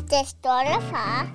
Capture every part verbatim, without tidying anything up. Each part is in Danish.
Det stolte far.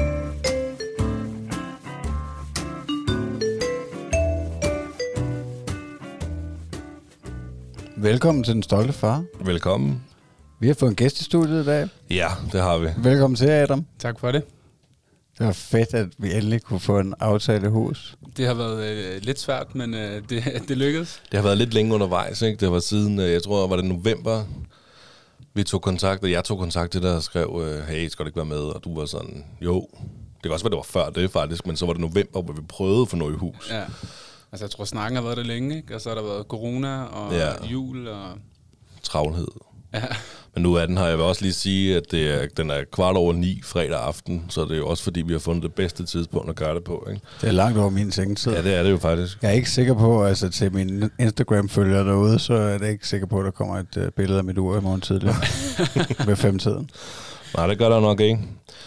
Velkommen til Den Stolte Far. Velkommen. Vi har fået en gæst i studiet i dag. Ja, det har vi. Velkommen til, Adam. Tak for det. Det var fedt, at vi endelig kunne få en aftale i hus. Det har været øh, lidt svært, men øh, det, det lykkedes. Det har været lidt længe undervejs, ikke? Det var siden, øh, jeg tror, var det november, vi tog kontakt, og jeg tog kontakt til dig og skrev, øh, hey, skal du ikke være med? Og du var sådan, jo. Det kan også være, det var før det faktisk, men så var det november, hvor vi prøvede at få noget i hus. Ja. Altså, jeg tror, snakken har været der længe, ikke? Og så har der været corona og ja. jul og... Travlhed. Ja. Men nu er den her, jeg vil også lige sige, at det er, den er kvart over ni fredag aften, så det er jo også fordi, vi har fundet det bedste tidspunkt at gøre det på, ikke? Det er langt over min sengetid. Ja, det er det jo faktisk. Jeg er ikke sikker på, altså til mine Instagram-følgere derude, så er jeg ikke sikker på, at der kommer et uh, billede af mit ur i morgen tidligere ved femtiden. Nej, det gør der nok ikke.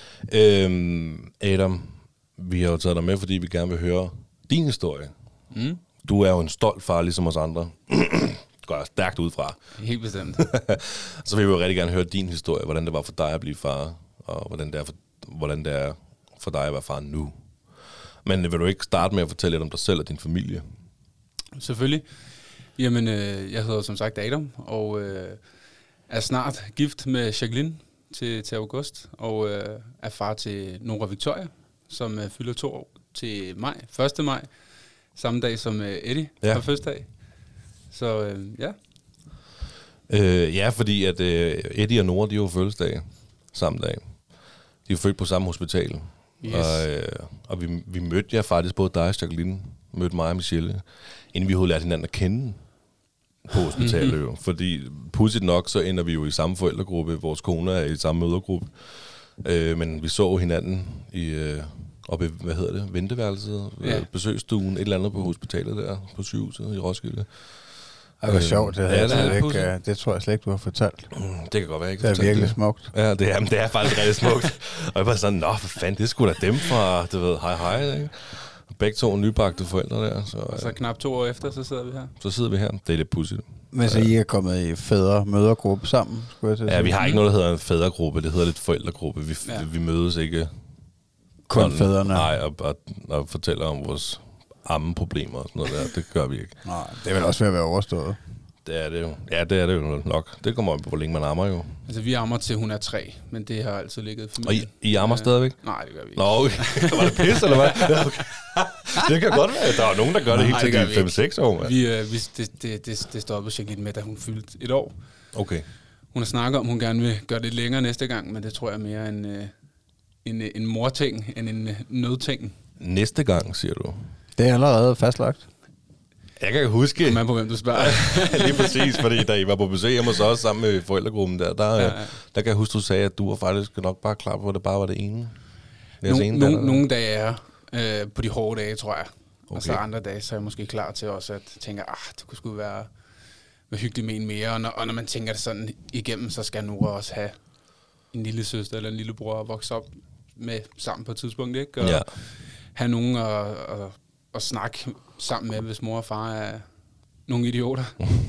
Øhm, Adam, vi har jo taget dig med, fordi vi gerne vil høre din historie. Mm. Du er jo en stolt far, ligesom os andre. Går jeg stærkt ud fra. Helt bestemt. Så vil vi jo rigtig gerne høre din historie, hvordan det var for dig at blive far, og hvordan det er for, hvordan det er for dig at være far nu. Men vil du ikke starte med at fortælle lidt om dig selv og din familie? Selvfølgelig. Jamen, øh, jeg hedder som sagt Adam, og øh, er snart gift med Jacqueline til, til august, og øh, er far til Nora Victoria, som øh, fylder to år til maj, første maj, samme dag som øh, Eddie ja. på fødselsdag. Så øh, ja. Øh, ja, fordi at øh, Eddie og Nora, de er jo fødselsdag samme dag. De er født på samme hospital. Yes. Og, øh, og vi, vi mødte jer faktisk, både dig og Jacqueline, mødte mig og Michelle, inden vi havde lært hinanden at kende på hospitalet mm-hmm. jo. Fordi pudsigt nok, så ender vi jo i samme forældregruppe. Vores koner er i samme mødergruppe. Øh, men vi så hinanden i... Øh, oppe i, hvad hedder det, venteværelset, ja. besøgsstuen, et eller andet på hospitalet der, på sygehuset i Roskilde. Det var øh, sjovt, det, ja, det, det, ikke, det tror jeg slet ikke, du har fortalt. Mm, det kan godt være, ikke. Det er virkelig det. Smukt. Ja, det er, det er faktisk rigtig smukt. Og jeg var sådan, nå, for fanden, det skulle da dem fra, du ved, hej hej, ikke? Begge to nybagte forældre der. Så, og så knap to år efter, så sidder vi her. Så sidder vi her. Det er lidt pudsigt. Men så I er kommet i fædre-mødergruppe sammen, skulle jeg til at sige? Ja, vi har ikke noget, der hedder en fædregruppe. Det hedder lidt forældregruppe. Vi, ja. vi mødes ikke... Kun fædrene. Nej, og, og, og fortæller om vores ammeproblemer og sådan noget der. Det gør vi ikke. Nej, det er vel også ved at være overstået. Det er det jo. Ja, det er det jo nok. Det kommer på, hvor længe man ammer jo. Altså, vi ammer til hun er tre, men det har altid ligget for familien. Og I, I ammer stadigvæk? Nej, det gør vi ikke. Nå, okay. Var det pis, eller hvad? Ja, okay. Det kan godt være. Der er nogen, der gør det helt til de fem seks år. Man. Vi, øh, vi, det, det, det, det stoppede Jacqueline med, da hun fyldte et år. Okay. Hun har snakket om, hun gerne vil gøre det længere næste gang, men det tror jeg er mere en... Øh, En, en morting end en nødting. Næste gang, siger du? Det er allerede fastlagt. Jeg kan huske... Kom an på, hvem du spørger. Lige præcis, fordi da I var på besøg hjemme hos os sammen med forældregruppen der, der, ja, ja. der kan jeg huske, du sagde, at du var faktisk nok bare klar på, at det bare var det ene. No, ene no, nogle dage er øh, på de hårde dage, tror jeg. Okay. Og så andre dage, så er jeg måske klar til også at tænke, ah, det kunne sgu være, være hyggeligt med en mere. Og når, og når man tænker det sådan igennem, så skal Nora også have en lille søster eller en lillebror at vokse op med sammen på et tidspunkt, ikke? Og ja. have nogen at, at, at snakke sammen med, hvis mor og far er nogle idioter.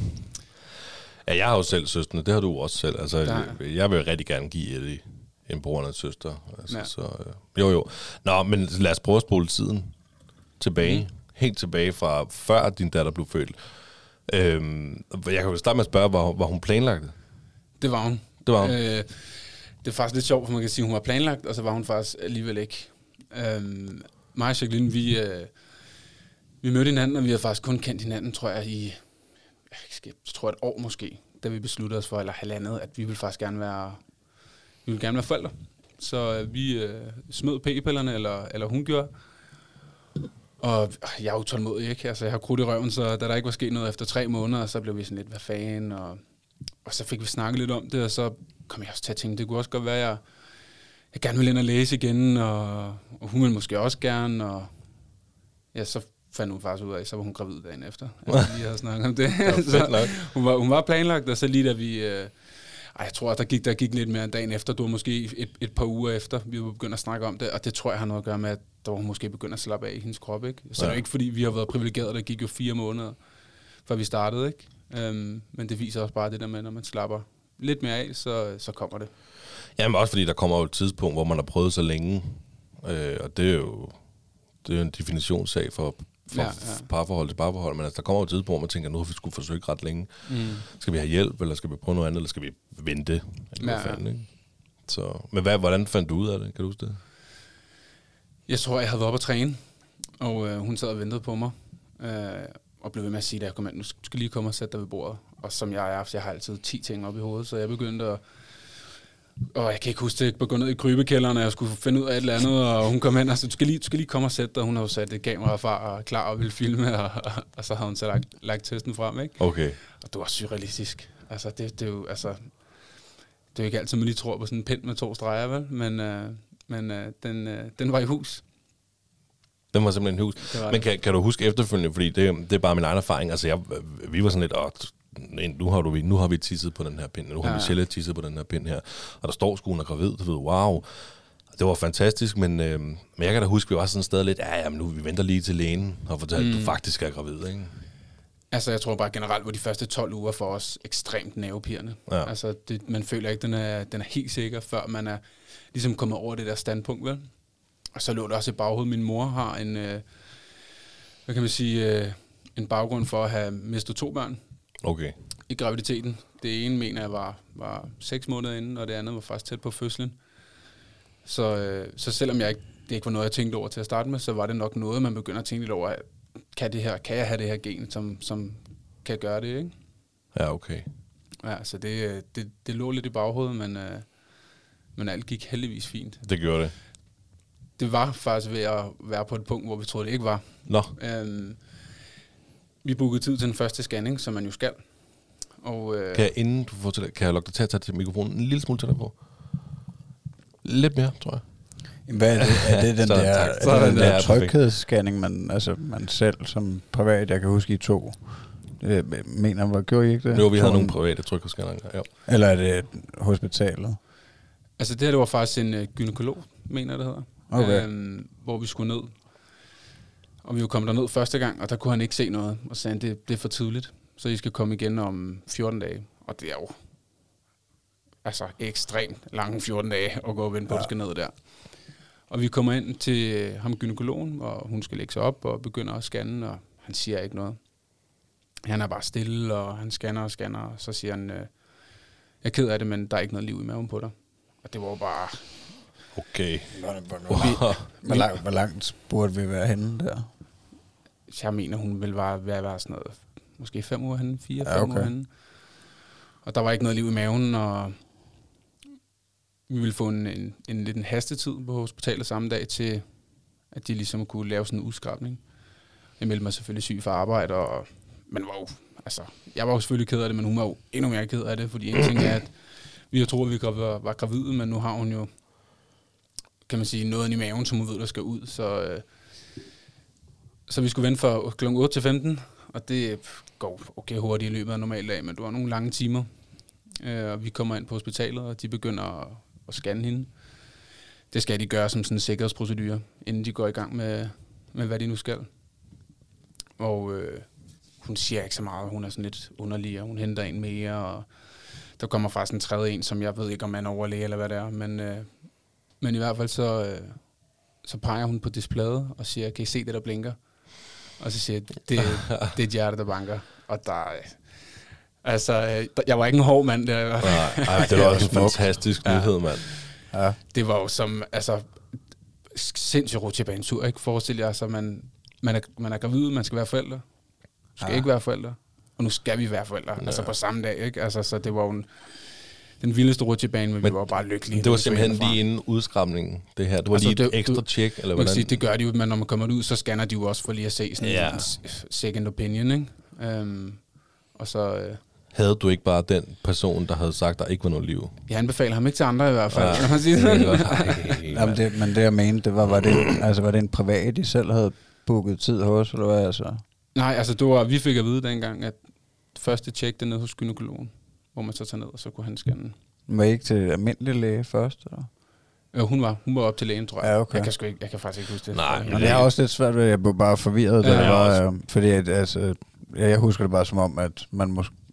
Ja, jeg har jo selv søstre, det har du også selv. Altså, ja. Jeg vil rigtig gerne give Eddie en bror og en søster. Altså, ja. så, jo, jo. Nå, men lad os prøve at spole tiden tilbage. Mm. Helt tilbage fra før din datter blev født. Øhm, jeg kan jo starte med at spørge, var, var hun planlagt? Det var hun. Det var hun. Øh, Det er faktisk lidt sjovt, for man kan sige, at hun var planlagt, og så var hun faktisk alligevel ikke. Øhm, mig og Jacqueline, vi, øh, vi mødte hinanden, og vi har faktisk kun kendt hinanden, tror jeg, i jeg tror et år måske, da vi besluttede os for, eller halvandet, at vi ville faktisk gerne være, vi ville gerne være forældre. Så øh, vi øh, smed p-pillerne, eller, eller hun gjorde. Og jeg er utålmodig, ikke? Altså, jeg har krudt i røven, så da der ikke var sket noget efter tre måneder, så blev vi sådan lidt, hvad fanden, og, og så fik vi snakket lidt om det, og så kom jeg også til at tænke, det kunne også godt være, at jeg, jeg gerne ville ind og læse igen, og, og hun ville måske også gerne, og ja, så fandt hun faktisk ud af, så var hun gravid dagen efter, at vi lige havde snakket om det. Så hun, var, hun var planlagt, og så lige da vi, øh, ej, jeg tror, at der gik, der gik lidt mere end dagen efter, det var måske et, et par uger efter, vi var begyndt at snakke om det, og det tror jeg har noget at gøre med, at der var hun måske begyndt at slappe af i hendes krop, ikke? Så ja. Det er ikke fordi, vi har været privilegerede, der gik jo fire måneder, før vi startede, ikke? Um, men det viser også bare det der med, når man slapper lidt mere af, så, så kommer det. Jamen også fordi der kommer jo et tidspunkt, hvor man har prøvet så længe, øh, og det er jo det er en definitionssag for, for ja, ja. parforhold til parforhold, men altså, der kommer jo et tidspunkt, hvor man tænker, nu har vi skulle forsøge ret længe. Mm. Skal vi have hjælp, eller skal vi prøve noget andet, eller skal vi vente? Eller ja, fanden, ikke? Så, men hvad, hvordan fandt du ud af det? Kan du huske det? Jeg tror, jeg havde været oppe at træne, og øh, hun sad og ventede på mig, øh, og blev ved med at sige, at jeg kom ind, nu skal lige komme og sætte dig ved bordet. Og som jeg er, jeg har altid ti ting op i hovedet, så jeg begyndte at, og jeg kan ikke huske det, at gå ned i krybekælderen, og jeg skulle finde ud af et eller andet, og hun kom hen og sagde, du skal lige, du skal lige komme og sætte dig. Hun har jo sat et kamera fra og klar og ville filme, og, og, og så havde hun så lagt, lagt testen frem, ikke? Okay. Og det var surrealistisk. Altså, det, det er jo, altså, det er jo ikke altid, man lige tror på sådan en pind med to streger, vel? Men, øh, men øh, den, øh, den var i hus. Den var simpelthen i hus. Men kan, kan du huske efterfølgende, fordi det, det er bare min egen erfaring, altså jeg, vi var sådan lidt, åh, nu har, du, nu har vi tisset på den her pind, nu har ja. Michelle tisset på den her pind her, og der står sgu, hun er gravid, du ved, wow. Det var fantastisk, men, øh, men jeg kan da huske, vi var sådan et sted lidt, ja, jamen nu, vi venter lige til lægen, og fortæller, mm. at du faktisk er gravid, ikke? Altså, jeg tror bare generelt, var de første tolv uger for os ekstremt nervepirrende. Ja. Altså, det, man føler ikke, den er, den er helt sikker, før man er ligesom kommet over det der standpunkt, vel? Og så lå der også i baghovedet, min mor har en, øh, hvad kan man sige, øh, en baggrund for at have mistet to børn. Okay. I graviditeten. Det ene, mener jeg, var, var seks måneder inden, og det andet var faktisk tæt på fødslen. Så, øh, så selvom jeg ikke, det ikke var noget, jeg tænkte over til at starte med, så var det nok noget, man begynder at tænke lidt over, kan, det her, kan jeg have det her gen, som, som kan gøre det, ikke? Ja, okay. Ja, så det, det, det lå lidt i baghovedet, men, øh, men alt gik heldigvis fint. Det gjorde det. Det var faktisk ved at være på et punkt, hvor vi troede, det ikke var. Nå. Øhm, vi bookede tid til den første scanning, som man jo skal. Og, øh, kan jeg, inden du får til det, kan jeg lukke dig til at tage til mikrofonen en lille smule til dig på? Lidt mere, tror jeg. Hvad er det? Er det den så, der, er det den der der tryghedsscanning, man, altså man selv som privat, jeg kan huske I to, jeg mener, hvad gjorde I ikke det? Jo, vi havde nogle private tryghedsscanninger, ja. Eller er det hospitalet? Altså det her, det var faktisk en uh, gynekolog, mener jeg, det hedder. Okay. Øhm, hvor vi skulle ned. Og vi var kommet derned første gang, og der kunne han ikke se noget. Og sagde, det, det er for tidligt, så I skal komme igen om fjorten dage. Og det er jo altså ekstremt lange fjorten dage at gå og vente på, ja. At skal ned der. Og vi kommer ind til ham gynekologen, og hun skal lægge sig op og begynder at scanne, og han siger ikke noget. Han er bare stille, og han scanner og scanner, og så siger han, øh, jeg er ked af det, men der er ikke noget liv i maven på dig. Og det var bare... Okay. Hvor langt, hvor langt burde vi være henne der? Jeg mener, hun ville være, være, være sådan noget, måske fem uger henne, fire, ja, fem okay. uger henne. Og der var ikke noget liv i maven, og vi ville få en, en, en lidt en hastetid på hospitalet samme dag til, at de ligesom kunne lave sådan en udskrabning. Jeg meldte mig selvfølgelig syg for arbejde, og men var jo, altså, jeg var jo selvfølgelig ked af det, men hun var jo endnu mere ked af det, fordi en ting er, at vi har troet, at vi var, var gravide, men nu har hun jo, kan man sige, noget i maven, som hun ved, der skal ud. Så, øh, så vi skulle vente fra klokken otte til femten, og det går okay hurtigt i løbet af normalt dag, men det var nogle lange timer. Øh, og vi kommer ind på hospitalet, og de begynder at, at scanne hende. Det skal de gøre som sådan en sikkerhedsprocedure, inden de går i gang med, med hvad de nu skal. Og øh, hun siger ikke så meget, hun er sådan lidt underlig, og hun henter en mere, og der kommer faktisk en tredje en, som jeg ved ikke, om man er overlæge eller hvad det er, men... Øh, Men i hvert fald så, øh, så peger hun på displayet og siger, kan I se det, der blinker? Og så siger jeg, det, det er et hjerte, der banker. Og der, øh, altså, øh, der, jeg var ikke en hård mand der. Nej, ej, det var også en fantastisk nyhed, ja. Mand. Ja. Det var jo som, altså, sindssygt rutsjebanesur, ikke? Forestil jer, så man, man, er, man er gravid, man skal være forældre. Du skal ja. ikke være forældre. Og nu skal vi være forældre, ja. Altså på samme dag, ikke? Altså, så det var jo en... Den vildeste rutsjebane, men, men vi var bare lykkelige. Det var simpelthen lige inden udskrabningen, det her. Det var altså, lige et det, ekstra tjek, eller hvordan? Sige, det gør de jo, men når man kommer ud, så scanner de jo også for lige at se sådan ja. en second opinion, ikke? Um, og så... Uh, havde du ikke bare den person, der havde sagt, der ikke var noget liv? Jeg anbefaler ham ikke til andre i hvert fald. Ja. Når man siger sådan. Jamen det, men det jeg mente, det var, var det, altså, var det en privat, de selv havde booket tid hos, eller hvad altså? Nej, altså det var, vi fik at vide dengang, at første tjek dernede hos gynekologen, hvor man så tager ned, og så kunne han scanne. Var I ikke til almindelig læge først, eller? Ja, hun var, hun var op til lægen, tror jeg. Ja, okay. Jeg kan, sgu ikke, jeg kan faktisk ikke huske det. Nej, men det er også lidt svært, at jeg blev bare forvirret, ja, da jeg var, øh, fordi at, altså, jeg husker det bare som om, at man måske,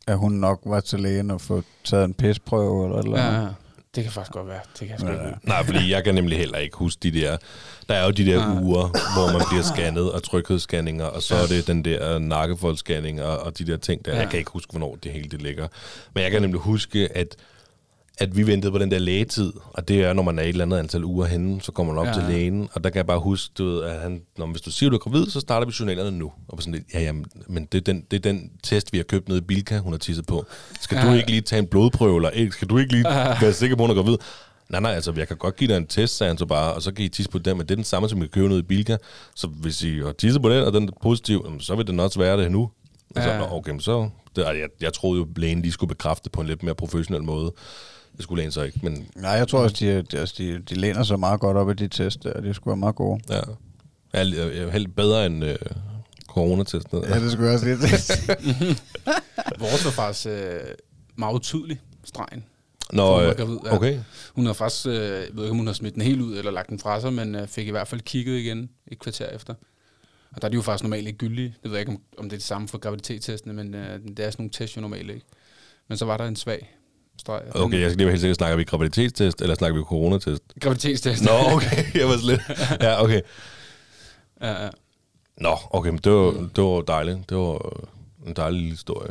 at hun nok var til lægen og få taget en pisprøve eller eller Ja, andet. ja. Det kan faktisk godt være. Det kan jeg sgu Ja, ikke. ja. Nej, fordi jeg kan nemlig heller ikke huske de der... Der er jo de der Nej. uger, hvor man bliver scannet, og tryghedsscanninger, og så er det den der nakkefoldsscanning og, og de der ting der. Ja. Jeg kan ikke huske, hvornår det hele det ligger. Men jeg kan nemlig huske, at, at vi ventede på den der lægetid, og det er, når man er et eller andet antal uger henne, så kommer man op Ja. til lægen, og der kan jeg bare huske, du ved, at han, når, hvis du siger, du er gravid, så starter vi journalerne nu. Og sådan lidt, ja, jamen, men det er, den, det er den test, vi har købt nede i Bilka, hun har tisset på. Skal Ja. du ikke lige tage en blodprøve, eller ikke? Skal du ikke lige være sikker på, at hun er gravid? Nej, nej, altså, jeg kan godt give dig en test, sagde han så bare, og så kan I tisse på den, men det er den samme, som I kan købe nede i Bilka. Så hvis I har tisset på den, og den er positiv, så vil den også være det nu. Og så, Ja. nå, okay, så... Det, jeg, jeg troede jo, lægen lige skulle bekræfte på en lidt mere professionel måde. Det skulle lægen så ikke, men Nej, jeg tror også, de, de, de, de læner sig meget godt op i de test der. Det skulle være meget gode. ja. Jeg er, jeg er helt bedre end øh, coronatesten. Ja, det skulle jeg også lidt. Vores var faktisk øh, meget utydelig, stregen. Nå, Hun var øh, gravid, ja. okay. Hun har faktisk, øh, jeg ved ikke, om hun har smidt den helt ud, eller lagt den fra sig, men øh, fik i hvert fald kigget igen et kvarter efter. Og der er de jo faktisk normalt ikke gyldige. Det ved jeg ikke, om, om det er det samme for graviditetstestene, men øh, det er sådan nogle tests jo normalt ikke. Men så var der en svag streg. Okay, jeg skal lige være helt sikker, snakker vi graviditetstest, eller snakker vi coronatest? Graviditetstest. Nå, okay, jeg var slet... Ja, okay. Ja, ja. Nå, okay, men det var, det var dejligt. Det var en dejlig lille historie.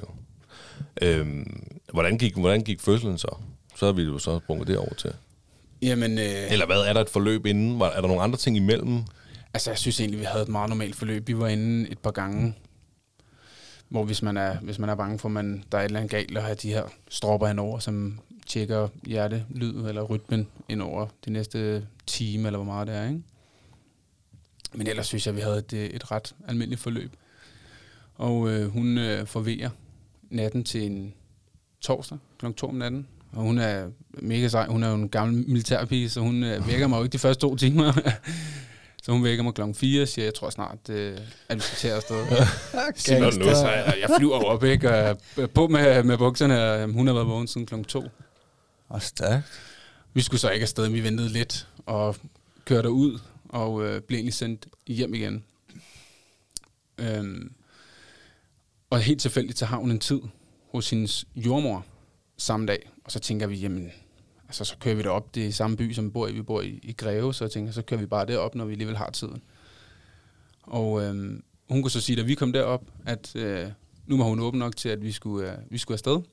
Øhm, hvordan, gik, hvordan gik fødslen så? Så har vi jo så sprunget det over til. Jamen, øh, Eller hvad, er der et forløb inden? Var, er der nogle andre ting imellem? altså jeg synes egentlig, vi havde et meget normalt forløb. Vi var inde et par gange, hvor hvis man er, hvis man er bange for, at man, der er et eller andet galt, og har de her stropper indover, som tjekker hjertelyd eller rytmen indover de næste time, eller hvor meget det er, ikke? Men ellers synes jeg, vi havde et, et ret almindeligt forløb. Og øh, hun øh, forvejer natten til en torsdag klokken to om natten. Og hun er mega sej. Hun er jo en gammel militærpige, så hun øh, vækker mig jo ikke de første to timer. Så hun vækker mig klokken fire og siger, jeg tror snart, øh, at vi skal til afsted. Så jeg, jeg flyver op, ikke? Og jeg er på med, med bukserne, og hun har været vågen siden klokken to. Og stærkt. Vi skulle så ikke afsted, vi ventede lidt og kørte ud og øh, blev egentlig sendt hjem igen. Øhm, og helt tilfældigt, så har hun en tid hos hendes jordmor samme dag. Og så tænker vi, jamen, altså, så kører vi derop. Det er i samme by, som vi bor i. Vi bor i, i Greve, så jeg tænker, så kører vi bare derop, når vi alligevel har tiden. Og øhm, hun kunne så sige, da vi kom derop, at øh, nu var hun åben nok til, at vi skulle, øh, vi skulle afsted.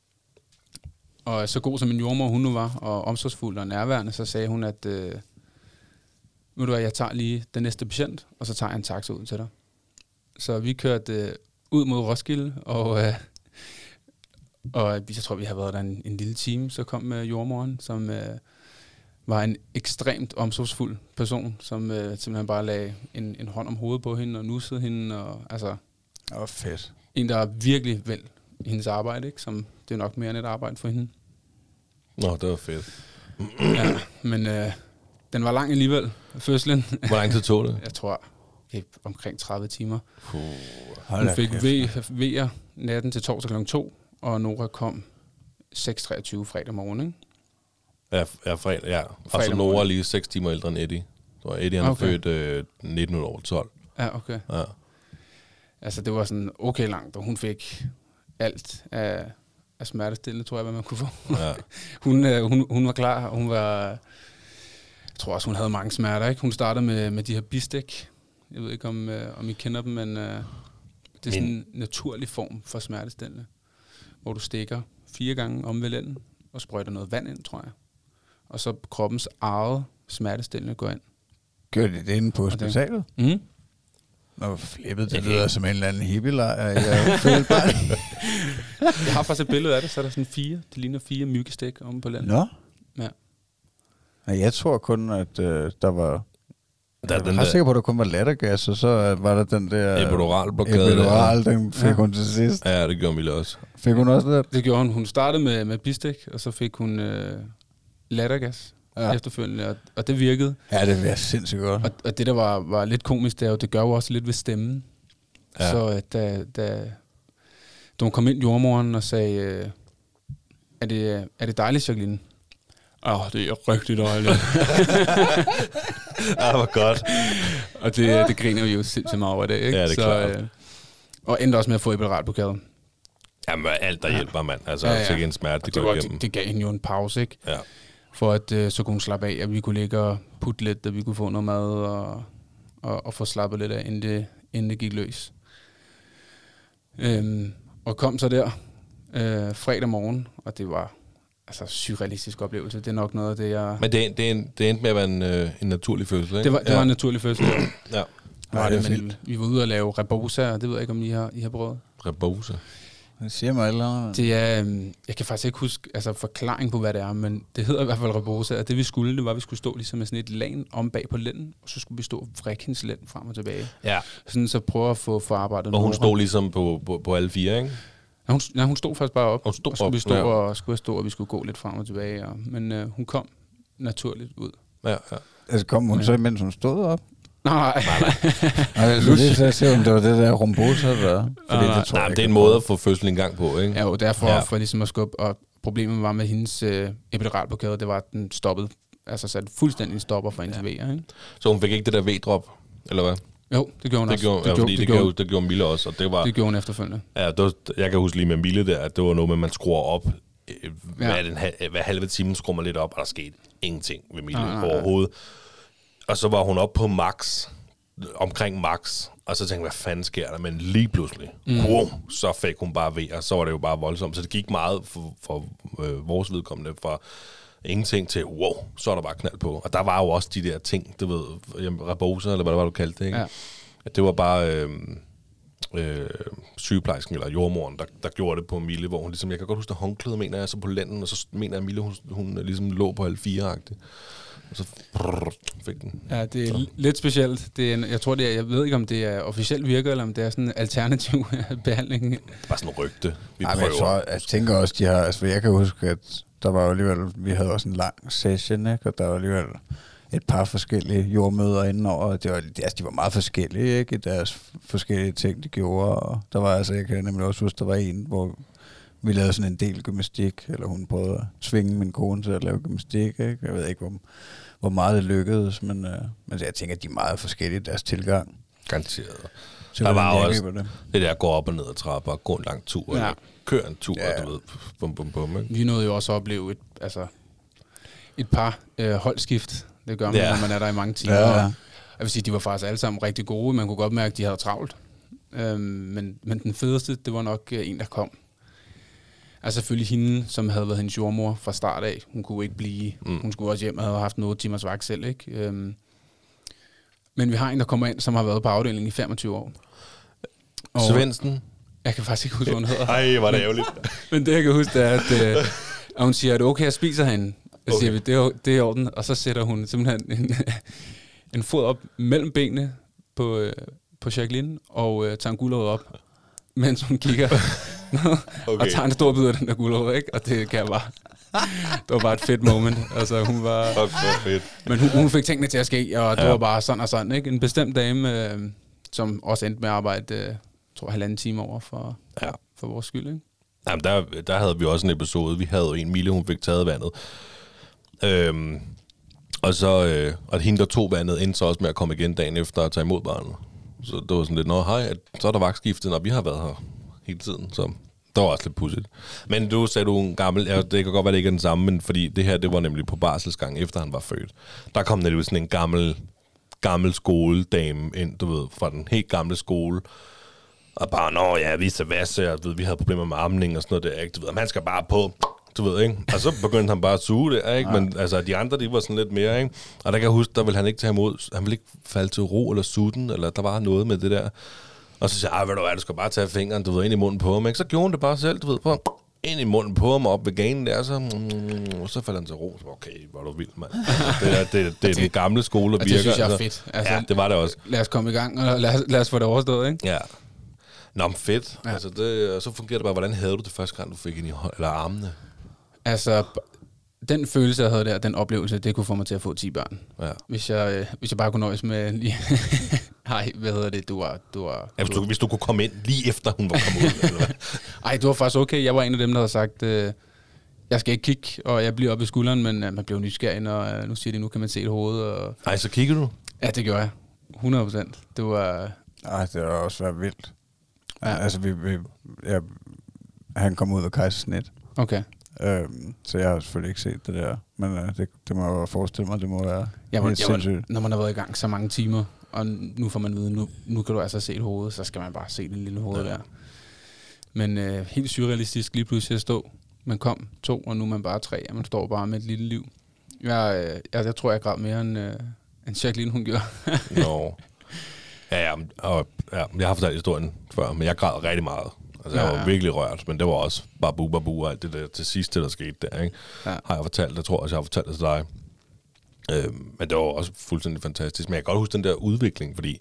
Og så god som en jordmor hun nu var, og omsorgsfuld og nærværende, så sagde hun, at øh, ved du hvad, jeg tager lige den næste patient, og så tager jeg en taxa ud til dig. Så vi kørte øh, ud mod Roskilde, og, øh, og jeg tror, vi har været der en, en lille time. Så kom øh, jordmoren, som øh, var en ekstremt omsorgsfuld person, som øh, simpelthen bare lagde en, en hånd om hovedet på hende og nussede hende. Og, altså, Det var fedt. en, der er virkelig vel i hendes arbejde, ikke? Som det er nok mere end et arbejde for hende. Nå, det var fedt. Ja, men øh, den var lang alligevel, fødslen. Hvor lang tid tog det? Jeg tror, det er omkring tredive timer. Puh. Hun fik V'er natten til torsdag klokken to, og Nora kom seks treogtyve fredag morgen, ikke? Ja, ja, fredag, ja. Og Fredag så Nora morgen. lige seks timer ældre end Eddie. Så Eddie han Okay. er født øh, nitten over tolv. Ja, okay. Ja. Altså, det var sådan okay langt, og hun fik alt af, af smertestillende, tror jeg, hvad man kunne få. Ja. hun, øh, hun, hun var klar, og hun var... Jeg tror også, hun havde mange smerter, ikke? Hun startede med, med de her bistik. Jeg ved ikke, om, øh, om I kender dem, men øh, det er sådan en naturlig form for smertestillende, hvor du stikker fire gange om ved lænden og sprøjter noget vand ind, tror jeg. Og så kroppens eget smertestillende går ind. Gør de det inde på det- hospitalet? Mm. Nå, flippet, det lyder som en eller anden hippie-lejr. Jeg følte bare... Jeg har faktisk et billede af det, så er der sådan fire. Det ligner fire myggestik omme på landet. Nå? Ja. Ja, jeg tror kun, at øh, der var... Der er jeg den er ret der- sikker på, at der kun var lattergas, og så øh, var der den der... Epiduralblokade. Epidural, den fik Ja. hun til sidst. Ja, det gjorde Mille også. Fik hun også det? Det gjorde hun. Hun startede med, med bistik, og så fik hun øh, lattergas Ja. ja. efterfølgende, og, og det virkede. Ja, det var sindssygt godt. Og, og det, der var, var lidt komisk, det er jo, det gør jo også lidt ved stemmen. Ja. Ja. Så øh, da, da, da hun kom ind jordmoren og sagde, øh, er, det, er det dejligt, Jacqueline? Åh, oh, det er rigtig dejligt. Ja, hvor godt. Og det, det griner vi jo sindssygt meget over i dag, ikke? Ja, det er så, klart. øh, og endte også med at få epiduralblokade. Jamen, alt der hjælper, mand. Altså, Ja, ja, ja. ja. Sikke en smerte, det, det, går var, igennem. det, det gav hende jo en pause, ikke? Ja. For at øh, så kunne hun slappe af, at vi kunne ligge og putte lidt, at vi kunne få noget mad og, og, og få slappet lidt af, inden det, inden det gik løs. Øhm, og kom så der øh, fredag morgen, og det var altså surrealistisk oplevelse. Det er nok noget af det, jeg... Men det, det, en, det endte med at være en, øh, en naturlig fødsel, ikke? Det var, det ja. var en naturlig fødsel. Ja. Var Nej, det, det er men vi var ude og lave rebosa, og det ved jeg ikke, om I har, I har prøvet. Rebosa. Det siger mig eller Det er, øhm, jeg kan faktisk ikke huske altså forklaring på, hvad det er, men det hedder i hvert fald rebosa, og det vi skulle, det var, at vi skulle stå ligesom med sådan et lag om bag på lænden, og så skulle vi stå og vrikke hendes lænd frem og tilbage. Ja. Sådan så prøve at få forarbejdet. Og hun noget. stod ligesom på, på, på alle fire, ikke? Ja, hun, ja, hun stod faktisk bare op, Hun stod og skulle op, vi stå ja. og skulle jeg stå, og vi skulle gå lidt frem og tilbage. Og, men øh, hun kom naturligt ud. Ja, ja. Altså kom hun Ja. så, mens hun stod op? Nej, Nej, jeg skulle lige så se, om det var det der rumbosa, der var. Fordi Nej, det tror Nej, jeg men ikke, det er en jeg måde at få fødslen i gang på, ikke? ja, jo, derfor Ja. ja. for ligesom at skubbe, og problemet var med hendes øh, epiduralblokade, det var, at den stoppede, altså satte fuldstændig stopper for N T V'er, ikke? Så hun fik ikke det der V-drop, eller hvad? Jo, det gjorde hun Det også. gjorde, det, ja, gjorde, fordi det, det, gjorde, gjorde, det gjorde Mille også, og det var... det gjorde hun efterfølgende. Ja, det var, jeg kan huske lige med Mille der, at det var noget med, at man skruer op. Øh, Hver, Ja. den, hal- hver halve time skruer man lidt op, og der skete ingenting ved Mille Nej, nej, nej. overhovedet. Og så var hun op på max, omkring max, og så tænkte jeg, hvad fanden sker der? Men lige pludselig, mm. wow, så fik hun bare ved, og så var det jo bare voldsomt. Så det gik meget for, for øh, vores vedkommende fra ingenting til, wow, så er der bare knald på. Og der var jo også de der ting, du ved, jamen, rebosa, eller hvad det var, du kaldte det, ikke? Ja. At det var bare øh, øh, sygeplejersken eller jordmoren, der, der gjorde det på Mille, hvor hun ligesom, jeg kan godt huske, at håndklæde, mener jeg, så på lænden, og så mener jeg, at Mille, hun, hun ligesom lå på alle fire-agtigt. Og så brrr, fik den. Ja, det er l- lidt specielt. Det er en, jeg tror, det er, jeg ved ikke, om det er officielt virker, eller om det er sådan en alternativ behandling. Bare sådan en rygte. Vi Ej, men jeg, prøver. tror, jeg tænker også, de har... Altså, jeg kan huske, at der var jo alligevel... Vi havde også en lang session, ikke? Og der var alligevel et par forskellige jordmøder indenover. Og det var, altså, de var meget forskellige, ikke? I deres forskellige ting, de gjorde. Og der var altså... Jeg kan nemlig også huske, der var en, hvor vi lavede sådan en del gymnastik, eller hun prøvede at svinge min kone til at lave gymnastik, ikke? Jeg ved ikke, hvor, hvor meget det lykkedes, men, øh, men jeg tænker, at de er meget forskellige i deres tilgang. Garanteret. Så Der hvordan var de også angriber det. det der, gå op og ned ad trapper, og gå en lang tur, Ja. eller køre en tur, Ja. du ved, bum, bum, bum, ikke? Vi nåede jo også at opleve et, altså, et par øh, holdskift. Det gør man, Ja. når man er der i mange timer. Ja, ja. Jeg vil sige, de var faktisk alle sammen rigtig gode. Man kunne godt mærke, at de havde travlt. Øhm, men, men den fedeste, det var nok øh, en, der kom. Altså selvfølgelig hende, som havde været hendes jordmor fra start af. Hun kunne ikke blive... Mm. Hun skulle også hjem og havde haft noget timers vagt selv, ikke? Øhm, men vi har en, der kommer ind, som har været på afdelingen i femogtyve år. Og Svendsen. jeg kan faktisk ikke huske, hvad hun hedder. Ej, var det ærgerligt. Men det, jeg kan huske, det er, at, øh, at hun siger, at det er okay, jeg spiser hende. Så Okay. siger vi, det er, det er i orden. Og så sætter hun simpelthen en, en fod op mellem benene på, øh, på Jacqueline, og øh, tager en gulerod op, mens hun kigger ned, Okay. og tager en stor bid af den der gulerod, ikke? Og det kan jeg bare... Det var bare et fedt moment. Altså, hun var... Fuck, hvor fedt. Men hun, hun fik tingene til at ske, og det Ja. var bare sådan og sådan, ikke? En bestemt dame, øh, som også endte med at arbejde, øh, tror halvanden time over for, Ja. for vores skyld, ikke? Jamen, der, der havde vi også en episode. Vi havde en Mille, hun fik taget vandet. Øhm, og så, øh, og hende, der tog vandet, endte så også med at komme igen dagen efter at tage imod barnet. Så det var sådan lidt, nå hej, at så er der vagtskiftet, når vi har været her hele tiden. Så det var også lidt pudsigt. Men du sagde, du er en gammel, ja, det kan godt være, det ikke er den samme, men fordi det her, det var nemlig på barselsgang, efter han var født. Der kom nemlig sådan en gammel, gammel skoledame ind, du ved, fra den helt gamle skole. Og bare, nå ja, vi er så vasse, og du ved, vi havde problemer med amning og sådan noget der, ikke? Du ved, man skal bare på, du ved, ikke? Og så begyndte han bare at suge det, ikke? Men altså, de andre, de var sådan lidt mere, ikke? Og der kan jeg huske, der ville han ikke tage imod, han ville ikke falde til ro eller suge den, eller der var noget med det der. Og så sagde jeg, ved du hvad, du skal bare tage fingeren, du ved, ind i munden på ham, ikke? Så gjorde hun det bare selv, du ved, på ind i munden på ham, op ved ganen der, så, mm, og så faldt han til ro. Så, okay, hvor er du vild, mand. Det er, det, er, det er den gamle skole, der Og virker. det synes jeg er altså. fedt. Altså, Ja, det var det også. Lad os komme i gang, og lad os, lad os få det overstået, ikke? Ja. Nå, men fedt. Ja. Ja. Altså, det, og så fungerer det bare. Hvordan havde du det første gang, du fik ind i hånd, eller armene? Altså, b- den følelse, jeg havde der, den oplevelse, det kunne få mig til at få ti børn. Ja. Hvis jeg, øh, hvis jeg bare kunne nøjes med lige... Ej, hvad hedder det? Du var... Du var Ja, hvis, du, hvis du kunne komme ind lige efter, hun var kommet ud, eller hvad? Ej, det var faktisk okay. Jeg var en af dem, der havde sagt, øh, jeg skal ikke kigge, og jeg bliver oppe i skulderen, men øh, man blev nysgerrig, når øh, nu siger de, nu kan man se et hoved. Og... Ej, så kigger du? Ja, det gjorde jeg. hundrede procent. Det var... Ej, det har også været vildt. Ja. Ja. Altså, vi, vi, jeg han kom ud af kejsersnit. Okay. Øhm, så jeg har selvfølgelig ikke set det der. Men øh, det, det må jeg jo forestille mig, det må være Jamen, helt jamen, sindssygt. når man har været i gang så mange timer, og nu får man at vide, nu, nu kan du altså se et hoved, så skal man bare se det lille hoved ja. der. Men øh, helt surrealistisk lige pludselig at stå. Man kom to, og nu er man bare tre, og man står bare med et lille liv. Jeg, øh, jeg, jeg tror, jeg græd mere, end, øh, end Jacqueline, hun gjorde. Nå. Ja, ja, og, ja, jeg har fortalt historien før, men jeg græd rigtig meget. Altså, jeg Ja, var ja. virkelig virkelig rørt, men det var også bare bu, bu, bu, og alt det der til sidst, det der skete der, ikke? Ja. Har jeg fortalt, jeg tror også, jeg har fortalt det til dig. Øhm, men det var også fuldstændig fantastisk. Men jeg kan godt huske den der udvikling, fordi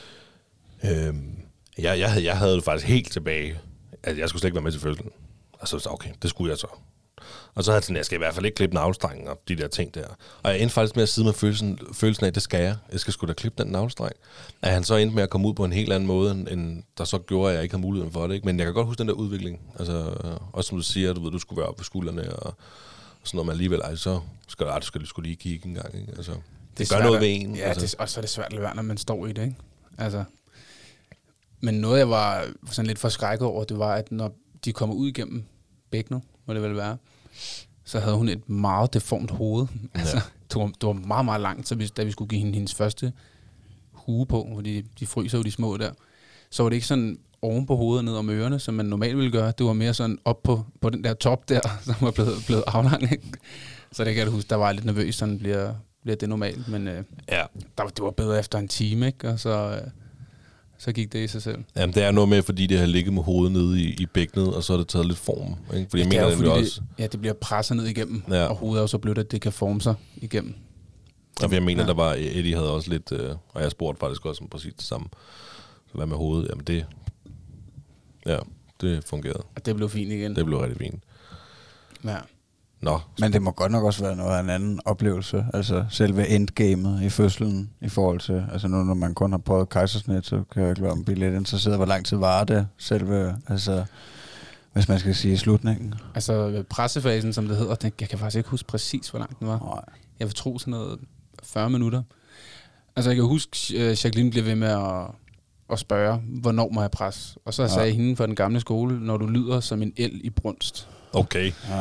øhm, jeg, jeg, havde, jeg havde det faktisk helt tilbage, at jeg skulle slet ikke være med til fødslen. Og så okay, det skulle jeg så. Og så havde jeg sådan, jeg skal i hvert fald ikke klippe navlestrengen og de der ting der. Og jeg endte faktisk med at sidde med følelsen, følelsen af, at det skal jeg. Jeg skal sgu da klippe den navlestreng. At han så endte med at komme ud på en helt anden måde, end der så gjorde, at jeg ikke havde muligheden for det. Ikke? Men jeg kan godt huske den der udvikling. Altså, også som du siger, du ved, du skulle være oppe på skuldrene og, og sådan noget, men alligevel, altså, så skal du, du skal, du skulle lige kigge en gang. Ikke? Altså, det, det gør noget ved en. Ja, altså. det, og så er det svært at lade være, når man står i det, ikke? Altså, men noget, jeg var sådan lidt forskrækket over, det var, at når de kommer ud igennem bækkenet, må det vel være, så havde hun et meget deformt hoved. Ja. Altså, det, var, det var meget, meget langt, så vi, da vi skulle give hende hendes første hue på, fordi de fryser jo de små der, så var det ikke sådan oven på hovedet ned om ørerne, som man normalt ville gøre. Det var mere sådan op på, på den der top der, som var blevet, blevet aflang. Ikke? Så det kan jeg huske, der var jeg lidt nervøs, sådan bliver, bliver det normalt, men øh, Ja. der, det var bedre efter en time, ikke? Og så, øh, så gik det i sig selv. Jamen, det er noget med, fordi det har ligget med hovedet nede i, i bækkenet, og så har det taget lidt form. Ikke? Fordi jeg det er mener, jo, det fordi også... det, ja, det bliver presset ned igennem, Ja. og hovedet er jo så blødt, at det kan forme sig igennem. Og jeg mener, Ja. der var, Eddie havde også lidt, øh, og jeg spurgte faktisk også om præcis det samme. Så hvad med hovedet? Jamen det, ja, det fungerede. Og det blev fint igen. Det blev rigtig fint. Ja. Nå, Men det må godt nok også være noget af en anden oplevelse. Altså selve endgamet i fødslen i forhold til, altså nu når man kun har prøvet kejsersnit, så kan jeg ikke være blive lidt interesseret. Hvor lang tid var det selve, altså hvis man skal sige slutningen? Altså pressefasen, som det hedder, den, jeg kan faktisk ikke huske præcis, hvor lang den var. Nej. Jeg vil tro sådan noget fyrre minutter. Altså jeg kan huske, at Jacqueline blev ved med at, at spørge, hvornår må jeg presse? Og så Ja. sagde hende fra den gamle skole, når du lyder som en el i brunst. okay. Ja.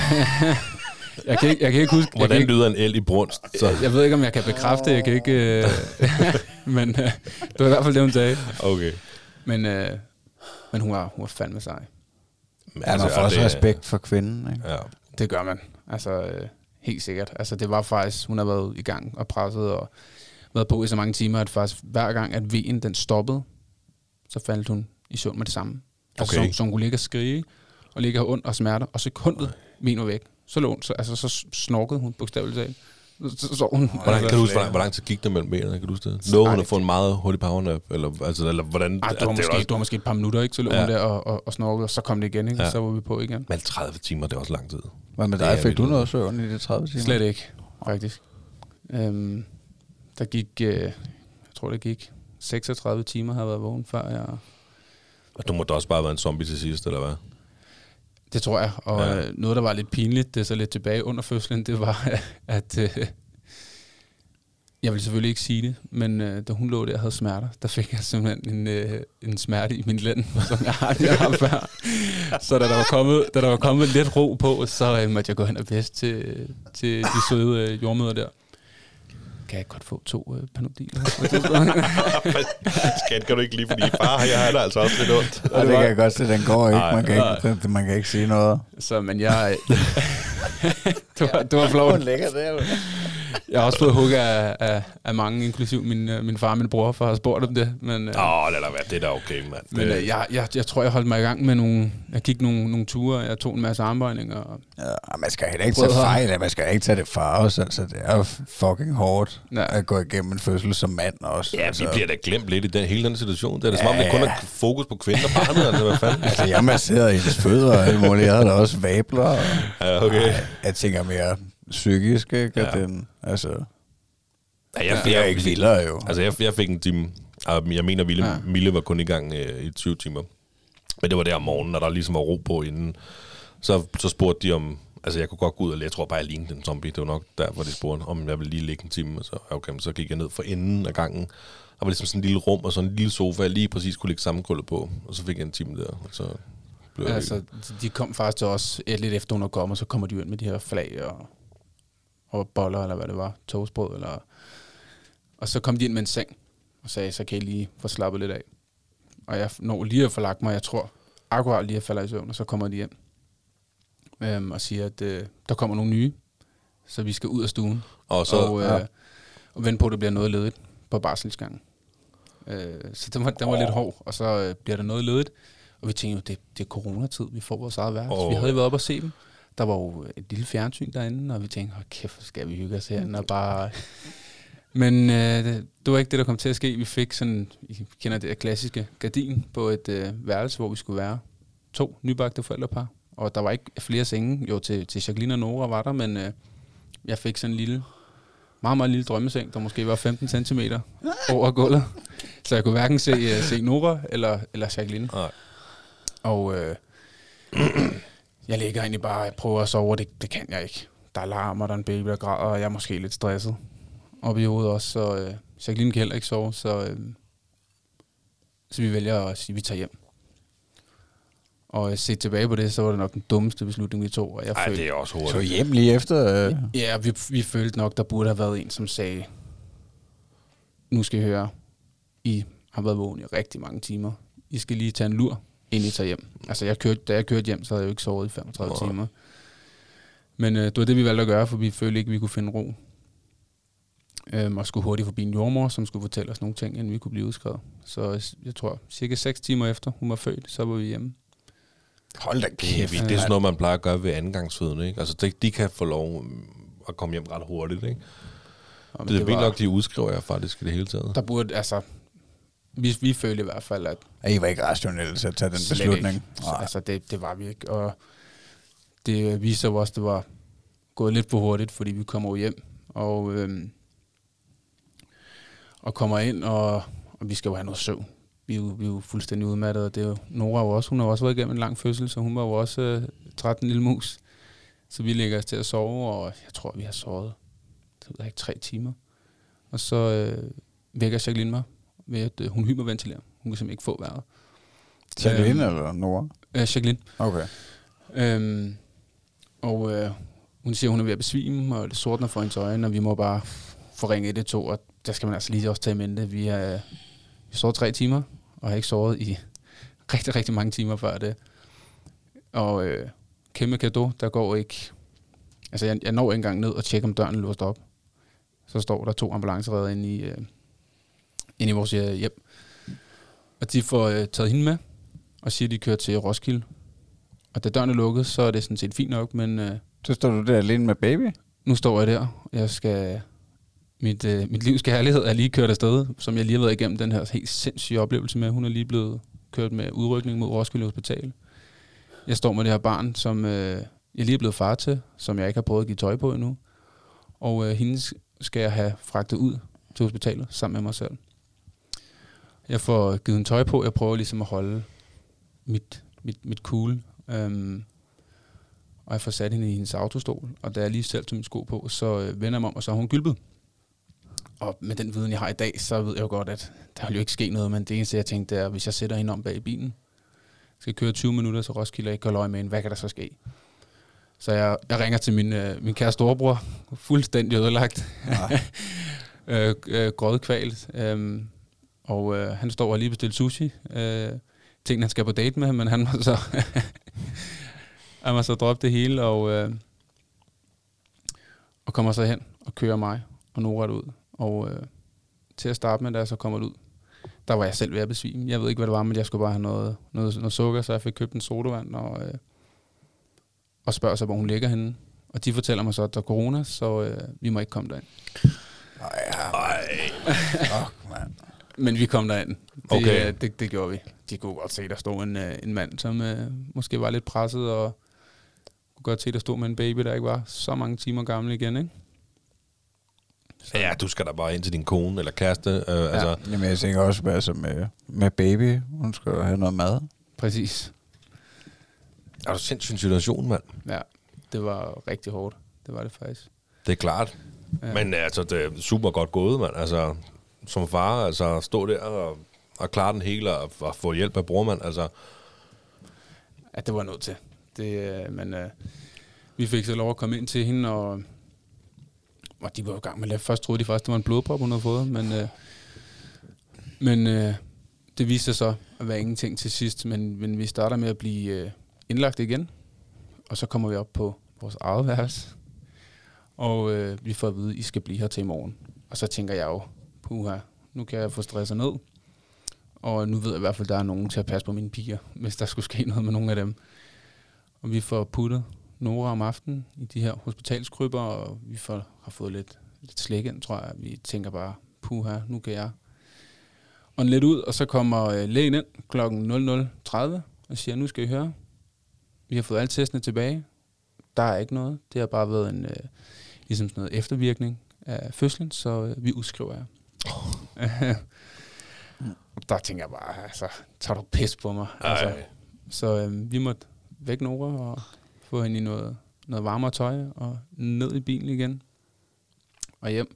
jeg, kan ikke, jeg kan ikke huske... jeg Hvordan kan ikke, lyder en el i brunst? Så. jeg, jeg ved ikke, om jeg kan bekræfte det. Jeg kan ikke... Øh, men øh, det var i hvert fald det, hun sagde. Okay. Men, øh, men hun var, hun var fandme sej. Men, Ja, man får og også det- respekt for kvinden, ikke? Ja. Det gør man. Altså, øh, helt sikkert. Altså, det var faktisk, hun har været i gang og presset og været på i så mange timer, at faktisk hver gang, at V'en den stoppede, så faldt hun i søvn med det samme. Altså, Okay. så, så hun kunne ligge og skrige, og ligge og ondt og smerter, og sekundet V'en var væk. Så lå hun, så, altså, så snorkede hun bogstaveligt talt. Så, så sov hun. Hvordan, altså, kan du huske, hvor lang, hvor lang tid gik der mellem benene? Kan du huske det? Lå hun at få en meget hurtig powernap? Eller, altså, eller hvordan? Ej, det, var er måske, også- det var måske et par minutter, ikke? Så lå Ja. hun der og, og, og snorkede, og så kom det igen, ikke? Ja. Så var vi på igen. Men tredive timer, det er også lang tid. Hvad med Det dig? er Fik du vildt. noget søvn i de tredive timer? Slet ikke, faktisk. Øhm, der gik, øh, jeg tror det gik seksogtredive timer, har jeg været vågen før. Jeg, Og du må da også bare være en zombie til sidst, eller hvad? det tror jeg. Og Ja. ja. noget, der var lidt pinligt, det er så lidt tilbage under fødslen, det var, at øh, jeg ville selvfølgelig ikke sige det, men øh, da hun lå der og havde smerter, der fik jeg simpelthen en, øh, en smerte i min lænd, som jeg har, jeg har før. Så da der, var kommet, da der var kommet lidt ro på, så øh, måtte jeg gå hen og bedst til, til de søde øh, jordmøder der. Kan jeg godt få to øh, panodiler? Skat, kan du ikke lige, fordi far, jeg har det altså også lidt ondt. Ja, det kan jeg godt se, den går ikke. Nej, Man kan ikke, den, man kan ikke sige noget. Så, men jeg... det var, det var flot. lækker det. Jeg har også fået hug af, af, af mange, inklusiv min, øh, min far og min bror, for at have spurgt om det. Men, øh, Åh, oh, lad da være, det er da okay, mand. men øh, jeg, jeg, jeg tror, jeg holdt mig i gang med nogle... Jeg gik nogle, nogle ture, jeg tog en masse armbøjninger. Og, Ja, man skal heller ikke tage Brødre. fejl, man skal ikke tage det fra os. Altså, det er jo fucking hårdt Ja. at gå igennem en fødsel som mand også. Ja, altså. vi bliver da glemt lidt i den, hele den situation. Det er da som om, Ja, det kun ja. er fokus på kvinden og barnet, altså hvad fanden? Altså, jeg masserede hendes fødder og alt muligt. Jeg havde da også vabler. Og, Ja, okay. Ej, jeg tænker mere psykisk, ikke? At Ja. den, altså, Ja, jeg, det er ikke vildere jo. Altså, jeg, jeg fik en time, og jeg mener, Mille, Ja. ja. Mille var kun i gang øh, i tyve timer. Men det var der om morgenen, og der ligesom var ro på inden. Så, så spurgte de om, altså jeg kunne godt gå ud og jeg tror bare, jeg lignede en zombie. Det var nok der, hvor de spurgte, om jeg ville lige ligge en time. Og så, okay, så gik jeg ned for enden af gangen. Der var ligesom sådan en lille rum og sådan en lille sofa, jeg lige præcis kunne ligge sammenkrøllet på. Og så fik jeg en time der, og så blev jeg Altså, de kom faktisk til os et lidt efter, hun er kommet, og så kommer de ind med de her flag og, og boller, eller hvad det var, toastbrød, eller... Og så kom de ind med en seng, og sagde, så kan I lige få slappet lidt af. Og jeg når lige at få lagt mig, jeg tror, akkurat lige at falde i søvn, og så kommer de hjem øhm, og siger, at øh, der kommer nogle nye, så vi skal ud af stuen, Og så... og, øh, ja. og vente på, at det bliver noget ledigt på barselsgangen. Øh, så den var, den var oh. lidt hård, og så øh, bliver der noget ledigt. Og vi tænkte jo, det, det er coronatid, vi får vores eget værelse. Oh. Vi havde jo været op og se dem. Der var jo et lille fjernsyn derinde, og vi tænkte, åh kæft, skal vi hygge os herinde, og bare... Men øh, det, det var ikke det, der kom til at ske. Vi fik sådan, I kender det klassiske gardin på et øh, værelse, hvor vi skulle være to nybagte forældrepar. Og der var ikke flere senge, jo til, til Jacqueline og Nora var der, men øh, jeg fik sådan en lille, meget, meget lille drømmeseng, der måske var femten centimeter over gulvet. Så jeg kunne hverken se, uh, se Nora eller, eller Jacqueline. Nej. Og øh, jeg ligger egentlig bare og prøver at sove, det, det kan jeg ikke. Der er larm, og der er en baby, der græder, og jeg er måske lidt stresset. Op i hovedet også, så øh, Jacqueline kan heller ikke sove, så, øh, så vi vælger at sige, at vi tager hjem. Og set tilbage på det, så var det nok den dummeste beslutning, vi tog. Og jeg Ej, følte, det er også hurtigt. Så hjem lige efter... Øh. Ja, vi, vi følte nok, der burde have været en, som sagde, nu skal I høre, I har været vågen i rigtig mange timer. I skal lige tage en lur, inden I tager hjem. Altså, jeg kørte, da jeg kørte hjem, så havde jeg jo ikke sovet i femogtredive oh. timer. Men øh, det var det, vi valgte at gøre, for vi følte ikke, vi kunne finde ro. Øhm, og skulle hurtigt forbi en jordmor, som skulle fortælle os nogle ting, inden vi kunne blive udskrevet. Så jeg tror, cirka seks timer efter hun var født, så var vi hjemme. Hold da kæft. Det, det er sådan noget, man plejer at gøre ved andengangsfødende, ikke? Altså, de, de kan få lov at komme hjem ret hurtigt, ikke? Ja, det er vildt nok, de udskriver jeg faktisk i det hele taget. Der burde, altså... Vi, vi følte i hvert fald, at... Ja, I var ikke rationelle til at tage den beslutning. Så, altså, det, det var vi ikke. Og det viser jo også, at det var gået lidt for hurtigt, fordi vi kommer hjem. Og... Øhm, og kommer ind, og, og vi skal jo have noget søvn. Vi er jo, vi er jo fuldstændig udmattede, og det er jo Nora jo også. Hun har også været igennem en lang fødsel, så hun var jo også øh, træt en lille mus. Så vi lægger os til at sove, og jeg tror, vi har sovet, det ved jeg ikke, tre timer. Og så øh, vækker Jacqueline mig ved, at øh, hun hyperventilerer. Hun kan simpelthen ikke få vejret. Jacqueline øhm, eller Nora? Øh, Jacqueline. Okay. Øhm, og øh, hun siger, hun er ved at besvime, og det sortner for hendes øjne, og vi må bare få ringe et et to, og der skal man altså lige også tage i mente. Vi har vi sovet tre timer, og har ikke sovet i rigtig, rigtig mange timer før det. Og øh, kæmpe cadeau, der går ikke... Altså, jeg, jeg når ikke engang ned og tjekker, om døren er låst op. Så står der to ambulanceredder inde i, øh, inde i vores øh, hjem. Og de får øh, taget hende med, og siger, at de kører til Roskilde. Og da døren er lukket, så er det sådan set fint nok, men... Øh, så står du der alene med baby? Nu står jeg der. Jeg skal... Mit, øh, mit livs kærlighed er lige kørt afsted, som jeg lige har været igennem den her helt sindssyge oplevelse med. Hun er lige blevet kørt med udrykning mod Roskilde Hospital. Jeg står med det her barn, som øh, jeg lige er blevet far til, som jeg ikke har prøvet at give tøj på endnu. Og øh, hende skal jeg have fragtet ud til hospitalet sammen med mig selv. Jeg får givet en tøj på. Jeg prøver ligesom at holde mit, mit, mit cool. Øhm, og jeg får sat hende i hendes autostol. Og da jeg lige selv tog min sko på, så øh, vender jeg mig om, og så er hun gylpet. Og med den viden, jeg har i dag, så ved jeg jo godt, at der vil jo ikke ske noget. Men det eneste, jeg tænkte, er, hvis jeg sætter hende om bag i bilen, skal køre tyve minutter til Roskilde, og ikke holde øje med hende, hvad kan der så ske? Så jeg, jeg ringer til min, øh, min kære storebror, fuldstændig ødelagt, øh, øh, grødkvalt. Øh, og øh, han står og lige bestilt sushi. Øh, tænkte, han skal på date med ham, men han må så, han må så droppe det hele, og, øh, og kommer så hen og kører mig og Nora ud. Og øh, til at starte med, da jeg så kommer ud, der var jeg selv ved at besvime. Jeg ved ikke, hvad det var, men jeg skulle bare have noget, noget, noget sukker, så jeg fik købt en sodavand og, øh, og spørger sig, hvor hun ligger henne. Og de fortæller mig så, at der er corona, så øh, vi må ikke komme derind. Ej, fuck, man. Men vi kom derind. Det, okay. øh, det, det gjorde vi. De kunne godt se, der stod en, øh, en mand, som øh, måske var lidt presset, og kunne godt se, der stod med en baby, der ikke var så mange timer gammel igen, ikke? Så. Ja, du skal da bare ind til din kone eller kæreste. Øh, ja. altså. Jamen, jeg tænker også altså med, med baby. Hun skal have noget mad. Præcis. Er du sindssyg situation, mand? Ja, det var rigtig hårdt. Det var det faktisk. Det er klart. Ja. Men altså, det er super godt gået, mand. Altså, som far, altså, stå der og, og klare den hele og, og få hjælp af brormand, altså. at det var nødt til. Det, øh, men øh, vi fik så lov at komme ind til hende, og, og de var i gang med det. Først troede de faktisk, det var en blodprop, hun havde fået, men, øh, men øh, det viste sig så at være ingenting til sidst, men, men vi starter med at blive øh, indlagt igen, og så kommer vi op på vores eget værelse, og øh, vi får at vide, at I skal blive her til i morgen. Og så tænker jeg jo, puha, nu kan jeg få stresset ned, og nu ved jeg i hvert fald, at der er nogen til at passe på mine piger, hvis der skulle ske noget med nogle af dem. Og vi får puttet Nora om aftenen i de her hospitalskrybber, og vi får, har fået lidt, lidt slik ind, tror jeg. Vi tænker bare, puha, nu kan jeg ånde lidt ud, og så kommer øh, lægen ind klokken nul nul tredive og siger, nu skal I høre, vi har fået alle testene tilbage. Der er ikke noget. Det har bare været en, øh, ligesom sådan noget eftervirkning af fødslen, så øh, vi udskriver jer. Oh. Der tænker jeg bare, altså, tager du pis på mig? Altså, så øh, vi måtte væk Nora og få hende i noget, noget varmere tøj og ned i bilen igen og hjem.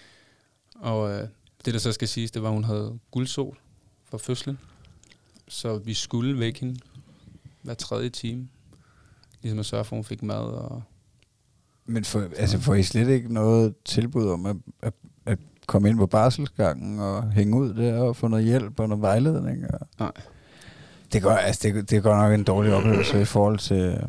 Og øh, det, der så skal siges, det var, at hun havde guldsol for fødslen. Så vi skulle væk hende hver tredje time. Ligesom at sørge for, at hun fik mad. Og Men for, altså, får I slet ikke noget tilbud om at, at, at komme ind på barselsgangen og hænge ud der og få noget hjælp og noget vejledning? Og nej. Det går, altså, det, det går nok en dårlig oplevelse i forhold til...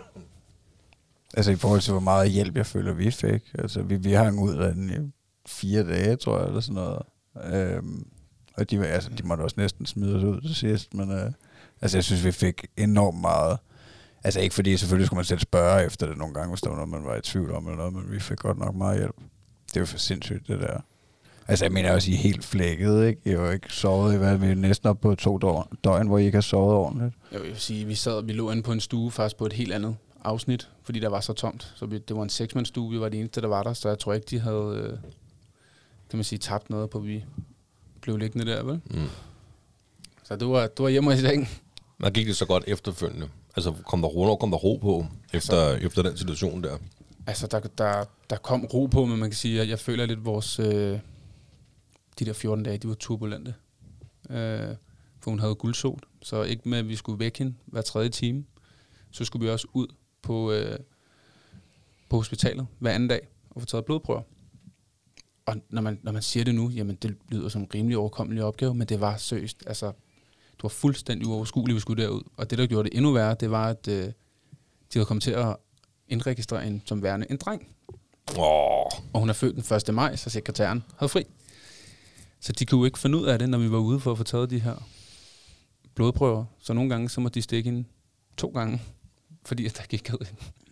Altså i forhold til, hvor meget hjælp jeg føler, vi fik. Altså vi, vi hang ud af den i fire dage, tror jeg, eller sådan noget. Øhm, og de, altså, de måtte også næsten smide os ud til sidst, men øh, altså jeg synes, vi fik enormt meget. Altså ikke fordi, selvfølgelig skulle man selv spørge efter det nogle gange, hvis der var noget, man var i tvivl om eller noget, men vi fik godt nok meget hjælp. Det er jo for sindssygt, det der. Altså jeg mener også, I er helt flækket, ikke? I har jo ikke sovet i hvad, vi er næsten op på to døgn, hvor I ikke har sovet ordentligt. Jeg vil sige, vi sad, vi lå inde på en stue, faktisk på et helt andet afsnit, fordi der var så tomt. Så vi, det var en seksmandsstue, vi var det eneste, der var der, så jeg tror ikke, de havde, øh, kan man sige, tabt noget på, vi blev liggende der, vel? Mm. Så det var, det var hjemme i seng. Men gik det så godt efterfølgende? Altså kom der ro, kom der ro på efter, altså, efter den situation der? Altså der, der, der kom ro på, men man kan sige, at jeg føler lidt vores, øh, de der fjorten dage, de var turbulente. Øh, for hun havde guldsol, så ikke med, at vi skulle væk hende hver tredje time. Så skulle vi også ud på, øh, på hospitalet hver anden dag og få taget blodprøver. Og når man, når man siger det nu, jamen det lyder som en rimelig overkommelig opgave, men det var seriøst, altså det var fuldstændig uoverskueligt, vi skulle derud. Og det, der gjorde det endnu værre, det var, at øh, de havde kommet til at indregistrere hende som værende en dreng. Oh. Og hun er født den første maj, så sekretæren havde fri. Så de kunne jo ikke finde ud af det, når vi var ude for at få taget de her blodprøver. Så nogle gange, så måtte de stikke hende to gange, fordi der gik ud.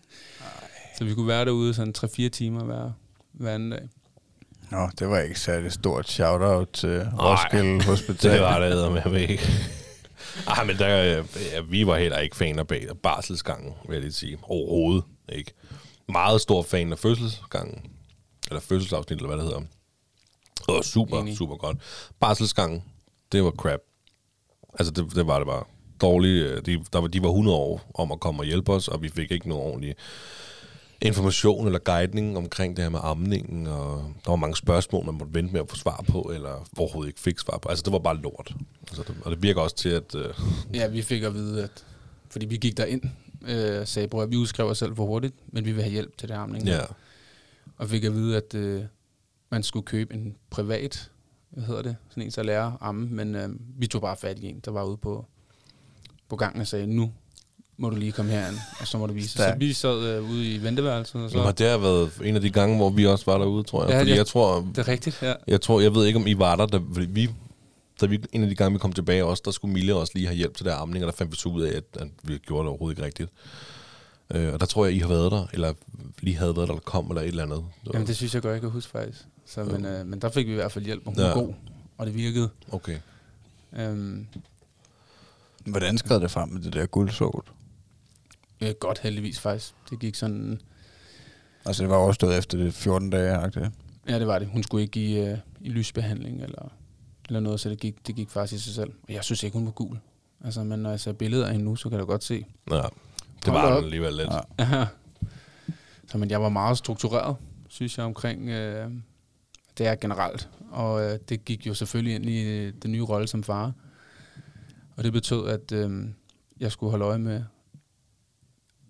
Så vi kunne være derude sådan tre fire timer hver, hver anden dag. Nå, det var ikke særlig stort shout-out til Roskilde Hospital. Det var det, med mig ikke. Ej, men der, ja, vi var heller ikke faner bag barselsgangen, vil jeg lige sige. Overhovedet ikke. Meget stor fan af fødselsgangen. Eller fødselsafsnit, eller hvad det hedder. Det var super, Enig. super godt. Barselsgangen, det var crap. Altså, det, det var det bare. Dårligt. De, der var, de var hundrede år om at komme og hjælpe os, og vi fik ikke noget ordentligt information eller guidning omkring det her med amningen, og der var mange spørgsmål, man måtte vente med at få svar på, eller overhovedet ikke fik svar på. Altså, det var bare lort. Altså, det, og det virker også til, at... Øh ja, vi fik at vide, at... Fordi vi gik derind, øh, sagde, bror, vi udskrev os selv for hurtigt, men vi vil have hjælp til det amning. Ja. Og fik at vide, at øh, man skulle købe en privat, hvad hedder det, sådan en, så lærer amme, men øh, vi tog bare fat i en, der var ude på, på gangen og sagde, nu må du lige komme herind, og så må du vise. Så vi sad øh, ude i venteværelset. Og så. Jamen, det har været en af de gange, hvor vi også var derude, tror jeg. Ja, fordi ja, jeg tror, det er rigtigt, ja. Jeg tror, jeg ved ikke, om I var der, da vi, da vi en af de gange, vi kom tilbage også, der skulle Mille også lige have hjælp til der amning, og der fandt vi så ud af, at, at vi gjorde det overhovedet ikke rigtigt. Øh, og der tror jeg, I har været der, eller lige havde været der, eller kom, eller et eller andet. Det Jamen, det synes jeg godt, jeg kan huske faktisk. Så, ja. men, øh, men der fik vi i hvert fald hjælp, og hun ja. var god, og det virkede. Okay. Øhm, Hvordan skred det frem med det der guldsol? Øh, godt heldigvis faktisk. Det gik sådan... Altså det var overstået efter det fjorten dage, ikke det? Ja, det var det. Hun skulle ikke i, øh, i lysbehandling eller, eller noget, så det gik, det gik faktisk i sig selv. Og jeg synes ikke, hun var gul. Altså, men når jeg ser billeder af hende nu, så kan jeg godt se. Ja, det var hun alligevel lidt. Ja. Så men jeg var meget struktureret, synes jeg, omkring øh, det er generelt. Og øh, det gik jo selvfølgelig ind i øh, den nye rolle som far. Og det betød, at øh, jeg skulle holde øje med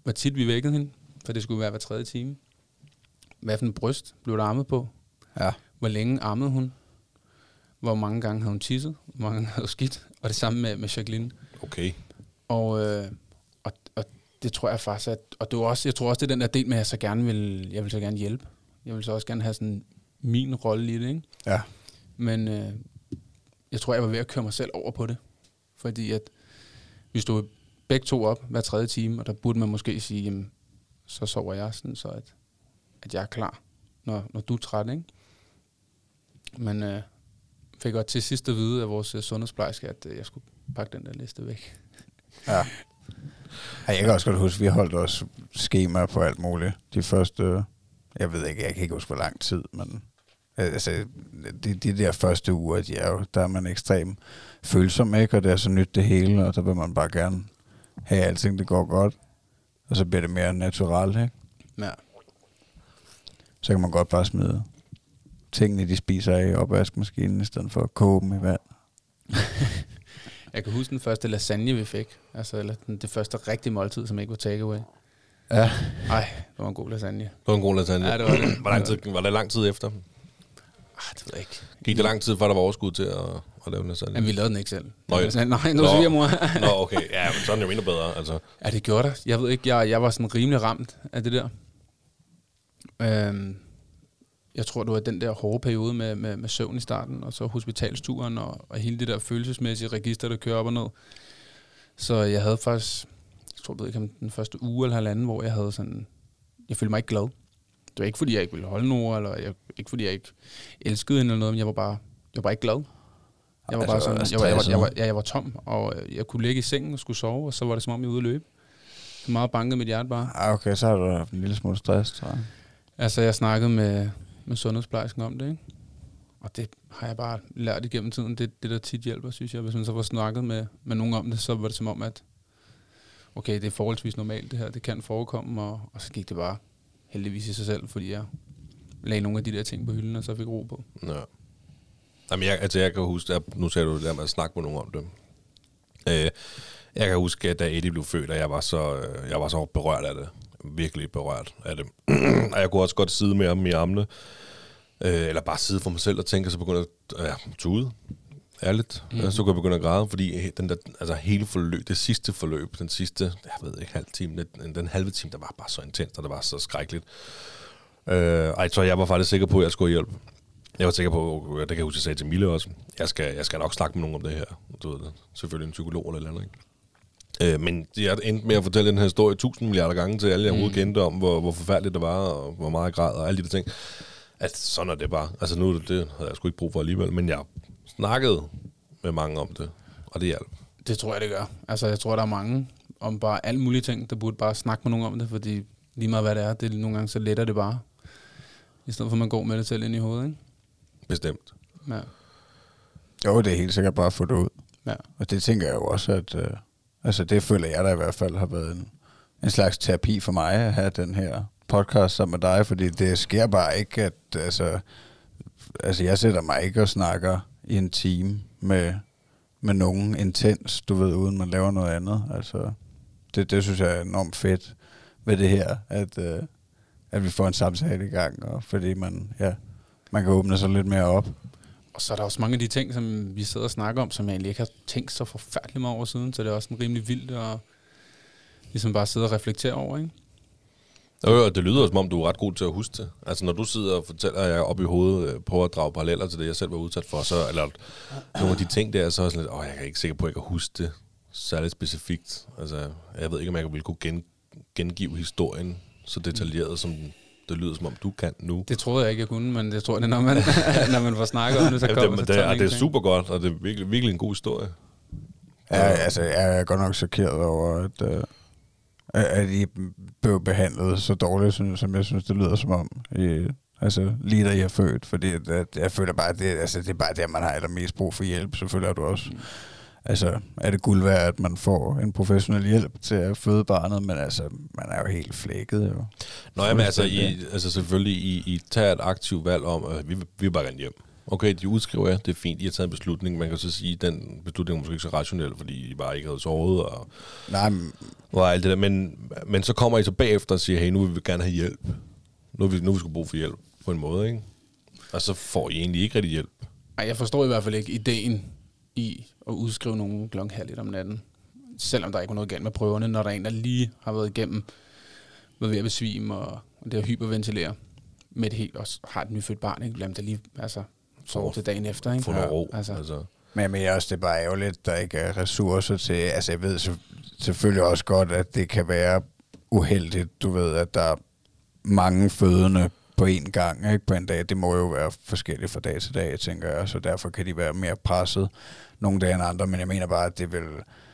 hvor tit vi vækkede hende, for det skulle være hver tredje time. Hvad for en bryst blev der armet på? Ja. Hvor længe armede hun? Hvor mange gange havde hun tisset? Hvor mange gange havde hun skidt? Og det samme med, med Jacqueline. Okay. Og, øh, og, og det tror jeg faktisk, at, og det var også, jeg tror også, det er den der del med, at jeg så gerne vil, jeg vil så gerne hjælpe. Jeg vil så også gerne have sådan min rolle i det, ikke? Ja. Men øh, jeg tror, jeg var ved at køre mig selv over på det. Fordi at vi stod begge to op hver tredje time, og der burde man måske sige, jamen, så sover jeg sådan, så at, at jeg er klar, når, når du er træt, ikke? Men øh, fik godt til sidst at vide af vores uh, sundhedsplejerske, at uh, jeg skulle pakke den der liste væk. Ja. Ej, jeg kan også godt huske, at vi holdt også skemaer på alt muligt. De første, jeg ved ikke, jeg kan ikke huske, hvor lang tid, men altså, de, de der første uger, de er jo, der er man ekstremt følsom, ikke? Og det er så nyt det hele, og der vil man bare gerne have alting, det går godt. Og så bliver det mere naturalt, ikke? Ja. Så kan man godt bare smide tingene, de spiser af i opvaskemaskinen, i stedet for at koge dem i vand. Jeg kan huske den første lasagne, vi fik. Altså, eller den, det første rigtige måltid, som ikke var takeaway. Ja. Ej, det var en god lasagne. Det var en god lasagne. Ja, det var det. Hvor lang tid, var det lang tid efter? Ah, det ved jeg ikke. Gik det lang tid, før der var overskud til at, at lave lasagne? Men vi lavede den ikke selv. Nå, ja. Lasagne, nej, nu siger mor. Nå, okay. Ja, men så er den jo endnu bedre, altså. Ja, det gjorde det. Jeg ved ikke, jeg, jeg var sådan rimelig ramt af det der. Øhm, jeg tror, det var den der hårde periode med, med, med søvn i starten, og så hospitalsturen, og, og hele det der følelsesmæssige register, der kører op og ned. Så jeg havde faktisk, jeg tror, jeg ved ikke, om den første uge eller halvanden, hvor jeg havde sådan, jeg følte mig ikke glad. Det var ikke, fordi jeg ikke ville holde Nora, eller jeg, ikke fordi jeg ikke elskede hende eller noget, men jeg var bare, jeg var bare ikke glad. Jeg var Altså, bare sådan, jeg var, jeg, var, jeg, var, ja, jeg var tom, og jeg kunne ligge i sengen og skulle sove, og så var det som om, jeg var ude at løbe. Så meget bankede mit hjerte bare. Ah, okay, så har du haft en lille smule stress, tror jeg. Altså, jeg snakkede med, med sundhedsplejersken om det, ikke? Og det har jeg bare lært igennem tiden. Det, det der tit hjælper, synes jeg. Hvis man så var snakket med, med nogen om det, så var det som om, at okay, det er forholdsvis normalt det her, det kan forekomme, og, og så gik det bare heldigvis i sig selv, fordi jeg lagde nogle af de der ting på hylden, og så fik ro på. Ja. Jamen, jeg, altså, jeg kan huske, at nu sagde du det der med at snakke med nogen om det. Øh, jeg kan huske, at da Eddie blev født, og jeg var så, øh, jeg var så berørt af det. Virkelig berørt af det. Og jeg kunne også godt sidde med ham i armene, øh, eller bare sidde for mig selv og tænke, og så begyndte jeg at ja, tude. Ærligt. Mm. Så kunne jeg begynde at græde, fordi den der, altså hele forløb, det sidste forløb, den sidste, jeg ved ikke, halv time, den, den halve time, der var bare så intens, og det var så skrækkeligt. Øh, ej, så jeg var faktisk sikker på, at jeg skulle hjælpe. Jeg var sikker på, det kan jeg huske, jeg sagde til Mille også, jeg skal, jeg skal nok snakke med nogen om det her. Du ved det. Selvfølgelig en psykolog eller eller andet, ikke? Øh, men jeg endte med at fortælle den her historie tusind milliarder gange til alle, jeg overhovedet kendte om, hvor, hvor forfærdeligt det var, og hvor meget jeg græd, og alle de der ting. At sådan er det bare. Altså nu, det havde jeg sgu ikke brug for alligevel, men jeg snakkede med mange om det, og det hjalp. Det tror jeg, det gør. Altså, jeg tror, der er mange om bare alle mulige ting, der burde bare snakke med nogen om det, fordi lige meget hvad det er, det er nogle gange så letter det bare. I stedet for, at man går med det selv ind i hovedet, ikke? Bestemt. Ja. Jo, det er helt sikkert bare at få det ud. Ja. Og det tænker jeg jo også, at øh, altså det føler jeg, der i hvert fald har været en, en slags terapi for mig at have den her podcast sammen med dig, fordi det sker bare ikke, at altså, altså jeg sætter mig ikke og snakker i en time med, med nogen intens, du ved, uden man laver noget andet. Altså, det, det synes jeg er enormt fedt ved det her, at, øh, at vi får en samtale i gang, og fordi man, ja, man kan åbne sig lidt mere op. Og så er der også mange af de ting, som vi sidder og snakker om, som jeg egentlig ikke har tænkt så forfærdeligt meget over siden, så det er også en rimelig vildt at ligesom bare sidde og reflektere over, ikke? Jo, det lyder som om, du er ret god til at huske det. Altså, når du sidder og fortæller, at jeg op i hovedet prøver at drage paralleller til det, jeg selv var udsat for, så, eller nogle af de ting der, så er jeg sådan lidt, åh, jeg er ikke sikker på, at jeg kan huske det særligt specifikt. Altså, jeg ved ikke, om jeg ville kunne gen, gengive historien så detaljeret, som det lyder, som om du kan nu. Det troede jeg ikke, jeg kunne, men jeg tror, det er, når man, når man får snakket om det, så kommer det, så det, det, det er super godt, og det er virkelig, virkelig en god historie. Ja, altså, jeg er godt nok chokeret over, at, uh, at I blev behandlet så dårligt, som jeg synes, det lyder som om, I, altså lige da I er født, fordi at, jeg føler bare, at det, altså, det er bare der, man har allermest brug for hjælp, selvfølgelig er du også. Mm. Altså, er det guld værd, at man får en professionel hjælp til at føde barnet, men altså, man er jo helt flækket, jo. Nå, jamen, altså, I, altså selvfølgelig, I, I tager et aktivt valg om, at vi, vi vil bare gerne hjem. Okay, de udskriver jer, det er fint, I har taget en beslutning. Man kan så sige, at den beslutning er måske ikke så rationel, fordi I bare ikke havde sovet og, Nej, men... og alt det der. Men, men så kommer I så bagefter og siger, hey, nu vil vi gerne have hjælp. Nu vil vi, nu vil vi skulle bruge for hjælp på en måde, ikke? Og så får I egentlig ikke rigtig hjælp. Nej, jeg forstår i hvert fald ikke ideen i at udskrive nogen klokken halv et om natten. Selvom der ikke var noget galt med prøverne, når der er en, der lige har været igennem, været ved at besvime og, og det at hyperventilere med det helt, også har et nyfødt barn, ikke? Lad dem da lige, altså, sove til dagen efter, ikke? Få noget ro, ja, altså. altså. Men jeg mener også, det er bare ærgerligt, der ikke er ressourcer til, altså jeg ved selvfølgelig også godt, at det kan være uheldigt, du ved, at der er mange fødende på én gang, ikke, på en dag. Det må jo være forskelligt fra dag til dag, tænker jeg, så derfor kan de være mere presset nogle dage end andre, men jeg mener bare, at det vil,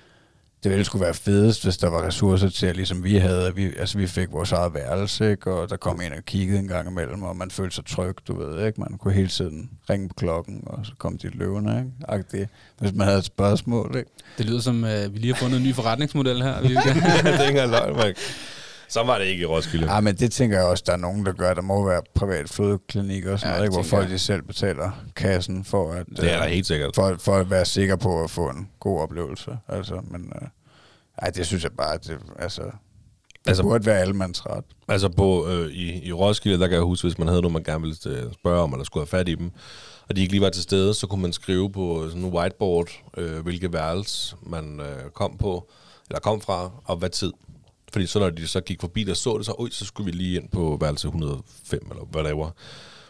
det ville skulle være fedest, hvis der var ressourcer til, ligesom vi havde, vi, altså vi fik vores eget værelse, ikke, og der kom en og kiggede en gang imellem, og man følte sig tryg, du ved, ikke, man kunne hele tiden ringe på klokken, og så kom de løvende, ikke, agtigt, hvis man havde et spørgsmål, ikke. Det lyder som, uh, vi lige har fundet en ny forretningsmodel her. Det er ikke engang løgn, Mark. Så var det ikke i Roskilde. Ja, men det tænker jeg også, der er nogen, der gør. Der må være privat fødeklinik og sådan ja, noget, ikke, hvor folk de selv betaler kassen for at, det er der helt sikkert. For, for at være sikker på at få en god oplevelse. Altså, men øh, ej, det synes jeg bare, at det, altså, det altså, burde være allemandsret. Altså på, øh, i, i Roskilde, der kan jeg huske, hvis man havde noget, man gerne ville spørge om, eller skulle have fat i dem, og de ikke lige var til stede, så kunne man skrive på sådan en whiteboard, øh, hvilke værelse man øh, kom på, eller kom fra, og hvad tid. Fordi så når de så gik forbi, der så det, så, øj, så skulle vi lige ind på værelse et hundrede og fem, eller hvad det var.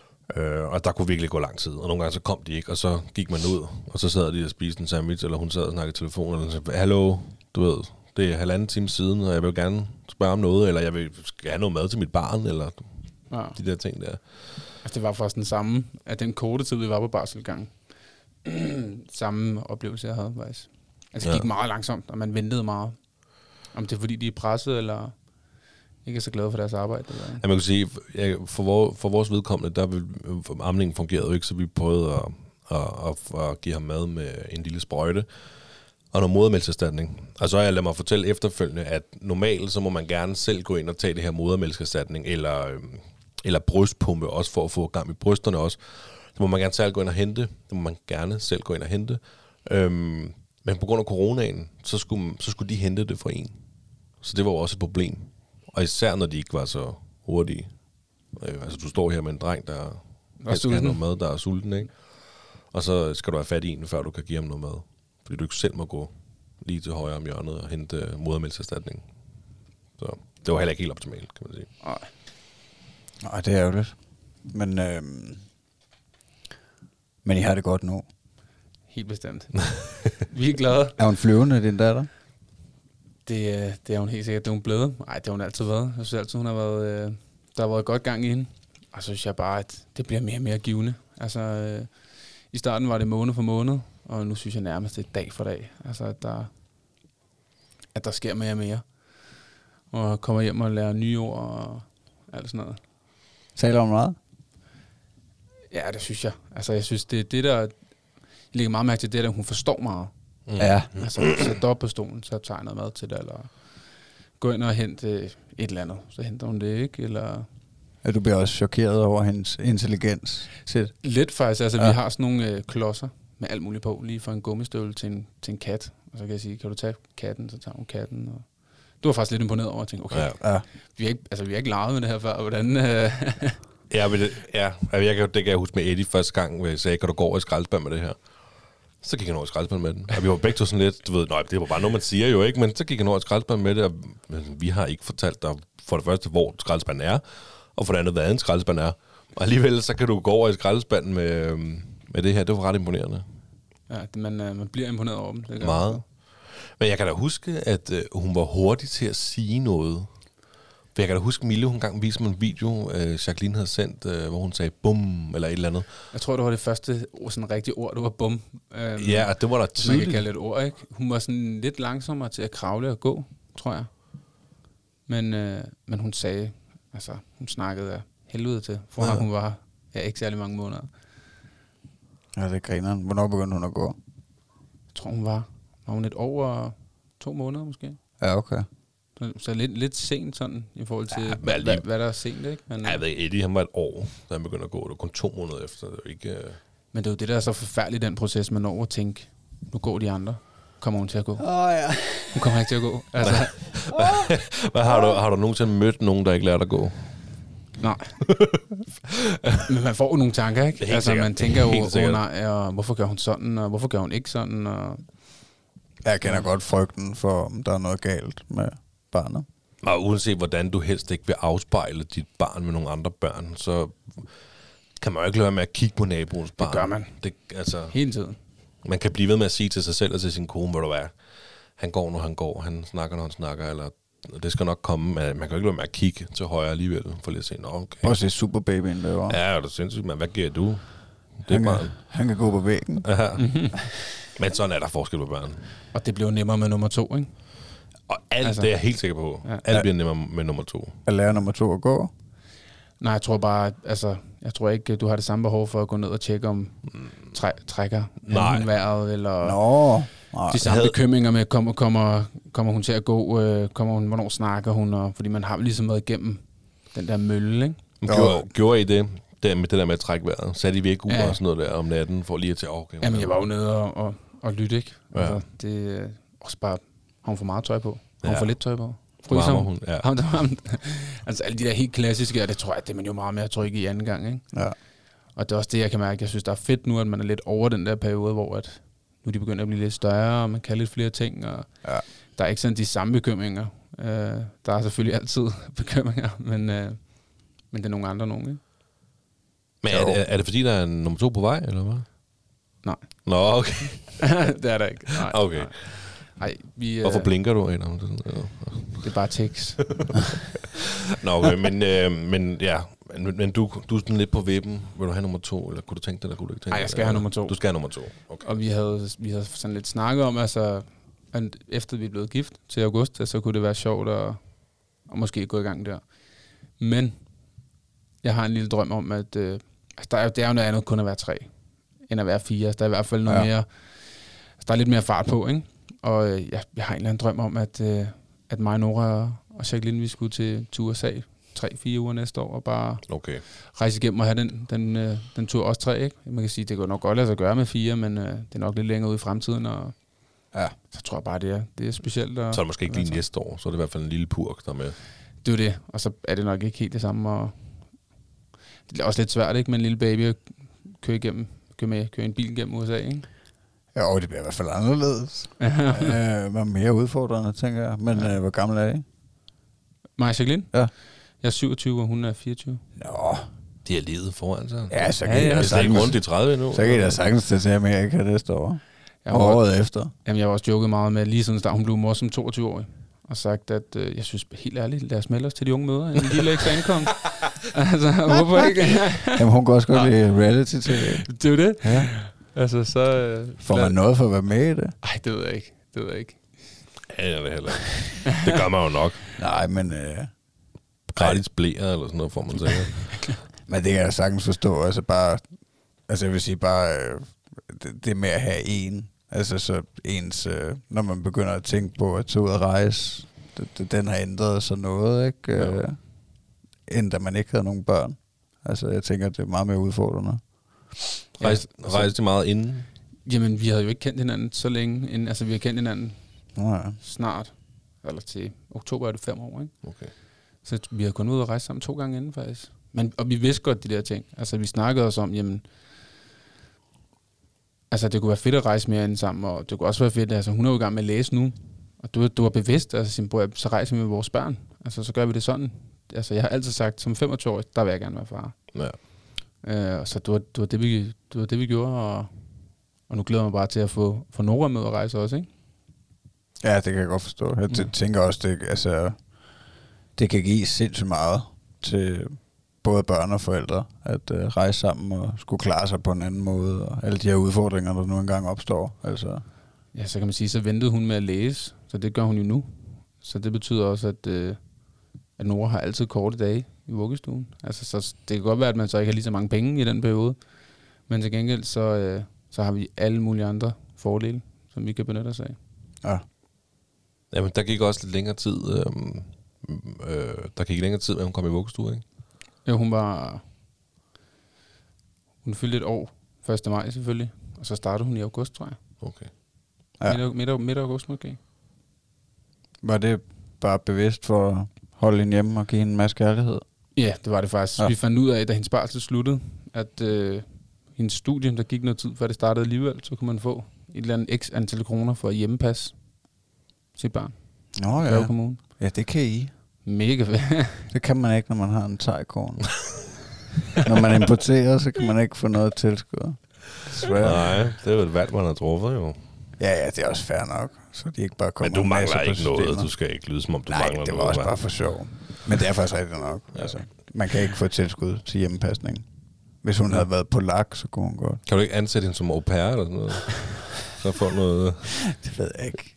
Øh, og der kunne virkelig gå lang tid. Og nogle gange så kom de ikke, og så gik man ud, og så sad de og spiste en sandwich, eller hun sad og snakkede i telefon, eller sagde, hallo, du ved, det er halvanden time siden, og jeg vil gerne spørge om noget, eller jeg vil have noget mad til mit barn, eller ja. De der ting der. Altså det var faktisk den samme, at den korte tid, vi var på barselgang, samme oplevelse, jeg havde faktisk. Altså det gik ja. meget langsomt, og man ventede meget. Om det er fordi, de er presset, eller ikke er så glade for deres arbejde? Eller? Ja, man kan sige, for, vor, for vores vedkommende, der vil amningen fungerede jo ikke, så vi prøvede at, at, at, at give ham mad med en lille sprøjte og noget modermælkserstatning. Og så har jeg ladet mig fortælle efterfølgende, at normalt så må man gerne selv gå ind og tage det her modermælkserstatning, eller, eller brystpumpe også, for at få gang i brysterne også. Så må man gerne selv gå ind og hente. Det må man gerne selv gå ind og hente. Øhm, Men på grund af coronaen, så skulle, så skulle de hente det fra en. Så det var jo også et problem. Og især når de ikke var så hurtige. Øh, altså du står her med en dreng, der skal have noget mad, der er sulten, ikke? Og så skal du have fat i en, før du kan give ham noget mad. Fordi du ikke selv må gå lige til højre om hjørnet og hente modermælkserstatning. Så det var heller ikke helt optimalt, kan man sige. Nej, Nej det er jo lidt. Men, øhm, men I har det godt nu. Helt bestemt. Vi er glade. Er hun flyvende, din datter? Det, det er hun helt sikkert. Det er hun blevet. Nej, det har hun altid været. Jeg synes altid, hun har været, øh, der har været godt gang i hende. Og så synes jeg bare, at det bliver mere og mere givende. Altså, øh, i starten var det måned for måned, og nu synes jeg nærmest, det er dag for dag. Altså, at der, at der sker mere og mere. Og kommer hjem og lærer nye ord og alt sådan noget. Taler hun meget? Ja, det synes jeg. Altså, jeg synes, det er det, der... Jeg lægger meget mærke til det, at hun forstår meget. Mm. Ja. Altså, sæt op på stolen, så tager noget mad til det, eller gå ind og hente et eller andet, så henter hun det, ikke? Eller... Ja, du bliver også chokeret over hendes intelligens. Sit. Lidt faktisk. Altså, ja. Vi har sådan nogle øh, klodser med alt muligt på, lige fra en gummistøvle til en, til en kat. Og så kan jeg sige, kan du tage katten, så tager hun katten. Og du var faktisk lidt imponeret over at tænke, okay, ja. Ja. Vi har ikke, altså, vi har ikke leget med det her før, hvordan... Øh... ja, men det, ja, jeg kan, det kan jeg huske med Eddie første gang, hvor jeg sagde, kan du gå over i skraldespand med det her? Så gik han over i skraldespand med den. Og vi var begge to sådan lidt, du ved, nej, det var bare noget, man siger jo ikke, men så gik han over i skraldespand med det, og vi har ikke fortalt dig for det første, hvor skraldespanden er, og for det andet, hvad en skraldespand er. Og alligevel, så kan du gå over i skraldespanden med, med det her. Det var ret imponerende. Ja, man, man bliver imponeret over dem. Det meget. Men jeg kan da huske, at uh, hun var hurtig til at sige noget. For jeg kan da huske, Mille, hun engang viste mig en video, uh, Jacqueline havde sendt, uh, hvor hun sagde bum, eller et eller andet. Jeg tror, det var det første sådan rigtige ord, det var bum. Um, ja, og det var da tydeligt. Man kan kalde det et ord, ikke? Hun var sådan lidt langsommere til at kravle og gå, tror jeg. Men, uh, men hun sagde, altså hun snakkede af helvede til, for ja. Hun var ja, ikke særlig mange måneder. Ja, det griner. Hvornår begyndte hun at gå? Jeg tror, hun var, var hun et år og to måneder måske. Ja, okay. Så, så lidt, lidt sent sådan, i forhold til, ja, hvad, lige, hvad der er sent, ikke? Men, ja, jeg ved, Eddie, han var et år, da han begyndte at gå. Det var kun to måneder efter. Det var ikke... Uh... Men det er jo det, der er så forfærdeligt, den proces, man når at tænke, nu går de andre. Kommer hun til at gå? Åh oh, ja. Hun kommer ikke til at gå. Altså. Hvad har du, har du nogensinde mødt nogen, der ikke lærte at gå? Nej. Men man får jo nogle tanker, ikke? Helt altså, sikkert. man tænker jo, Helt sikkert. åh nej, og hvorfor gør hun sådan, og hvorfor gør hun ikke sådan, og... Jeg kender godt frygten for, om der er noget galt med barnet. Og uanset hvordan du helst ikke vil afspejle dit barn med nogle andre børn, så kan man jo ikke lade være med at kigge på naboens barn. Det gør man. Det, altså, Hele tiden. man kan blive ved med at sige til sig selv og til sin kone, hvor du er, han går, når han går, han snakker, når han snakker, eller det skal nok komme. Man kan jo ikke lade være med at kigge til højre alligevel, for lige at se, nå, okay. Prøv at se superbabyen derovre. Ja, det er sindssygt, men hvad giver du? Det er Han barn. kan, han kan gå på væggen. Ja. Men sådan er der forskel på børn. Og det bliver nemmere med nummer to, ikke? Og alt Altså. det er jeg helt sikker på. Ja. Alt bliver nemmere med nummer to. At lære nummer to at gå. Nej, jeg tror bare, altså, jeg tror ikke, du har det samme behov for at gå ned og tjekke, om træ, trækker Nej. hun vejret, eller Nå. Nej. de samme havde- bekymringer med, kommer, kommer, kommer hun til at gå, øh, kommer hun, hvornår snakker hun, og, fordi man har jo ligesom været igennem den der mølle, ikke? Men Jo. Gjorde, gjorde I det, det med det der med at trække vejret? Satte I væk uger Ja. og sådan noget der om natten, for lige at tage, okay. Jamen, jeg var jo nede og, og, og lytte, ikke? Ja. Altså, det er også bare, har hun for meget tøj på? Har hun Ja. for lidt tøj på? Varmer Fryser hun? Ja. Ham, der varmt. Altså alle de der helt klassiske, og det tror jeg, det er man jo meget mere tryg i anden gang, ikke? Ja. Og det er også det, jeg kan mærke. Jeg synes, der er fedt nu, at man er lidt over den der periode, hvor at nu er de begyndt at blive lidt større, og man kan lidt flere ting, og Ja. der er ikke sådan de samme bekymringer. Uh, der er selvfølgelig altid bekymringer, men, uh, men det er nogle andre nogen, ikke? Men er det, er det fordi, der er en nummer to på vej, eller hvad? Nej. Nå, okay. Det er der ikke. Nej, Okay. Nej, nej vi, uh, Hvorfor blinker du? Eller? det er bare tekst. Nå, okay, men, øh, men ja, men, men du, du er sådan lidt på vippen. Vil du have nummer to, eller kunne du tænke dig, eller kunne du ikke tænke Nej, dig? jeg skal have nummer to. Du skal have nummer to, okay. Og vi havde, vi havde sådan lidt snakket om, altså, at efter vi er blevet gift til august, så kunne det være sjovt at, at måske gå i gang der. Men jeg har en lille drøm om, at øh, altså, der er, det er jo noget andet kun at være tre, end at være fire. Altså, der er i hvert fald noget Ja. mere, altså, der er lidt mere fart på, ikke? Og øh, jeg, jeg har en eller anden drøm om, at, øh, at mig, Nora og Jacqueline, vi skulle til, til U S A tre-fire uger næste år, og bare Okay. rejse igennem og have den, den, øh, den tur også tre, ikke? Man kan sige, det går nok godt lade sig gøre med fire, men øh, det er nok lidt længere ude i fremtiden, og Ja. så tror jeg bare, det er, det er specielt. Og, Så er det måske ikke lige næste år, så er det i hvert fald en lille purk, der er med. Det er jo det, og så er det nok ikke helt det samme, og det er også lidt svært, ikke, med en lille baby at køre igennem, køre, med, køre en bil gennem U S A, ikke? Ja, og det bliver i hvert fald anderledes. øh, var mere udfordrende, tænker jeg. Men øh, hvor gammel er I? Maja Jacqueline? Ja. Jeg er syvogtyve, og hun er fireogtyve. Nå. De har levet foran sig. Ja, så Ja, kan ja. I da Jeg er slet ikke rundt sagtens, i tredive endnu. så kan I da sagtens til til Amerika næste år. Jeg Og har, året efter. jamen, jeg har også joket meget med, lige siden start, hun blev mor som toogtyve-årig, og sagt, at øh, jeg synes helt ærligt, lad os melde os til de unge møder. En lille eksamenskom. Altså, hvorfor ikke? Jamen, hun kan også godt lide reality-tv. Det er jo det. Ja. Altså, så... Øh, Får man noget for at være med i det? Ej, det ved jeg ikke. Det ved jeg ikke. Ja, det er det heller ikke. Det gør man jo nok. Nej, men, øh, Gratis blære eller sådan noget, får man sikkert. men det kan jeg sagtens forstå. Altså bare, altså jeg vil sige bare, øh, det, det med at have en, altså så ens, øh, når man begynder at tænke på at tage ud og rejse, det, det, den har ændret sig noget, ikke? Ja. Øh, end da man ikke havde nogen børn. Altså jeg tænker, det er meget mere udfordrende. Rejste Ja, rejste de meget inden? Jamen, vi havde jo ikke kendt hinanden så længe. Inden, altså, vi har kendt hinanden Nå ja. snart. Eller til oktober er det fem år, ikke? Okay. Så vi har kun været ude og rejse sammen to gange inden, faktisk. Men, og vi vidste godt de der ting. Altså, vi snakkede os om, jamen... Altså, det kunne være fedt at rejse mere inden sammen, og det kunne også være fedt, altså, hun er jo i gang med at læse nu. Og du, du var bevidst, altså, sin bror, så rejser vi med vores børn. Altså, så gør vi det sådan. Altså, jeg har altid sagt, som femogtyve-årig, der vil jeg gerne være far. Ja. Øh, så det var, det, var det, vi, det var det, vi gjorde, og, og nu glæder jeg mig bare til at få, få Nora med at rejse også, ikke? Ja, det kan jeg godt forstå. Jeg t- Mm. tænker også, det, altså, det kan give sindssygt meget til både børn og forældre, at uh, rejse sammen og skulle klare sig på en anden måde, og alle de her udfordringer, der nu engang opstår. Altså, Ja, så kan man sige, så ventede hun med at læse, så det gør hun jo nu. Så det betyder også, at, øh, at Nora har altid korte dage i vuggestuen. Altså, så det kan godt være, at man så ikke har lige så mange penge i den periode, men til gengæld, så, øh, så har vi alle mulige andre fordele, som vi kan benytte os af. ja. Jamen, der gik også lidt længere tid. Øhm, øh, der gik længere tid, at hun kom i vuggestue, ikke? Ja, hun var... Hun fyldte et år første maj selvfølgelig. Og så startede hun i august, tror jeg. Okay. Ja. Midt, midt, midt august måske. Var det bare bevidst for at holde hende hjemme og give hende en masse kærlighed? Ja, det var det faktisk. Ja. Vi fandt ud af, da hendes barsel sluttede, at øh, hendes studie, der gik noget tid, før det startede alligevel, så kunne man få et eller andet x antal kroner for at hjemmepasse sit barn. Nå ja. Kommune. Ja, det kan I. Mega fedt. Det kan man ikke, når man har en thai-korn. Når man importerer, så kan man ikke få noget tilskud. Desværre. Nej, det er jo et valg, man har truffet jo. Ja, ja, det er også fair nok. Så de ikke bare kommer. Men du mangler ikke noget, du skal ikke lyde som om du Nej, mangler noget. Nej, det var også bare for sjov. Men det er faktisk rigtigt nok. Ja. Altså, man kan ikke få tilskud til hjemmepasning. Hvis hun ja. havde været på lak, så kunne hun godt. Kan du ikke ansætte hende som au pair eller sådan noget? Så får noget... Det ved jeg ikke.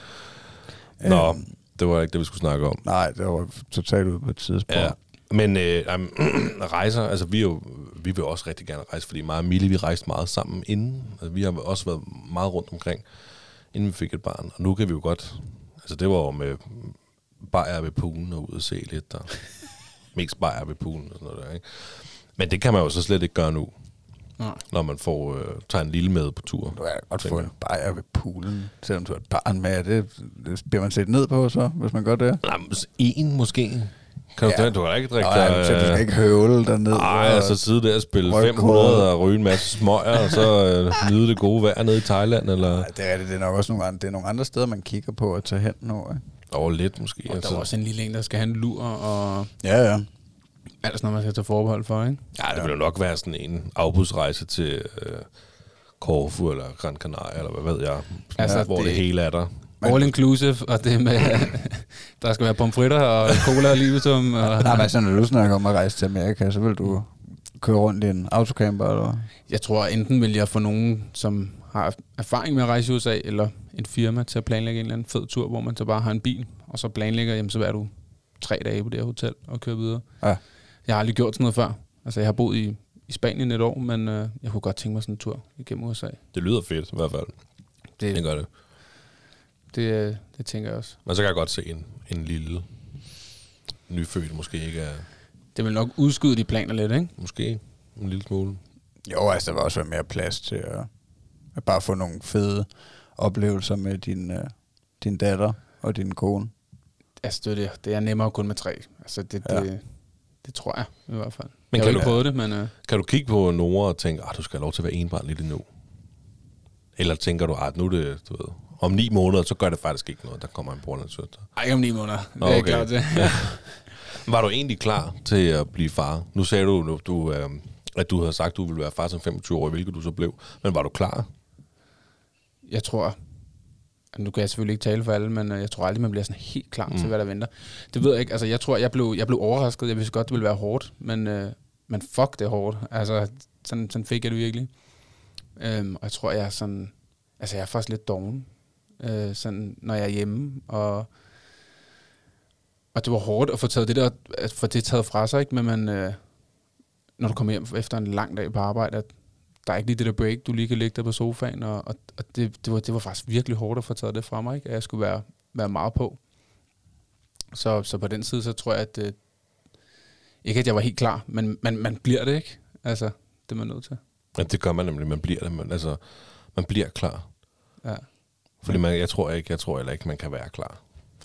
Nå, øhm, det var ikke det, vi skulle snakke om. Nej, det var totalt ude på et tidspunkt. Ja. Men øh, rejser, altså vi, jo, vi vil også rigtig gerne rejse, fordi mig og Mille, vi rejste meget sammen inden. Altså, vi har også været meget rundt omkring, inden vi fik et barn. Og nu kan vi jo godt... Altså det var jo med bajer ved poolen og ud og se lidt, og mest bajer ved poolen og sådan noget der, ikke? Men det kan man jo så slet ikke gøre nu. Nej. Når man får øh, tager en lille med på tur. Du kan godt få en bajer ved poolen, selvom du har et barn med. Det, det bliver man set ned på så, hvis man gør det. Nej, en måske. Kan du, ja. du kan ikke drikke der... Nej, så du skal ikke høvle derned. Nej, og så sidde der og spille fem hundrede og ryge en masse smøger, og så øh, nyde det gode vejr nede i Thailand. Eller... Nej, det er det. Det er nok også nogle andre, det er nogle andre steder, man kigger på at tage hen nu. Ikke? Over lidt måske. Og altså. Der er også en lille en, der skal have en lur og... Ja, ja. Alt sådan noget, man skal tage forbehold for, ikke? Ja, det vil jo nok være sådan en afbudsrejse til øh, Corfu eller Gran Canaria, eller hvad ved jeg. Altså, hvor det, det hele er der. All inclusive, og det med, der skal være pomfritter og cola og livetum. Og nej, men så når du snakker om at rejse til Amerika, så vil du køre rundt i en autocamper, eller? Jeg tror, enten vil jeg få nogen, som har erfaring med at rejse i U S A, eller et firma til at planlægge en eller anden fed tur, hvor man så bare har en bil, og så planlægger, jamen så er du tre dage på det her hotel og kører videre. Ja. Jeg har aldrig gjort sådan noget før. Altså, jeg har boet i, i Spanien et år, men øh, jeg kunne godt tænke mig sådan en tur igennem U S A. Det lyder fedt, i hvert fald. Det, det gør det. Det, det tænker jeg også. Men så kan jeg godt se en, en lille nyfødt måske ikke er... Det vil nok udskyde de planer lidt, ikke? Måske en lille smule. Jo, altså der vil også være mere plads til at, at bare få nogle fede oplevelser med din, uh, din datter og din kone. Altså det er, det. Det er nemmere kun med tre. Altså det, ja. det, det tror jeg i hvert fald. Men jeg kan har ikke du, prøvet det, men... Uh... Kan du kigge på Nora og tænke, at du skal have lov til at være enbarn lidt endnu? Eller tænker du, at nu er det, du ved... Om ni måneder, så gør det faktisk ikke noget. Der kommer en bror eller en søster. Ej, ikke om ni måneder. Det er okay. Jeg klar til. Ja. Var du egentlig klar til at blive far? Nu sagde du, du øh, at du havde sagt, at du ville være far som femogtyve år, hvilket du så blev. Men var du klar? Jeg tror... Nu kan jeg selvfølgelig ikke tale for alle, men jeg tror aldrig, man bliver sådan helt klar mm. til, hvad der venter. Det ved jeg ikke. Altså, jeg tror, jeg blev, jeg blev overrasket. Jeg vidste godt, det ville være hårdt. Men, øh, men fuck, det er hårdt. Altså, sådan, sådan fik jeg det virkelig. Øhm, og jeg tror, jeg er sådan... Altså, jeg er faktisk lidt doven. Øh, sådan, når jeg er hjemme, og, og det var hårdt at få taget det der, at få det taget fra sig, ikke? Men man, øh, når du kommer hjem efter en lang dag på arbejde, at der er ikke lige det der break, du lige kan ligge der på sofaen, og, og, og det, det, var, det var faktisk virkelig hårdt at få taget det fra mig, ikke? At jeg skulle være, være meget på. Så, så på den side, så tror jeg, at øh, ikke at jeg var helt klar, men man, man bliver det, ikke? Altså, det er man nødt til. Ja, det gør man nemlig, man bliver det, men altså, man bliver klar. Ja. Fordi man, jeg tror ikke, jeg tror heller ikke, man kan være klar.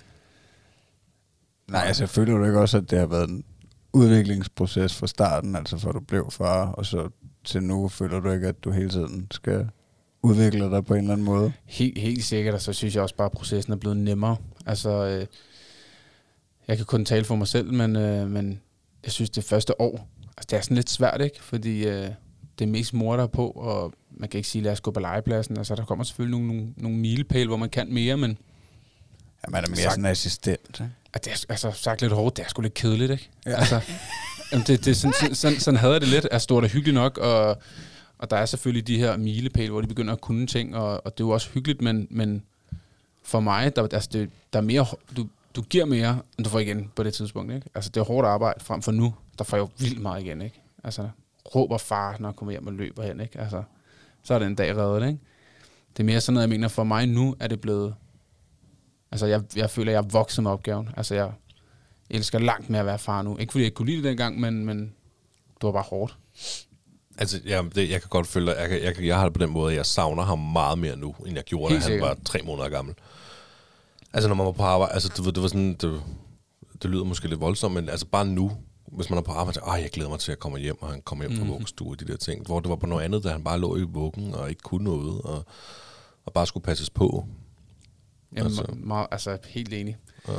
Nej, altså føler du ikke også, at det har været en udviklingsproces fra starten, altså for du blev far, og så til nu føler du ikke, at du hele tiden skal udvikle dig på en eller anden måde? Helt, helt sikkert, og så synes jeg også bare, at processen er blevet nemmere. Altså, øh, jeg kan kun tale for mig selv, men, øh, men jeg synes, det første år, altså det er sådan lidt svært, ikke? Fordi øh, det er mest mor, der er på, og man kan ikke sige, lad os gå på legepladsen. Altså, der kommer selvfølgelig nogle, nogle, nogle milepæle, hvor man kan mere, men... Ja, man er mere sagt, sådan en assistent, ikke? At det er, altså, sagt lidt hårdt, det er sgu lidt kedeligt, ikke? Ja. Altså, jamen, det, det, sådan, sådan, sådan, sådan havde jeg det lidt. Altså, det var da hyggeligt nok, og, og der er selvfølgelig de her milepæle, hvor de begynder at kunne ting, og, og det er jo også hyggeligt, men, men for mig, der, altså, det, der er mere... Du, du giver mere, end du får igen på det tidspunkt, ikke? Altså, det er hårdt arbejde frem for nu. Der får jeg jo vildt meget igen, ikke? Altså, råber far, når jeg kommer hjem og løber hen, ikke? Altså, så er det en dag reddet, ikke? Det er mere sådan noget, jeg mener, for mig nu er det blevet... Altså, jeg, jeg føler, jeg er vokset med opgaven. Altså, jeg elsker langt mere at være far nu. Ikke fordi jeg ikke kunne lide det dengang, men, men det var bare hårdt. Altså, ja, det, jeg kan godt føle, jeg, kan, jeg, kan, jeg har det på den måde, at jeg savner ham meget mere nu, end jeg gjorde, da han var tre måneder gammel. Altså, når man var på arbejde, altså, det, det var sådan, det, det lyder måske lidt voldsomt, men altså bare nu, hvis man er på arbejde, så, jeg glæder mig til at komme hjem, og han kommer hjem mm. på vuggestue og de der ting, hvor det var på noget andet, da han bare lå i vuggen og ikke kunne noget, og, og bare skulle passes på. Jamen, altså, meget, altså helt enig. Ja.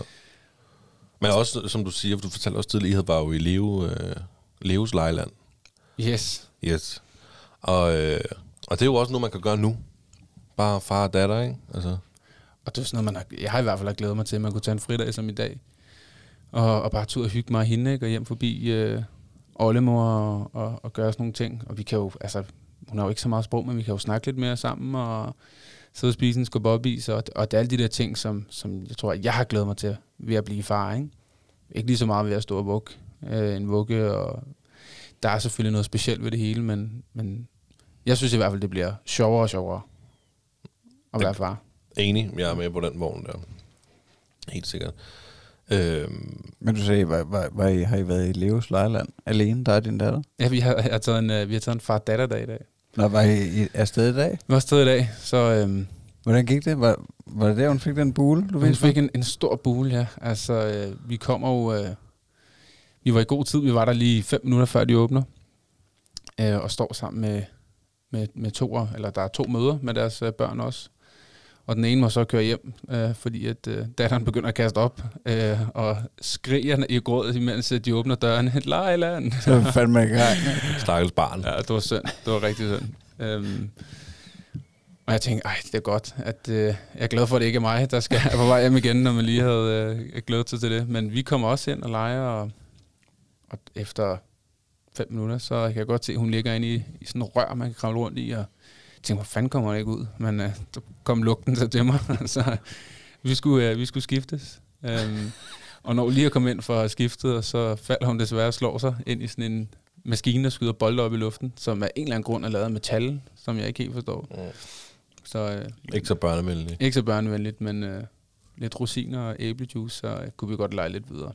Men også, som du siger, du fortalte også tidligere, I var jo i Leo, øh, Leos lejeland. Yes. Yes. Og, øh, og det er jo også noget, man kan gøre nu. Bare far og datter, ikke? Altså. Og det er sådan noget, man har, jeg har i hvert fald glædet mig til, at man kunne tage en fridag som i dag. Og, og bare tage ud og hygge mig og hende, ikke? Og hjem forbi øh, oldemor og, og, og gøre sådan nogle ting. Og vi kan jo, altså, hun har jo ikke så meget sprog, men vi kan jo snakke lidt mere sammen og sidde og spise en skub op i. Og, og det er alle de der ting, som, som jeg tror, jeg har glædet mig til ved at blive far, ikke? Ikke lige så meget ved at stå og vugge. Øh, en vugge, og der er selvfølgelig noget specielt ved det hele, men, men jeg synes i hvert fald, det bliver sjovere og sjovere at være far. Enig, jeg er med på den vogn der. Helt sikkert. Øhm. Men du sagde, var, var, var I, har I været i Leos lejeland alene, der er din datter? Ja, vi har, jeg har taget en, vi har taget en far-datter-dag i dag. Nå, var I, I afsted i dag? Vi var afsted i dag, så... Øhm, Hvordan gik det? Var, var det der, hun fik den bule, du Hun fik en, en stor bule, ja. Altså, øh, vi kommer jo... Øh, vi var i god tid, vi var der lige fem minutter før de åbner, øh, og står sammen med, med, med to, eller der er to mødre med deres øh, børn også. Og den ene må så køre hjem, øh, fordi at øh, datteren begynder at kaste op, øh, og skriger i grådet, imens de åbner døren. Et lejeland. Så fandt man i gang. Stakkels barn. Ja, det var synd. Det var rigtig synd. Øhm, og jeg tænkte, ej, det er godt, at øh, jeg er glad for, at det ikke er mig, der skal på vej hjem igen, når man lige havde øh, glædet sig til det. Men vi kommer også ind og leger, og, og efter fem minutter, så kan jeg godt se, at hun ligger inde i, i sådan en rør, man kan kravle rundt i, og jeg tænkte, hvor fanden kommer hun ikke ud? Men øh, så kom lugten så til mig, så vi skulle, øh, vi skulle skiftes. Øhm, og når lige at komme ind for skiftet, og så falder hun desværre og slår sig ind i sådan en maskine, der skyder bolde op i luften, som af en eller anden grund er lavet af metal, som jeg ikke helt forstår. Mm. Så, øh, ikke så børnevenligt. Ikke så børnevenligt, men øh, lidt rosiner og æblejuice, så øh, kunne vi godt lege lidt videre.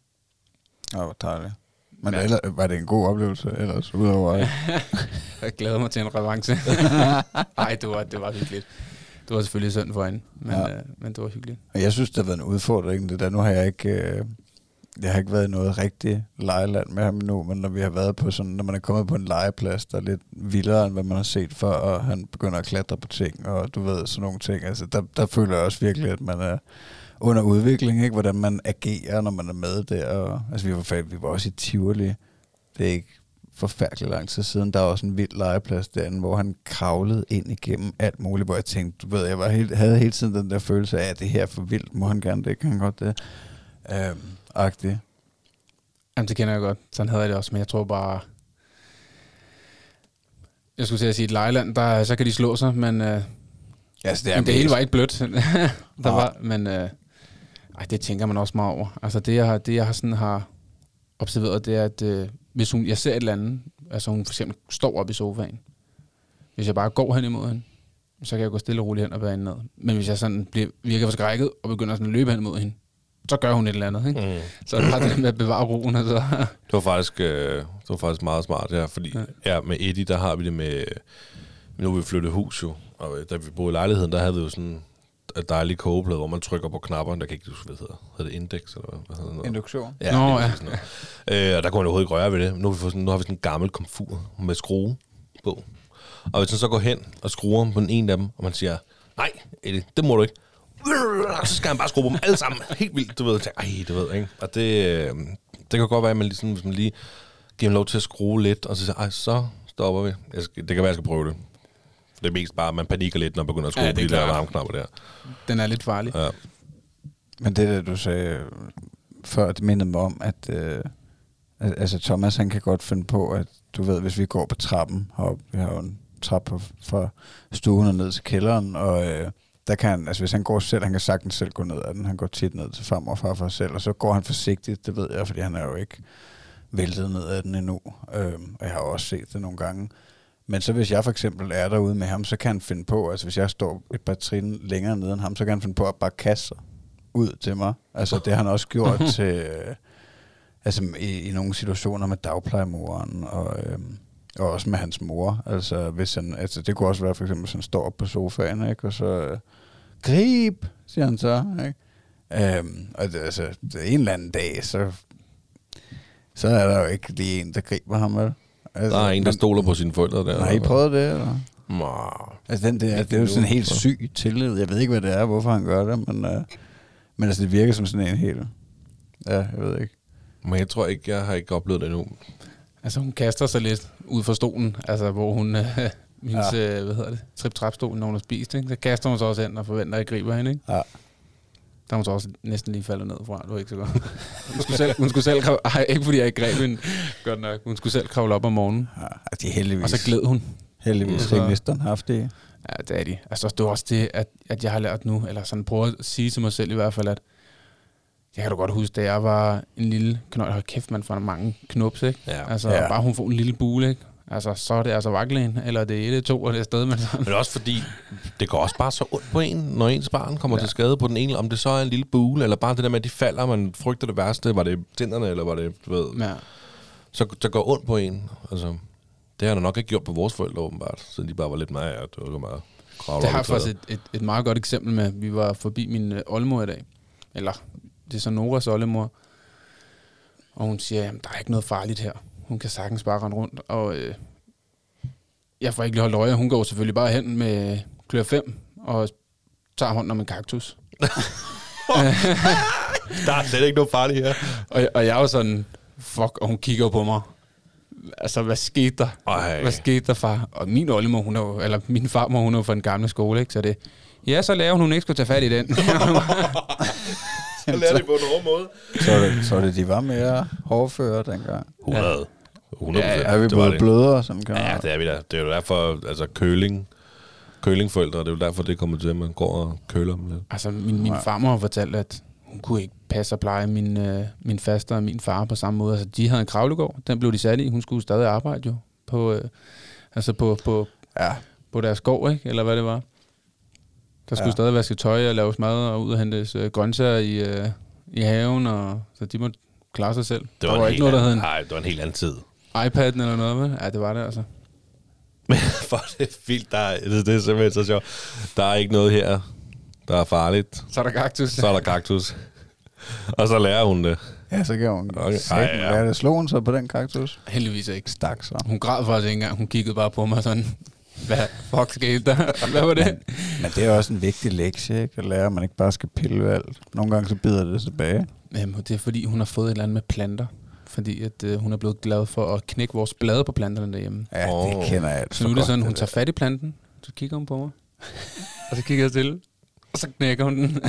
Åh, hvor dejligt. Men ja. Ellers, var det en god oplevelse ellers, udover at... Jeg glæder mig til en revanche. Nej, det var, det var hyggeligt. Det var selvfølgelig synd for hende, men, ja. øh, men det var hyggeligt. Og jeg synes, det har været en udfordring. Det der. Nu har jeg ikke... Øh, jeg har ikke været i noget rigtigt lejeland med ham endnu, men når vi har været på sådan, når man er kommet på en legeplads, der er lidt vildere, end hvad man har set før, og han begynder at klatre på ting, og du ved, sådan nogle ting. Altså, der, der føler jeg også virkelig, at man er under udvikling, ikke? Hvordan man agerer, når man er med der. Og, altså, vi var, vi var også i Tivoli. Det er ikke forfærdeligt lang tid siden. Der var også en vild legeplads derinde, hvor han kravlede ind igennem alt muligt, hvor jeg tænkte, du ved, jeg var helt, havde hele tiden den der følelse af, at det her er for vildt. Må han gerne det? Kan han godt det? Øhm, agtigt. Jamen, det kender jeg godt. Sådan havde jeg det også, men jeg tror bare... Jeg skulle til at sige, et lejeland, der, så kan de slå sig, men... Øh, altså, det, er men det hele var ikke blødt. der var, men øh, ej, det tænker man også meget over. Altså, det jeg har, det, jeg har, sådan, har observeret, det er, at øh, hvis hun, jeg ser et eller andet, altså hun for eksempel står op i sofaen, hvis jeg bare går hen imod hende, så kan jeg gå stille og roligt hen og være indad. Men hvis jeg sådan bliver, virker forskrækket og begynder sådan at løbe hen imod hende, så gør hun et eller andet, ikke? Mm. Så er det bare det med at bevare roen. Altså. Det var faktisk, øh, det var faktisk meget smart, ja, fordi ja. Ja, med Eddie, der har vi det med, nu har vi flyttet hus jo, og da vi boede i lejligheden, der havde vi jo sådan en dejlig kogeplade, hvor man trykker på knapperne, der kan ikke huske, hvad det hedder. Hedder det Index, eller hvad hedder det? Induktion. Ja, Nå, ja. Øh, og der kunne man overhovedet ikke røre ved det. Nu har vi, fået sådan, nu har vi sådan en gammel komfur med skrue på. Og hvis man så går hen og skruer på den ene af dem, og man siger, nej, Eddie, det må du ikke. Så skal han bare skrue på dem alle sammen. Helt vildt, du ved. Ej, du ved, ikke? Og det, øh, det kan godt være, at man ligesom, hvis man lige giver ham lov til at skrue lidt, og så siger, ej, så stopper vi. Jeg skal, det kan være, jeg skal prøve det. Det er mest bare, at man panikker lidt, når man begynder at skrue ja, på de der varmeknapper der. Den er lidt farlig. Ja. Men det der, du sagde før, det mindede mig om, at øh, altså Thomas, han kan godt finde på, at du ved, hvis vi går på trappen heroppe, vi har jo en trappe fra stuen og ned til kælderen, og øh, der kan han, altså hvis han går selv, han kan sagtens selv gå ned ad den, han går tit ned til farmor og far for sig selv, og så går han forsigtigt, det ved jeg, fordi han er jo ikke væltet ned ad den endnu, øh, og jeg har også set det nogle gange. Men så hvis jeg for eksempel er derude med ham, så kan han finde på, altså hvis jeg står et par trin længere nede end ham, så kan han finde på at bare kaste sig ud til mig. Altså det har han også gjort til, øh, altså i, i nogle situationer med dagplejemoren, og øh, Og også med hans mor. Altså, hvis han, altså det kunne også være for eksempel, hvis han står op på sofaen, ikke? Og så, øh, grib, siger han så, ikke? Øhm, og det, altså, det en eller anden dag, så, så er der jo ikke lige en, der griber ham, vel? Altså, der er en, der stoler på sine forældre der. Nej, I prøvet det, eller? Nå. Altså, den der, det er jo sådan en helt syg tillid. Jeg ved ikke, hvad det er, hvorfor han gør det, men, øh, men altså, det virker som sådan en helt... Ja, jeg ved ikke. Men jeg tror ikke, jeg har ikke oplevet det endnu. Altså, hun kaster sig lidt ud fra stolen, altså, hvor hun... Øh, hendes, ja. øh, hvad hedder det? Trip-trap-stolen, når hun har spist, ikke? Så kaster hun sig også ind og forventer, at jeg griber hende, ikke? Ja. Der hun så også næsten lige faldet ned fra. Det var ikke så godt. Hun skulle selv, hun skulle selv kravle... Ej, ikke fordi jeg ikke greb hende. Godt nok. Hun skulle selv kravle op om morgenen. Ja, de er heldigvis... Og så gled hun. Heldigvis ikke næsten haft det. Ja, det er de. Altså, det er også det, at, at jeg har lært nu, eller sådan prøver at sige til mig selv i hvert fald, at jeg kan da godt huske, da jeg var en lille knold, hold kæft, man får mange knups, ikke? Ja. Altså, ja. Bare hun får en lille bule, ikke? Altså, så er det altså vaklen, eller det er et, to, og det er sted, man sådan. Men også fordi, det går også bare så ondt på en, når ens barn kommer ja. til skade på den ene, om det så er en lille bule, eller bare det der med, at de falder, man frygter det værste, var det tænderne, eller var det, du ved, ja. så, så går ondt på en. Altså, det har der nok ikke gjort på vores forældre, åbenbart, så de bare var lidt meget, det var meget kravle. Det har faktisk et, et, et meget godt eksempel med, vi var forbi min øh, oldemor i dag, eller det er så Noras oldemor, og hun siger, jamen, der er ikke noget farligt her. Hun kan sagtens bare rende rundt, og øh, jeg får ikke lige holdt øje. Hun går selvfølgelig bare hen med klør fem og tager hånden om en kaktus. Der er slet ikke noget farligt her. og, og jeg er jo sådan, fuck, og hun kigger på mig. Altså, hvad skete der? Ej. Hvad skete der, far? Og min oldemor, hun er jo, eller min farmor, hun er jo fra den gamle skole, ikke? Så det, ja, så laver hun ikke skulle tage fat i den. Så lærer de på en hård måde. Så er det, så er det de var mere hårdføre dengang. hundrede. hundrede Ja, er vi både blødere, som kan... Ja, det er vi da. Det er jo derfor, altså køling, kølingforældre, det er jo derfor, det kommer til, at man går og køler dem lidt. Altså, min, min farmor har fortalt, at hun kunne ikke passe og pleje min, øh, min faster og min far på samme måde. Altså, de havde en kravlegård, den blev de sat i. Hun skulle stadig arbejde jo på, øh, altså på, på, ja. på deres gård, ikke? Eller hvad det var. Der skulle ja. stadig vaske tøj og laves mad og ud og hentes øh, grøntsager i, øh, i haven, og så de måtte klare sig selv. Det var, der var ikke noget, der hed en... Nej, det var en helt anden tid. iPad'en eller noget, vel? Ja, det var det altså. Men for det er vildt, der er, det, det er simpelthen så sjovt. Der er ikke noget her, der er farligt. Så er der kaktus. Så er der kaktus. Og så lærer hun det. Ja, så gør hun okay. Ej, ja. Lærer det. Slog hun så på den kaktus? Heldigvis ikke. Stak så. Hun græd faktisk ikke engang. Hun kiggede bare på mig sådan, hvad fuck skete der? Hvad var det? Men, men det er også en vigtig lektie, ikke? At lære, at man ikke bare skal pille alt. Nogle gange så bider det tilbage. Jamen, det er fordi, hun har fået et eller andet med planter. Fordi at, øh, hun er blevet glad for at knække vores blade på planterne derhjemme. Ja, oh. det kender jeg. Så nu er det sådan, hun tager fat i planten, så kigger hun på mig. Og så kigger jeg stille, og så knækker hun den.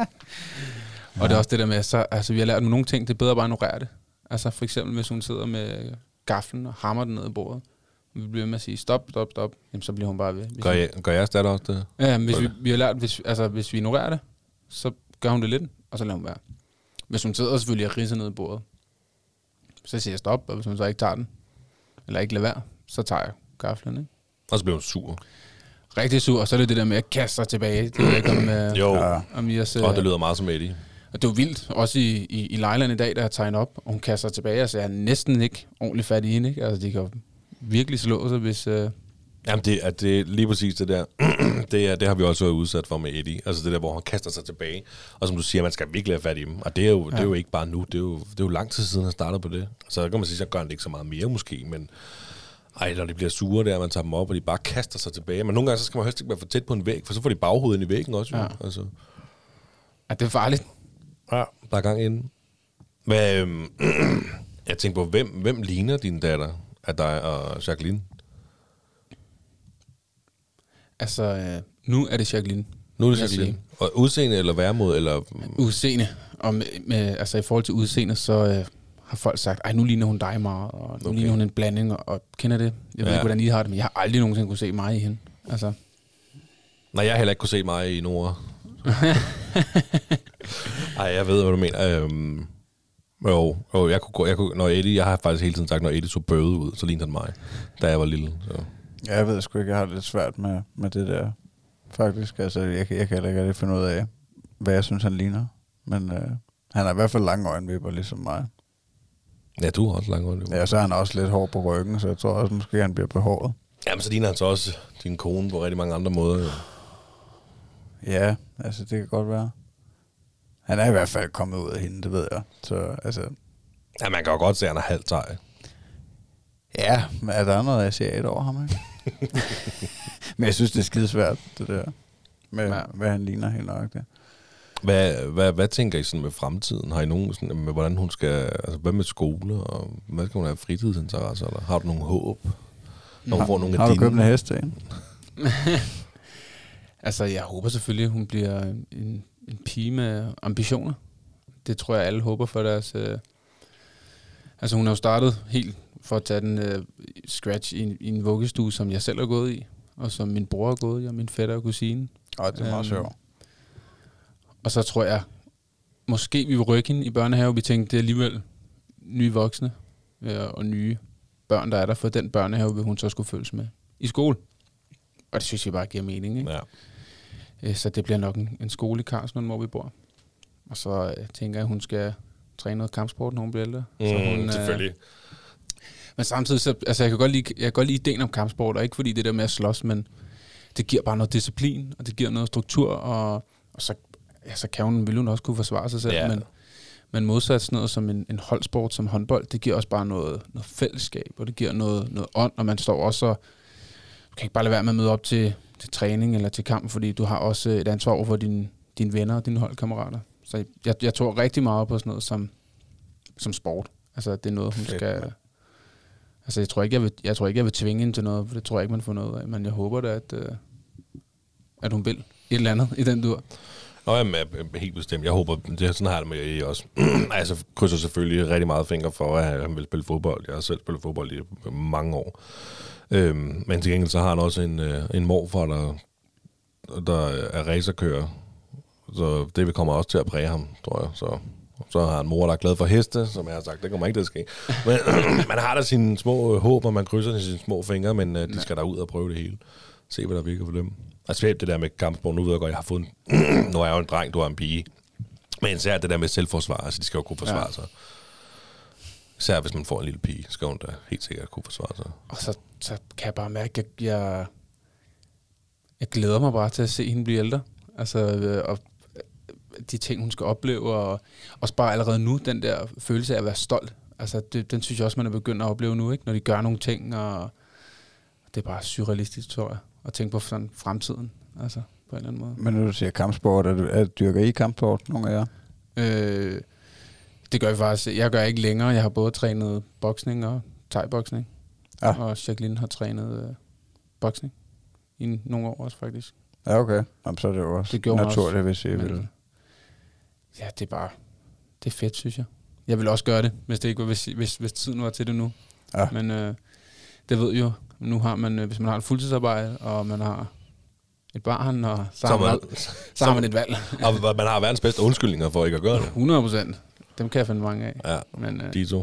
Ja. Og det er også det der med, så, altså vi har lært nogle ting, det er bedre bare at ignorere det. Altså for eksempel, hvis hun sidder med gaflen og hammer den ned i bordet, og vi bliver med at sige stop, stop, stop, jamen så bliver hun bare ved. Hvis gør, jeg, gør jeres datter også det? Ja, men hvis vi, vi har lært, hvis, altså, hvis vi ignorerer det, så gør hun det lidt, og så lader hun være. Hvis hun sidder selvfølgelig og ridser ned i bordet, så siger jeg stop, og hvis hun så ikke tager den, eller ikke lader være, så tager jeg gaflen, ikke? Og så bliver hun sur. Rigtig sur, og så er det det der med at kaste sig tilbage. Det er ikke om, uh, jo, om Ias, uh, og det lyder meget som Eddie. Og det var vildt, også i, i, i Lejland i dag, der jeg tegnet op, og hun kaster sig tilbage, altså jeg er næsten ikke ordentligt fat i hende, ikke? Altså de kan virkelig slå sig, hvis... Uh... Jamen det er, det er lige præcis det der, det, er, det har vi også været udsat for med Eddie, altså det der, hvor han kaster sig tilbage, og som du siger, man skal virkelig have fat i dem, og det er jo, ja. det er jo ikke bare nu, det er jo, det er jo lang tid siden, han startede på det, så kan man sige, så gør han det ikke så meget mere måske, men ej, når de bliver sure der, man tager dem op, og de bare kaster sig tilbage, men nogle gange, så skal man helst ikke være for tæt på en væg, for så får de baghovedet ind i væggen også, ja. Jo, altså. Ja, det er farligt. Ja, der er gang inden. Men øhm, jeg tænker på, hvem, hvem ligner din datter af dig og Jacqueline? Altså, øh, nu er det Jacqueline. Nu er det Jacqueline. Og udseende eller væremåde? Eller? Udseende. Og med, med, altså i forhold til udseende, så øh, har folk sagt, ej, nu ligner hun dig meget, og nu okay. ligner hun en blanding, og, og kender det. Jeg ved ja. ikke, hvordan I har det, men jeg har aldrig nogensinde kunne se mig i hende. Altså. Nej, jeg har heller ikke kunne se mig i Nora. Ej, jeg ved, hvad du mener. Øhm, jo, jo, jeg kunne gå, jeg kunne, når Eddie, jeg har faktisk hele tiden sagt, når Eddie så bøde ud, så lignede han mig, da jeg var lille. Så. Ja, jeg ved sgu ikke, jeg har det lidt svært med, med det der, faktisk. Altså, jeg, jeg kan heller ikke rigtig finde ud af, hvad jeg synes, han ligner. Men øh, han har i hvert fald lange øjenvipper, ligesom mig. Ja, du har også lang hår. Ja, så er han også lidt hård på ryggen, så jeg tror også, måske han bliver behåret. Jamen, så ligner han så også din kone på rigtig mange andre måder. Jo. Ja, altså det kan godt være. Han er i hvert fald kommet ud af hende, det ved jeg. Så altså... Ja, man kan jo godt se, at han er halvt thai. Ja, men er der noget asiat over ham, ikke? Men jeg synes, det er skidesvært, det der. Med, ja. Hvad han ligner helt nok, det. Hvad, hvad, hvad tænker I sådan med fremtiden? Har I nogen sådan, med hvordan hun skal... Altså, hvad med skole, og hvad skal hun have fritidsinteresser? Eller har du nogen håb? Når hun har, får nogle har af du dine? købt en hest til hende? Altså, jeg håber selvfølgelig, at hun bliver en, en pige med ambitioner. Det tror jeg, alle håber for deres... Øh... Altså, hun har jo startet helt for at tage den øh, scratch i, i en vuggestue, som jeg selv har gået i, og som min bror har gået i, og min fætter og kusine. Åh, det er meget Øhm, sjovt. Og så tror jeg, måske vi vil rykke hende i børnehave. Vi tænkte, det er alligevel nye voksne øh, og nye børn, der er der, for den børnehave vil hun så skulle følges med i skole. Og det synes jeg bare giver mening, ikke? Ja. Øh, så det bliver nok en, en skole i Karlslund, hvor vi bor. Og så øh, tænker jeg, at hun skal træne noget kampsport, når hun bliver ældre. Mm, så hun, selvfølgelig. Øh, men samtidig, så, altså jeg kan godt lide, jeg kan godt lide ideen om kampsport, og ikke fordi det der med at slås, men det giver bare noget disciplin, og det giver noget struktur, og, og så, ja, så kan hun, vil hun også kunne forsvare sig selv, Ja. men, men modsat sådan noget som en, en holdsport som håndbold, det giver også bare noget, noget fællesskab, og det giver noget, noget ånd, og man står også og, du kan ikke bare lade være med at møde op til, til træning eller til kamp, fordi du har også et ansvar over for dine, dine venner og dine holdkammerater. Så jeg, jeg tror rigtig meget på sådan noget som, som sport. Altså det er noget, hun Fedt, skal... man. Altså jeg tror ikke, jeg vil, jeg tror ikke, jeg vil tvinge hende til noget, for det tror jeg ikke, man får noget af. Men jeg håber da, at, øh, at hun vil et eller andet i den dur. Nå, jamen, helt bestemt. Jeg håber, det er sådan har jeg det med I også. Altså, krydser selvfølgelig rigtig meget fingre for, at han vil spille fodbold. Jeg har selv spillet fodbold i mange år. Øhm, men til gengæld så har han også en, en morfar, der, der er racerkører. Så det vil kommer også til at præge ham, tror jeg. Så, så har han mor, der er glad for heste, som jeg har sagt. Det kommer ikke til at ske. Men man har da sine små håb, og man krydser sine små fingre, men uh, de skal der ud og prøve det hele. Se, hvad der virker for dem. Altså det der med kampsport, nu ved jeg godt, jeg har fået en, nu er jeg jo en dreng, du er en pige. Men især det der med selvforsvar, altså de skal jo kunne forsvare ja. sig. Især hvis man får en lille pige, skal hun da helt sikkert kunne forsvare sig. Og så, så kan jeg bare mærke, at jeg, jeg glæder mig bare til at se hende blive ældre. Altså, øh, og de ting, hun skal opleve, og også bare allerede nu, den der følelse af at være stolt. Altså, det, den synes jeg også, man er begyndt at opleve nu, ikke? Når de gør nogle ting, og det er bare surrealistisk, tror jeg, at tænke på sådan fremtiden, altså, på en eller anden måde. Men når du siger kampsport, er du, er, dyrker I kampsport, nogle af jer? Øh, det gør jeg faktisk. Jeg gør ikke længere. Jeg har både trænet boksning og thai-boksning. Ja. Og Jacqueline har trænet øh, boksning i nogle år også, faktisk. Ja, okay. Jamen, så er det jo også det naturligt, også, hvis I men, vil. Ja, det er bare... Det er fedt, synes jeg. Jeg vil også gøre det, hvis, det ikke var, hvis, hvis, hvis tiden var til det nu. Ja. Men øh, det ved jo, nu har man, hvis man har et fuldtidsarbejde, og man har et barn, og så, så, har, man, man, så, så har man et valg. Og man har verdens bedste undskyldninger for ikke at gøre det. hundrede procent. Dem kan jeg finde mange af. Ja, men, øh, de to.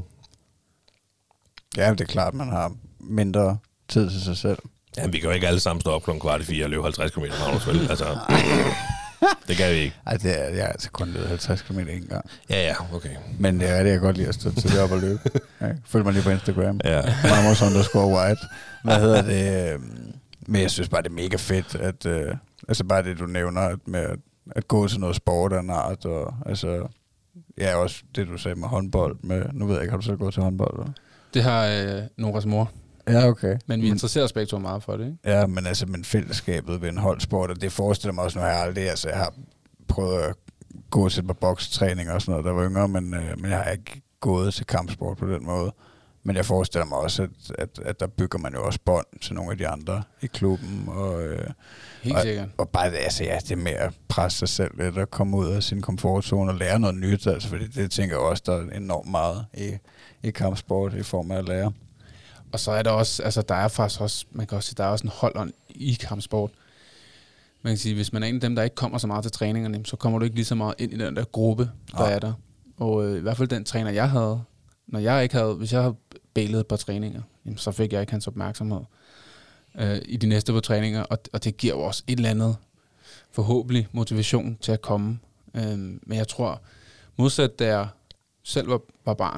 Ja, det er klart, man har mindre tid til sig selv. Ja, vi kan jo ikke alle sammen stå op klokken kvart i fire og løbe halvtreds kilometer, Magnus, vel? Altså, det kan vi ikke. Ej, det er, jeg har altså kun løbet halvtreds kilometer en gang. Ja, ja, okay. Men det er det, jeg godt lide at stå til op og løbe. Ja, følg mig lige på Instagram. Ja. Magnus underscore white. Hvad hedder det? Men jeg synes bare, det er mega fedt, at øh, altså bare det, du nævner, at med at, at gå til noget sport af en art, og altså, ja, også det, du sagde med håndbold. Med, nu ved jeg ikke, har du selv gået til håndbold? Eller? Det har øh, Noras mor. Ja, okay. Men vi interesserer os begge to meget for det, ikke? Ja, men altså, men fællesskabet ved en holdsport, og det forestiller mig også, nu har jeg aldrig, altså, jeg har prøvet at gå til et par bokstræninger og sådan noget, der var yngre, men, øh, men jeg har ikke gået til kampsport på den måde. Men jeg forestiller mig også, at, at, at der bygger man jo også bånd til nogle af de andre i klubben. Og, øh, Helt og, sikkert. Og bare det, altså, ja, det er med at presse sig selv lidt og komme ud af sin komfortzone og lære noget nyt, altså, fordi det tænker jeg også, der er enormt meget i, i kampsport i form af at lære. Og så er der også, altså der er faktisk også, man kan også sige, der er også en holdånd i kampsport. Man kan sige, hvis man er en af dem, der ikke kommer så meget til træningerne, så kommer du ikke lige så meget ind i den der gruppe, der ja. er der. Og øh, i hvert fald den træner, jeg havde, når jeg ikke havde, hvis jeg havde bailet et par træninger, jamen, så fik jeg ikke hans opmærksomhed øh, i de næste par træninger, og, og det giver jo også et eller andet forhåbentlig motivation til at komme. Øh, men jeg tror, modsat da jeg selv var, var barn,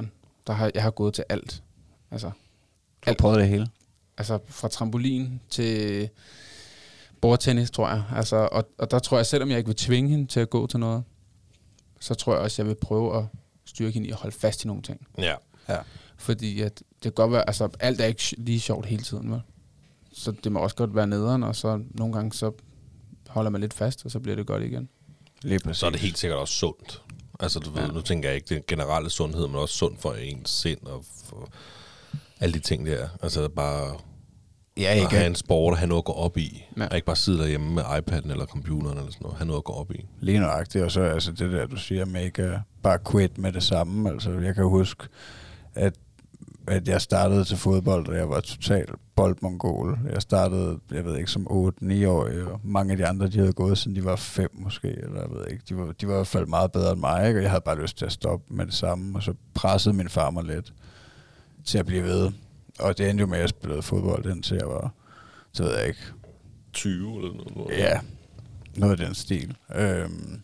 der har, jeg har gået til alt. Altså, Du har prøvet det hele? Altså fra trampolin til bordtennis, tror jeg. Altså, og, og der tror jeg, selvom jeg ikke vil tvinge hende til at gå til noget, så tror jeg også, jeg vil prøve at styrke hende i at holde fast i nogle ting. Ja. Ja. Fordi at det kan godt være, altså alt er ikke lige sjovt hele tiden, vel? Så det må også godt være nederen, og så nogle gange så holder man lidt fast, og så bliver det godt igen. Lige præcis. Så er det helt sikkert også sundt. Altså, du ved, Ja. nu tænker jeg ikke den generelle sundhed, men også sundt for ens sind og for alle de ting der. Altså, bare Ja, at ikke have en sport, og have noget at gå op i. Ja. Og ikke bare sidde derhjemme med iPad'en eller computeren eller sådan noget. Have noget at gå op i. lige nøjagtigt, og så altså det der, du siger med ikke uh, bare quit med det samme. Altså, jeg kan huske, at, at jeg startede til fodbold, og jeg var totalt boldmongol. Jeg startede, jeg ved ikke, som otte ni årig, og mange af de andre, de havde gået, siden de var fem måske, eller jeg ved ikke. De var, de var i hvert fald meget bedre end mig, ikke? Og jeg havde bare lyst til at stoppe med det samme, og så pressede min far mig lidt til at blive ved. Og det endte jo med, at jeg spillede fodbold, indtil jeg var, så ved jeg ikke, tyve eller noget. ja, noget af den stil. Øhm,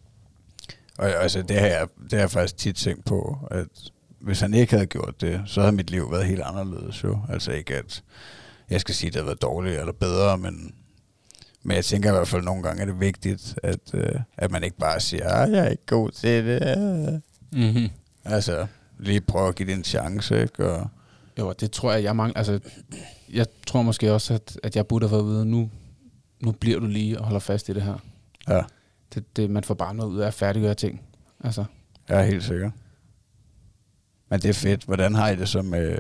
og altså, det har, jeg, det har jeg faktisk tit tænkt på, at hvis han ikke havde gjort det, så havde mit liv været helt anderledes jo. Altså ikke, at jeg skal sige, at det havde været dårligt eller bedre, men, men jeg tænker i hvert fald nogle gange, er det vigtigt, at, øh, at man ikke bare siger, at jeg er ikke god til det. Mm-hmm. Altså, lige prøve at give det en chance, ikke? Og Jo, det tror jeg, jeg mangler. Altså, jeg tror måske også, at, at jeg burde have fået at vide, nu, nu bliver du lige og holder fast i det her. ja, Det, det, man får bare noget ud af at færdiggøre ting. Altså, jeg er helt sikker. Men det er fedt. Hvordan har I det så med,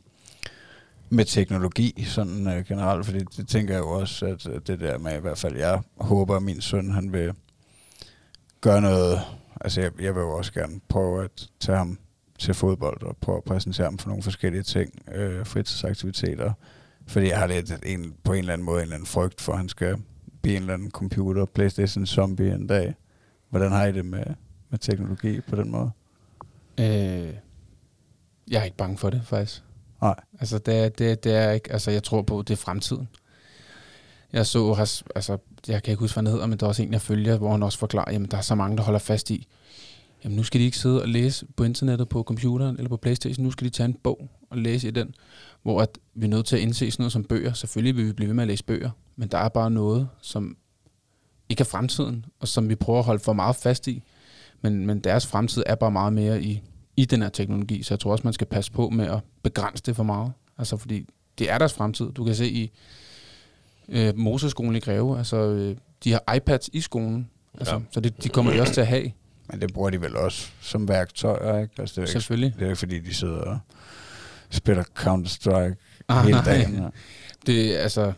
med teknologi sådan uh, generelt? Fordi det tænker jeg jo også, at uh, det der med i hvert fald, jeg håber, at min søn, han vil gøre noget. Altså jeg, jeg vil jo også gerne prøve at tage ham til fodbold og prøve at præsentere ham for nogle forskellige ting, øh, fritidsaktiviteter. Fordi jeg har lidt en, på en eller anden måde en eller anden frygt for, at han skal blive en eller anden computer, PlayStation zombie en dag. Hvordan har I det med, med teknologi på den måde? øh, jeg er ikke bange for det, faktisk. Nej. Altså, det er, det, det er ikke, altså, jeg tror på, det er fremtiden. Jeg så, altså, jeg kan ikke huske, hvad det hedder, men der er også en, jeg følger, hvor han også forklarer, jamen, der er så mange, der holder fast i, jamen, nu skal de ikke sidde og læse på internettet, på computeren eller på PlayStation, nu skal de tage en bog og læse i den, hvor at vi er nødt til at indse sådan noget som bøger. Selvfølgelig vil vi blive ved med at læse bøger, men der er bare noget, som ikke er fremtiden, og som vi prøver at holde for meget fast i, men, men deres fremtid er bare meget mere i, i den her teknologi, så jeg tror også, man skal passe på med at begrænse det for meget. Altså, fordi det er deres fremtid. Du kan se i øh, Moseskolen i Greve, altså, øh, de har iPads i skolen, altså, Ja. så det, de kommer de også til at have. Men det bruger de vel også som værktøjer, ikke? Altså, det er ikke, Selvfølgelig. det er ikke fordi, de sidder og spiller Counter-Strike Ah, hele nej. dagen. Ja. Det er altså...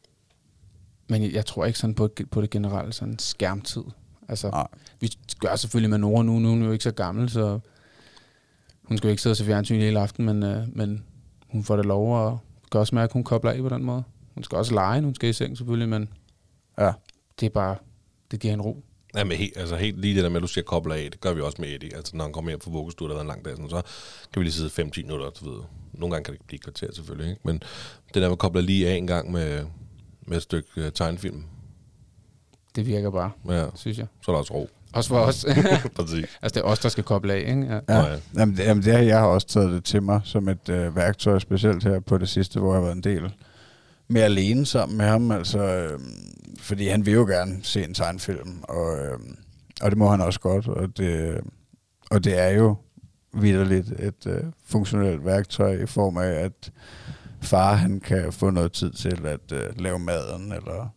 Men jeg, jeg tror ikke sådan på, på det generelle sådan skærmtid. Altså, Nej. vi gør selvfølgelig med Nora nu. Nu er hun jo ikke så gammel, så hun skal jo ikke sidde og se fjernsyn hele aften, men, øh, men hun får det lov og kan også mærke, at hun kobler af på den måde. Hun skal også lege, hun skal i seng selvfølgelig, men Ja. det er bare, det giver en ro. Ja, men helt, altså helt lige det der med, at du siger koble af, det gør vi også med Eddie. Altså når han kommer hjem fra vuggestue, der har været en lang dag, sådan, så kan vi lige sidde fem til ti minutter, du ved. Nogle gange kan det blive et kvarter selvfølgelig, ikke? Men det der med at koble lige af en gang med, med et stykke uh, tegnefilm, Det virker bare, ja, synes jeg. så er der også ro. Også for os. Præcis. Altså, det er os, der skal koble af, ikke? Ja. Ja. Nå, ja. Jamen, det, jamen det har jeg har også taget det til mig som et øh, værktøj, specielt her på det sidste, hvor jeg har været en del mere alene sammen med ham. Altså, øh, fordi han vil jo gerne se en tegnefilm, og, øh, og det må han også godt. Og det, og det er jo vitterligt et øh, funktionelt værktøj i form af, at far han kan få noget tid til at øh, lave maden, eller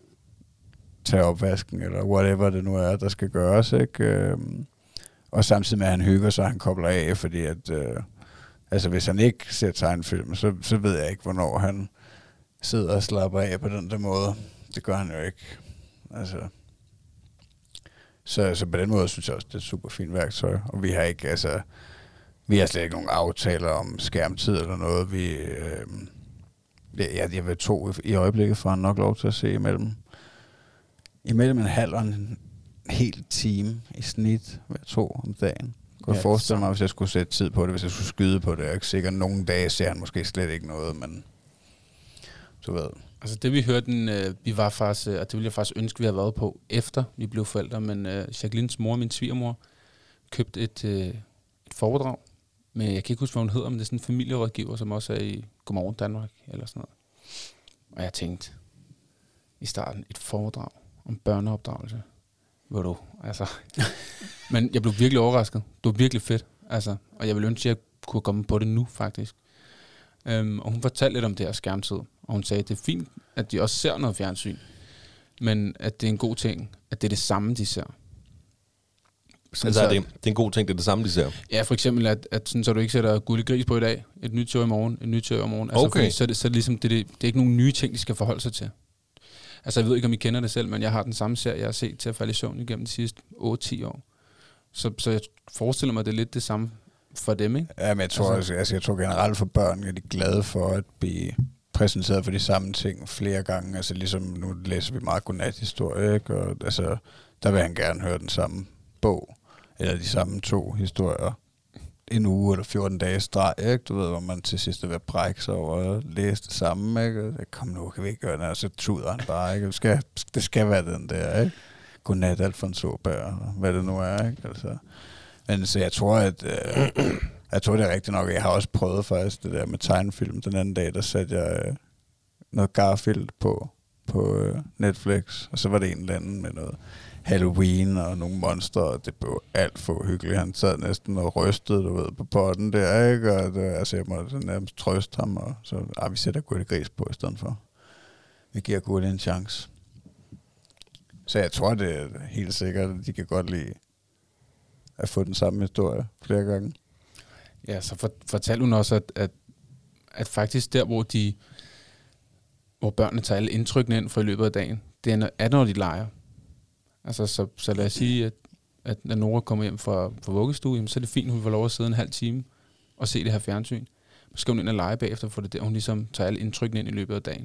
tage opvasken, eller whatever det nu er, der skal gøres, ikke? Øhm, og samtidig med, at han hygger sig, han kobler af, fordi at, øh, altså hvis han ikke ser tegnefilm, så, så ved jeg ikke, hvornår han sidder og slapper af på den der måde. Det gør han jo ikke. Altså. Så, så på den måde synes jeg også, det er et super fint værktøj, og vi har ikke, altså, vi har slet ikke nogen aftaler om skærmtid eller noget. Vi, øh, jeg, jeg vil to i øjeblikket, for han nok lov til at se imellem. Imellem en halv og en hel time i snit hver to om dagen. Jeg kunne Ja, forestille mig, hvis jeg skulle sætte tid på det, hvis jeg skulle skyde på det. Jeg er ikke sikker, nogle dage ser han måske slet ikke noget, men du ved. Altså det vi hørte, den, øh, vi var faktisk, øh, og det ville jeg faktisk ønske, vi havde været på, efter vi blev forældre, men øh, Jacquelines mor, min svigermor, købte et, øh, et foredrag Men jeg kan ikke huske, hvad hun hedder, men det er sådan en familierådgiver, som også er i Godmorgen Danmark, eller sådan noget. Og jeg tænkte i starten, et foredrag om børneopdragelse. Ved du, altså. Men jeg blev virkelig overrasket. Det var virkelig fedt, altså. Og jeg ville ønske, at jeg kunne komme på det nu, faktisk. Øhm, og hun fortalte lidt om det her skærmtid. Og hun sagde, at det er fint, at de også ser noget fjernsyn. Men at det er en god ting, at det er det samme, de ser. Sådan så er det, det er en god ting, det er det samme, de ser. Ja, for eksempel, at, at sådan, så du ikke sætter Gulli Gris på i dag, et nyt show i morgen, et nyt show i morgen. Altså, Okay. så, er det, så er det ligesom, det, det, det er ikke nogen nye ting, de skal forholde sig til. Altså, jeg ved ikke, om I kender det selv, men jeg har den samme serie, jeg har set til at falde i søvn igennem de sidste otte til ti år. Så, så jeg forestiller mig, at det er lidt det samme for dem, ikke? Ja, men jeg tror, altså, altså, jeg tror generelt for børn er de glade for at blive præsenteret for de samme ting flere gange. Altså ligesom, nu læser vi meget godnat-historie, ikke? Og altså, der vil han gerne høre den samme bog, eller de samme to historier, en uge eller fjorten dage streg, ikke? Du ved, hvor man til sidst er ved at brække sig over at læse det samme, ikke? Kom nu, kan vi ikke gøre det, og så tuder han bare, ikke? Det skal, det skal være den der, ikke? Godnat, Alfons Åberg, hvad det nu er, ikke? Altså, men så jeg tror, at øh, jeg tror, det er rigtigt nok. Jeg har også prøvet faktisk det der med tegnefilm. Den anden dag, der satte jeg øh, noget Garfield på, på øh, Netflix, og så var det en eller anden med noget Halloween og nogle monster, og det blev alt for hyggeligt. Han sad næsten og rystede, du ved, på potten der, ikke? Og det, altså, jeg måtte nærmest trøste ham, og så, ah, vi sætter Gulli Gris på i stedet for. Vi giver Gulli en chance. Så jeg tror, det er helt sikkert, at de kan godt lide at få den samme historie flere gange. Ja, så for, fortalte hun også, at, at, at faktisk der, hvor de hvor børnene tager alle indtrykkene ind for i løbet af dagen, det er, er når de leger. Altså, så, så lad os sige, at, at når Nora kommer hjem fra, fra vuggestue, jamen, så er det fint, hun får lov at sidde en halv time og se det her fjernsyn. Så skal hun ind og lege bagefter, for det der, hun ligesom tager alle indtrykkene ind i løbet af dagen.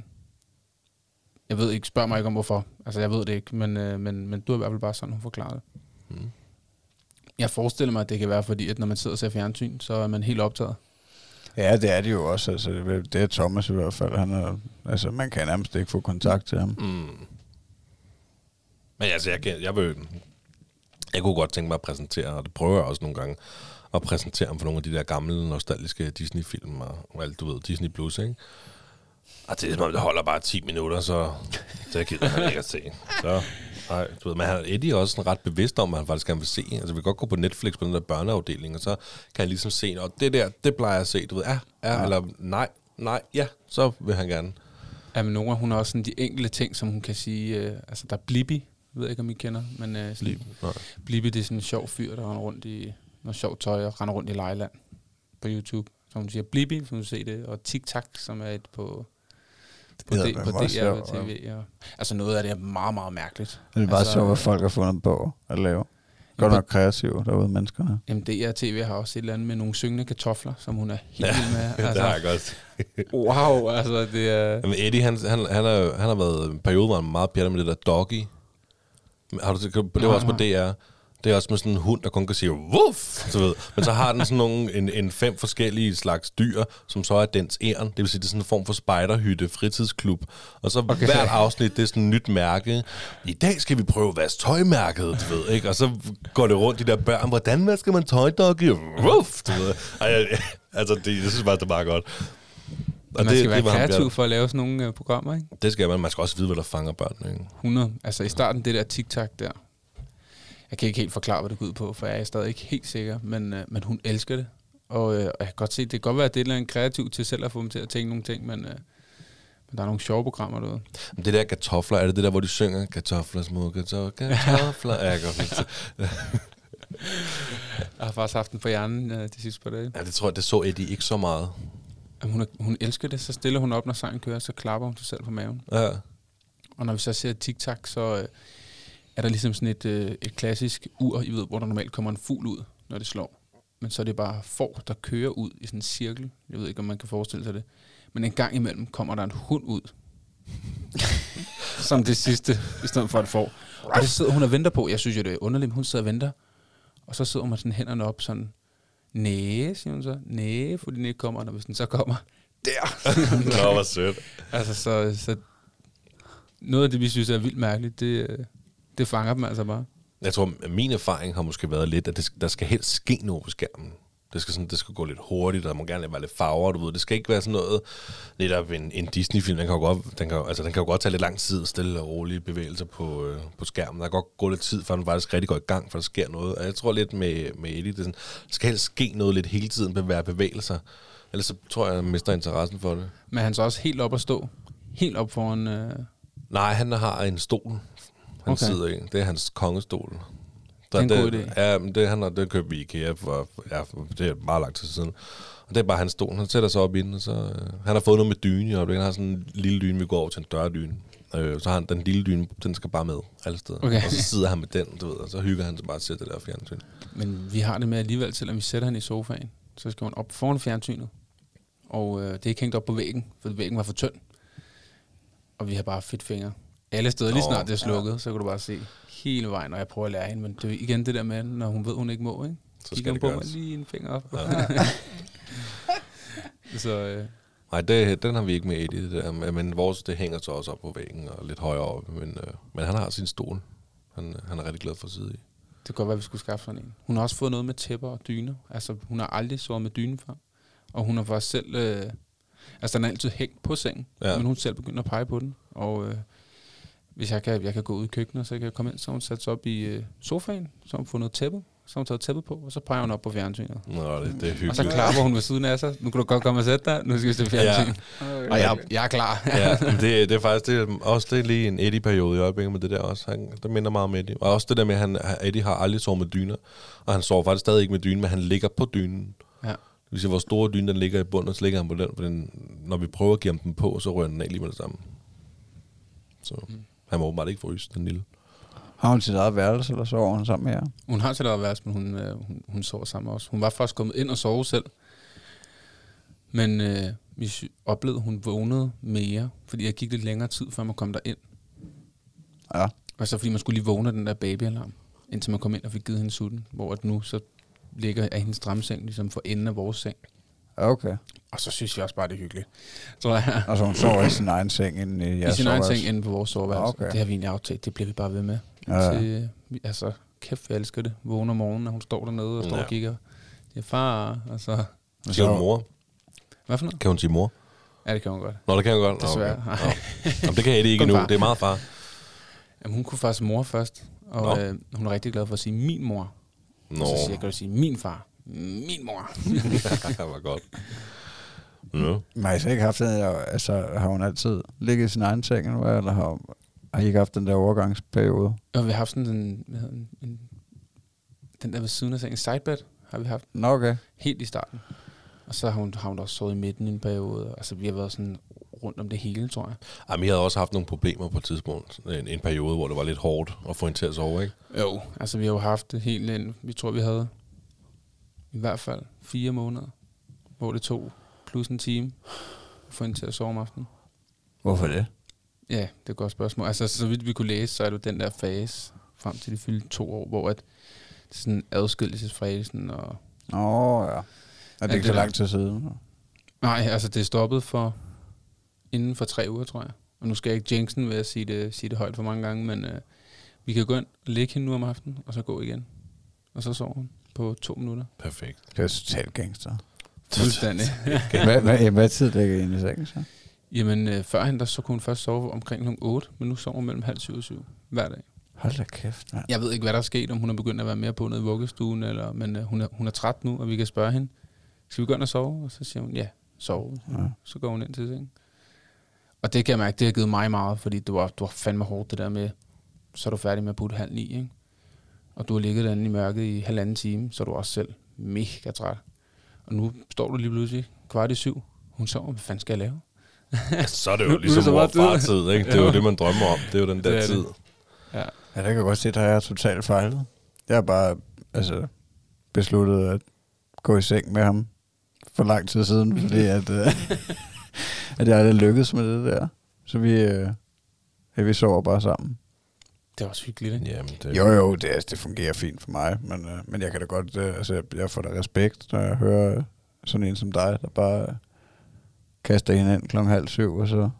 Jeg ved ikke, spørg mig ikke om hvorfor. Altså, jeg ved det ikke, men, øh, men, men du er i hvert fald bare sådan, hun forklarer det. Mm. Jeg forestiller mig, at det kan være, fordi at når man sidder og ser fjernsyn, så er man helt optaget. Ja, det er det jo også. Altså, det er Thomas i hvert fald. Han er, altså, man kan nærmest ikke få kontakt til ham. Mm. Men altså, jeg, kan, jeg vil... Jeg kunne godt tænke mig at præsentere, og det prøver jeg også nogle gange, at præsentere ham for nogle af de der gamle, nostalgiske Disney-film og, og alt, du ved, Disney Plus, ikke? Og det er som om, det holder bare ti minutter, så, så jeg gider han ikke at se. Så, nej, du ved, men han, Eddie er også sådan ret bevidst om, at han faktisk gerne vil se. Altså, vi kan godt gå på Netflix på den der børneafdeling, og så kan han ligesom se, og det der, det plejer jeg at se, du ved, ja, ja, ja. Eller nej, nej, ja, så vil han gerne. Ja, men Nora, hun har også sådan de enkelte ting, som hun kan sige, øh, altså der er Blippi, jeg ved ikke, om I kender, men øh, sådan, Blippi, det er sådan en sjov fyr, der render rundt i noget sjovt tøj og render rundt i Lejeland på YouTube. Så hun siger Blippi, så hun ser det, og TikTok, som er et på... På, det, på D R og T V. Ja. Altså noget af det er meget, meget mærkeligt. Det er bare altså, sjovt, hvad folk har fundet på at lave. Godt nok kreative derude, menneskerne. Jamen D R og T V har også et eller andet med nogle syngende kartofler, som hun er helt vild med. Altså, det har jeg godt. Wow, altså det er... Jamen Eddie, han, han, han, er, han har været en periode, hvor han meget pjattet med det der Doggy. Har du, det var også på D R. Det er også med sådan en hund, der kun kan sige wuff, så ved. Men så har den sådan nogle, en, en fem forskellige slags dyr, som så er dens æren. Det vil sige, det er sådan en form for spejderhytte, fritidsklub. Og så okay. Hvert afsnit, det er sådan et nyt mærke. I dag skal vi prøve vask tøjmærket, du ved, ikke? Og så går det rundt de der børn. Hvordan vasker man tøj, Doggy? Wuff, du ved. Ej, jeg, altså, det, jeg synes bare, det er bare godt. Og man det, skal være kreativ for at lave sådan nogle uh, programmer, ikke? Det skal man. Man skal også vide, hvad der fanger børn, ikke? hundrede. Altså i starten, det der TikTok der. Jeg kan ikke helt forklare, hvad det går ud på, for jeg er stadig ikke helt sikker, men, øh, men hun elsker det. Og, øh, og jeg kan godt se, det kan godt være, at det er et eller andet kreativt til selv at få dem til at tænke nogle ting, men, øh, men der er nogle sjove programmer derude. Det der kartofler, er det det der, hvor de synger kartofler, små kartofler, kartofler? Ja, jeg kan godt Jeg har faktisk haft den på hjernen øh, de sidste par dage. Ja, det tror jeg, det så Eddie ikke så meget. Jamen, hun, er, hun elsker det, så stiller hun op, når sangen kører, så klapper hun sig selv på maven. Ja. Og når vi så ser TikTok, så... Øh, er der ligesom sådan et, øh, et klassisk ur, I ved, hvor der normalt kommer en fugl ud, når det slår. Men så er det bare får, der kører ud i sådan en cirkel. Jeg ved ikke, om man kan forestille sig det. Men en gang imellem kommer der en hund ud. Som det sidste, i stedet for et får. Og det sidder hun og venter på. Jeg synes jo, det er underligt, hun sidder og venter. Og så sidder hun med sådan hænderne op sådan, næh, siger hun så. Næh, fordi den ikke kommer, og hvis den så kommer, der. Nå, hvor sødt. Altså, så, så noget af det, vi synes er vildt mærkeligt, det Det fanger dem altså bare. Jeg tror, at min erfaring har måske været lidt, at det, der skal helst ske noget på skærmen. Det skal, sådan, det skal gå lidt hurtigt, og der må gerne være lidt farver, du ved. Det skal ikke være sådan noget, netop en, en Disney-film, den kan, jo godt, den, kan, altså, den kan jo godt tage lidt lang tid, stille og rolige bevægelser på, øh, på skærmen. Der kan godt gå lidt tid, før den faktisk rigtig går i gang, for der sker noget. Og jeg tror lidt med, med Eddie, det er sådan, der skal helst ske noget lidt hele tiden, bevæge bevægelser. Ellers så tror jeg, at jeg mister interessen for det. Men han så også helt op at stå? Helt op foran... Øh... Nej, han har en stol, han Okay. sidder i. Det er hans kongestol. Det er en god det, idé. Ja, men det, han har, det købte vi i IKEA for, ja, for, det er meget lang tid siden. Og det er bare hans stol. Han sætter sig op i den, og så... Øh, han har fået noget med dyne i øjeblikket. Han har sådan en lille dyne, vi går over til en dørdyne. Øh, så har han den lille dyne, den skal bare med alle steder. Okay. Og så sidder han med den, du ved, og så hygger han sig bare til det der fjernsyn. Men vi har det med alligevel, selvom vi sætter han i sofaen, så skal hun op foran fjernsynet. Og øh, det er ikke hængt op på væggen, for væggen var for tynd. Og vi har bare fedt fingre. Alle steder, lige snart det er slukket, ja. Så kan du bare se hele vejen, når jeg prøver at lære hende. Men det er igen det der med, når hun ved, hun ikke må, ikke? Så skal det på gøres. mig lige en finger op. Ja. så, øh, Nej, det, den har vi ikke med i det der. Men, men vores, det hænger så også op på væggen og lidt højere oppe. Men, øh, men han har sin stol. Han, han er rigtig glad for at sidde i. det kan godt være, at vi skulle skaffe sådan en. Hun har også fået noget med tæpper og dyner. Altså, hun har aldrig sovet med dyne før. Og hun har faktisk selv... Øh, altså, den er altid hængt på sengen. Ja. Men hun selv begynder at pege på den. Og øh, hvis jeg kan, jeg kan gå ud i køkkenet, så kan jeg komme ind, så har hun sat sig op i øh, sofaen, så har hun fået noget tæppe, så har hun taget tæppet på, og så peger hun op på fjernsynet. Nå, det, det er hyggeligt. Og så klapper hun ved siden af sig. Nu kan du godt komme og sætte dig. Nu skal vi se fjernsyn. Ja. Og jeg, jeg er klar. Ja, men det, det er faktisk det er også det er lige en Eddie-periode i øjeblikket med det der også. Han, det minder meget om Eddie. Og også det der med, at han, Eddie har aldrig sovet med dyner. Og han sover faktisk stadig ikke med dynen, men han ligger på dynen. Ja. Det vil sige, hvor store dyne den ligger i bunden, og så ligger han på den. For den, når vi prøver at give ham den på, så rører den af lige med det samme. Så mm. han må åbenbart ikke fryse, den lille. Har hun sit eget værelse, eller sover hun sammen med jer? Hun har sit eget værelse, men hun, øh, hun, hun sover sammen med os. Hun var faktisk kommet ind og sove selv. Men øh, vi sy- oplevede, at hun vågnede mere, fordi jeg gik lidt længere tid, før man kom derind. Ja. Og så fordi man skulle lige vågne af den der babyalarm, indtil man kom ind og fik givet hende sutten, hvor at nu så ligger af hendes stramseng ligesom for enden af vores seng. Ja, okay. Og så synes jeg også bare, det er hyggeligt. Tror jeg. Altså hun sover i sin egen seng inden i I jeres sin egen soveværelse? seng inde på vores soveværelse. Okay. Det har vi egentlig aftalt, det bliver vi bare ved med. Ja, ja. Til, vi, altså, kæft, jeg elsker det. Vågner om morgenen, og hun står dernede og står Ja. og kigger. Det er far, altså... Siger hun mor? Hvad for noget? Kan hun sige mor? Ja, det kan hun godt. Nå, det kan hun godt. Nå, Desværre. okay. Nå. Jamen, det kan Eddie ikke Kun endnu. far. Det er meget far. Jamen, hun kunne faktisk mor først, og Nå. øh, hun er rigtig glad for at sige min mor. Nå, Og så siger jeg, kan du sige min far? Min mor. det var godt. Ja. Men har I så ikke haft det, altså har hun altid ligget i sin egen seng, eller hvad? Eller har, har I ikke haft den der overgangsperiode? Og vi har haft sådan en, hvad hedder den, en, den der ved siden af sengen, sidebed, har vi haft Nå, okay. helt i starten. Og så har hun, har hun også sovet i midten i en periode. Altså, vi har været sådan rundt om det hele, tror jeg. Jamen, vi havde også haft nogle problemer på et tidspunkt. En, en periode, hvor det var lidt hårdt at få hende til at sove, ikke? Jo, altså vi har jo haft det helt ind. Vi tror, vi havde i hvert fald fire måneder, hvor det tog plus en time at få hende til at sove om aftenen. Hvorfor det? Ja, det er et godt spørgsmål. Altså, så vidt vi kunne læse, så er det den der fase frem til de fyldte to år, hvor at det er sådan adskillelsesfasen og... Åh, oh, ja. Er det Ja, ikke det så er- lang tid siden? Nej, altså det er stoppet for inden for tre uger, tror jeg. Og nu skal jeg ikke jinxen ved at sige det, sige det højt for mange gange, men øh, vi kan gå ind og lægge hende nu om aftenen, og så gå igen. Og så sover hun på to minutter. Perfekt. Det er totalt gangster. Fuldstændig. hvad, hvad, hvad tid ligger I inde i sengen så? Jamen, øh, førhen der så kunne hun først sove omkring klokken otte, men nu sover hun mellem halv syv og syv hver dag. Hold da kæft, mand. Jeg ved ikke, hvad der er sket, om hun er begyndt at være mere på nede i vuggestuen, eller, men øh, hun, er, hun er træt nu, og vi kan spørge hende, skal vi gå ind og sove? Og så siger hun, ja, sove. Ja. Så går hun ind til sengen. Og det kan jeg mærke, det har givet mig meget, fordi det var, det var fandme hårdt det der med, så er du færdig med at putte halv ni, ikke? Og du har ligget derinde i mørket i halvanden time, så er du også selv mega træt. Og nu står du lige pludselig kvart i syv. Hun sover, hvad fanden skal jeg lave? Så er det Nu- jo nu er ligesom det så mor og meget far tid, ikke? Det er jo det, man drømmer om. Det er jo den Det der er det. tid. Ja. Ja, det kan jeg godt se, at jeg er totalt fejlet. Jeg har bare altså, besluttet at gå i seng med ham for lang tid siden, fordi at, øh, at jeg aldrig lykkedes med det der. Så vi, øh, ja, vi sover bare sammen. Det er også hyggeligt, ikke? Jamen, det, Jo, jo, det, altså, det fungerer fint for mig, men, øh, men jeg kan da godt, øh, altså jeg, jeg får da respekt, når jeg hører sådan en som dig, der bare øh, kaster hende ind klokken halv syv, og så,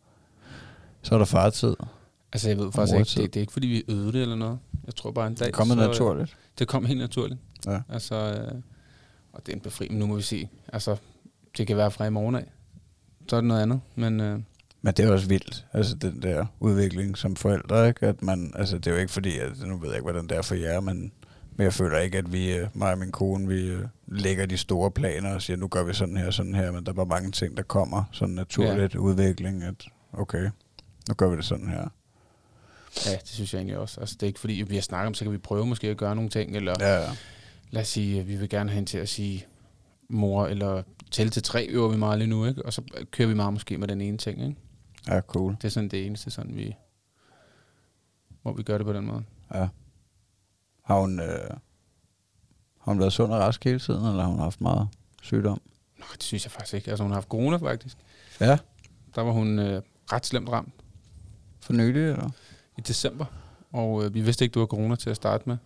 så er der fartid. Altså, jeg ved faktisk ikke, Mortid. det, det er ikke, fordi vi øvede det eller noget. Jeg tror bare en dag... Det er kommet så, naturligt. Det kom helt naturligt. Ja. Altså, øh, Og det er en befrielse. Nu må vi se. Altså, det kan være fra i morgen af. Så er det noget andet. Men, øh, Men det er også vildt, altså den der udvikling som forældre, ikke? At man, altså det er jo ikke fordi, at nu ved jeg ikke, hvordan det er for jer, men, men jeg føler ikke, at vi, mig og min kone, vi lægger de store planer og siger, nu gør vi sådan her, sådan her, men der er bare mange ting, der kommer, sådan naturligt ja. udvikling, at okay, nu gør vi det sådan her. Ja, det synes jeg egentlig også. Altså det er ikke fordi, vi har snakket om, så kan vi prøve måske at gøre nogle ting, eller ja, ja. lad os sige, vi vil gerne have hende til at sige mor, eller tælle til tre øver vi meget lige nu, ikke? Og så kører vi meget måske med den ene ting, ikke? Ja, cool. Det er sådan det eneste, sådan vi, hvor vi gør det på den måde. Ja. Har hun, øh, har hun været sund og rask hele tiden, eller har hun haft meget sygdom? Nå, det synes jeg faktisk ikke. Altså hun har haft corona faktisk. Ja. Der var hun øh, ret slemt ramt. For nylig, eller? I december. Og øh, vi vidste ikke, du var corona til at starte med.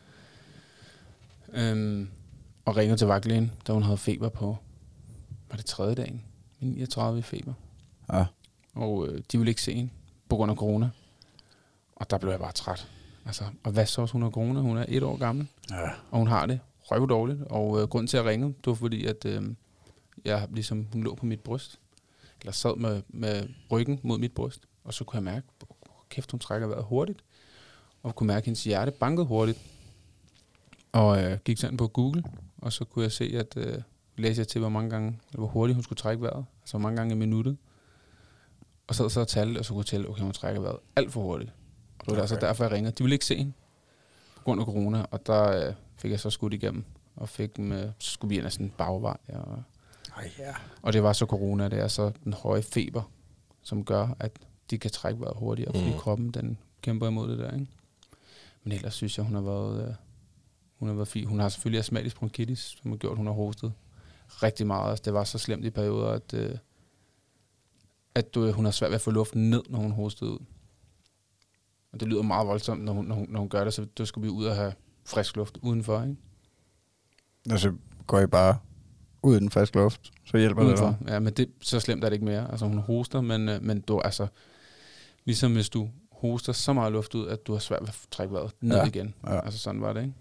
Øhm, og ringede til vagtlægen, da hun havde feber på, var det tredje dagen? niogtredive i feber. Ja. Og øh, de ville ikke se hende på grund af corona. Og der blev jeg bare træt. Altså, og hvad så, hun har corona? Hun er et år gammel. Ja. Og hun har det røvdårligt. Og øh, grunden til at ringe, det var fordi, at øh, jeg ligesom, hun lå på mit bryst. Eller sad med, med ryggen mod mit bryst. Og så kunne jeg mærke, kæft, hun trækker vejret hurtigt. Og kunne mærke, at hendes hjerte bankede hurtigt. Og øh, gik sådan på Google. Og så kunne jeg se, at øh, læste jeg til, hvor mange gange, hvor hurtigt hun skulle trække vejret. Altså, hvor mange gange i minuttet. Og så sad så og talte, og så kunne jeg tælle, okay, hun trækker vejret alt for hurtigt. Og det var okay. Altså derfor, jeg ringede. De ville ikke se hende på grund af corona, og der øh, fik jeg så skudt igennem, og fik dem, øh, så skulle vi ind af sådan en bagvej. Og, Ej, ja. og det var så corona, det er så den høje feber, som gør, at de kan trække vejret hurtigere, fordi mm. kroppen, den kæmper imod det der, ikke? Men ellers synes jeg, hun har været, øh, hun har været fin. Hun har selvfølgelig astmatisk bronkitis, som har gjort, hun har hostet rigtig meget. Altså, det var så slemt i perioder, at, øh, at øh, hun har svært ved at få luften ned, når hun hostede ud. Og det lyder meget voldsomt, når hun, når hun, når hun gør det, så der skal vi ud og have frisk luft udenfor, ikke? Og så går I bare ud i den friske luft, så hjælper udenfor. Det dig? Ja, men det, så slemt er det ikke mere. Altså hun hoster, men, men du, altså, ligesom hvis du hoster så meget luft ud, at du har svært ved at trække vejret ned ja. igen. Ja. Altså sådan var det, ikke?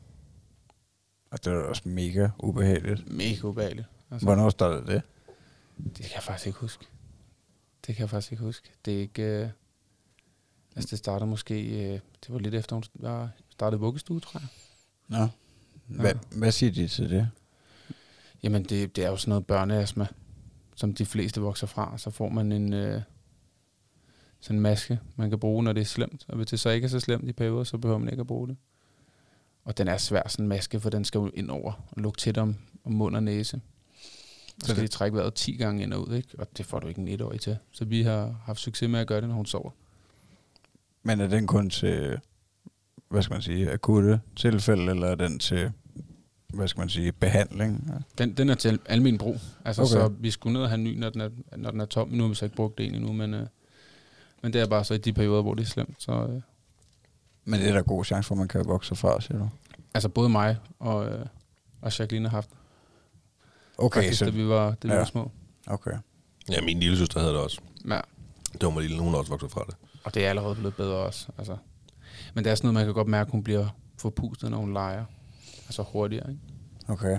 Og det var også mega ubehageligt. Mega ubehageligt. Altså, hvornår startede det? Det kan jeg faktisk ikke huske. Det kan jeg faktisk ikke huske. Det er ikke... Øh, altså det starter måske... Øh, det var lidt efter, hun startede vuggestue, tror jeg. Nå. Hva, ja. Hvad siger de til det? Jamen, det, det er jo sådan noget børneastma, som de fleste vokser fra. Så får man en øh, sådan en maske, man kan bruge, når det er slemt. Og hvis det så ikke er så slemt i perioder, så behøver man ikke at bruge det. Og den er svær, sådan en maske, for den skal jo ind over og lukke tæt om, om mund og næse. Så skal de trække vejret ti gange ind og ud, ikke? Og det får du ikke en etårig til. Så vi har haft succes med at gøre det, når hun sover. Men er den kun til, hvad skal man sige, akutte tilfælde, eller er den til, hvad skal man sige, behandling? Ja. Den, den er til almen brug. Altså, okay. Så vi skulle ned og have en ny, når den er, når den er tom. Nu har vi så ikke brugt det endnu, men, øh, men det er bare så i de perioder, hvor det er slemt. Så, øh. Men det er der god chance for, at man kan vokse fra, siger du? Altså både mig og, øh, og Jacqueline har haft. Okay, faktisk, så... da vi var, da vi ja. var små. Okay. Ja, min lille søster havde det også. Ja. Det var mig lille, hun også vokset fra det. Og det er allerede blevet bedre også. Altså. Men det er sådan noget, man kan godt mærke, at hun bliver forpustet, når hun leger. Altså hurtigere, ikke? Okay.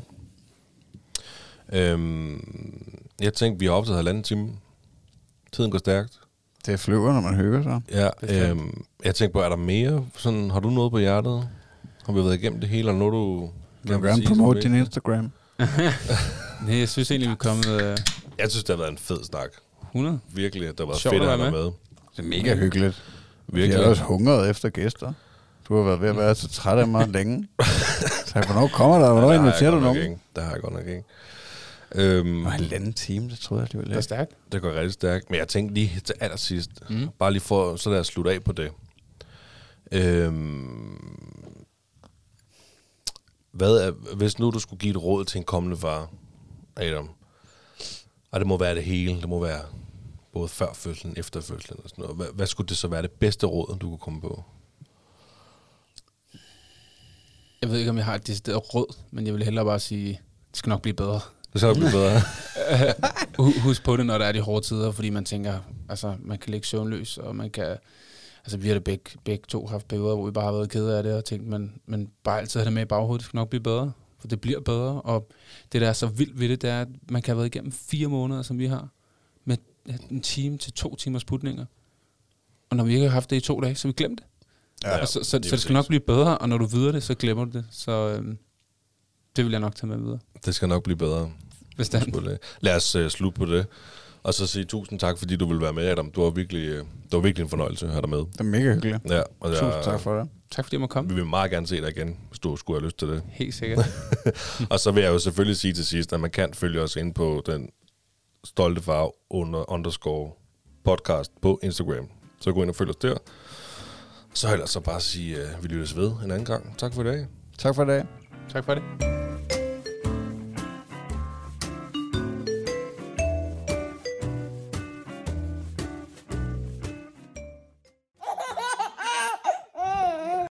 Øhm, jeg tænkte, vi har optaget halvanden time. Tiden går stærkt. Det flyver, når man hygger sig. Ja, øhm, jeg tænkte på, er der mere? Sådan, har du noget på hjertet? Har vi været igennem det hele, eller noget du... Vil du gerne promote din Instagram? Nej, jeg synes egentlig, vi er kommet... Øh... Jeg synes, det har været en fed snak. hundrede? Virkelig, det har været sjovt fedt at have have med. med. Det er mega hyggeligt. Virkelig. Jeg er også hungret efter gæster. Du har været ved at være så træt af mig længe. Så hvornår kommer der? Hvornår ja, inviterer du nogen? Ikke. Det har jeg godt nok ikke. Øhm, og en halvanden time, det troede jeg, det ville Det er stærkt. Det går rigtig stærkt. Men jeg tænkte lige til allersidst, mm. bare lige for, så lad os slutte af på det. Øhm, hvad er, hvis nu du skulle give et råd til en kommende far, Adam, og det må være det hele, det må være både før fødslen, efter fødslen og sådan noget. Hvad, hvad skulle det så være det bedste råd, du kunne komme på? Jeg ved ikke, om jeg har et decideret råd, men jeg vil hellere bare sige, det skal nok blive bedre. Det skal nok blive bedre. Husk på det, når der er de hårde tider, fordi man tænker, altså man kan ligge søvnløs, og man kan, altså vi har det begge, begge to haft perioder, hvor vi bare har været kede af det, og tænkt, men, men bare altid have det med i baghovedet, det skal nok blive bedre. For det bliver bedre, og det, der er så vildt ved det, det er, at man kan have været igennem fire måneder, som vi har, med en time til to timers putninger. Og når vi ikke har haft det i to dage, så vi glemt det. Ja, og så, så, så det skal nok blive bedre, og når du videre det, så glemmer du det. Så øhm, det vil jeg nok tage med videre. Det skal nok blive bedre. Bestandt. Lad os uh, slutte på det. Og så sige tusind tak, fordi du vil være med, Adam. Du var virkelig, uh, det var virkelig en fornøjelse at have dig med. Det er mega hyggeligt. Ja, og Tusind jeg, tak for det. Tak fordi jeg måtte komme. Vi vil meget gerne se dig igen, hvis du skulle have lyst til det. Helt sikkert. Og så vil jeg jo selvfølgelig sige til sidst, at man kan følge os ind på den stolte farve under underscore podcast på Instagram. Så gå ind og følg os der. Så ellers så bare sige, at vi lyttes ved en anden gang. Tak for i dag. Tak for i dag. Tak for det.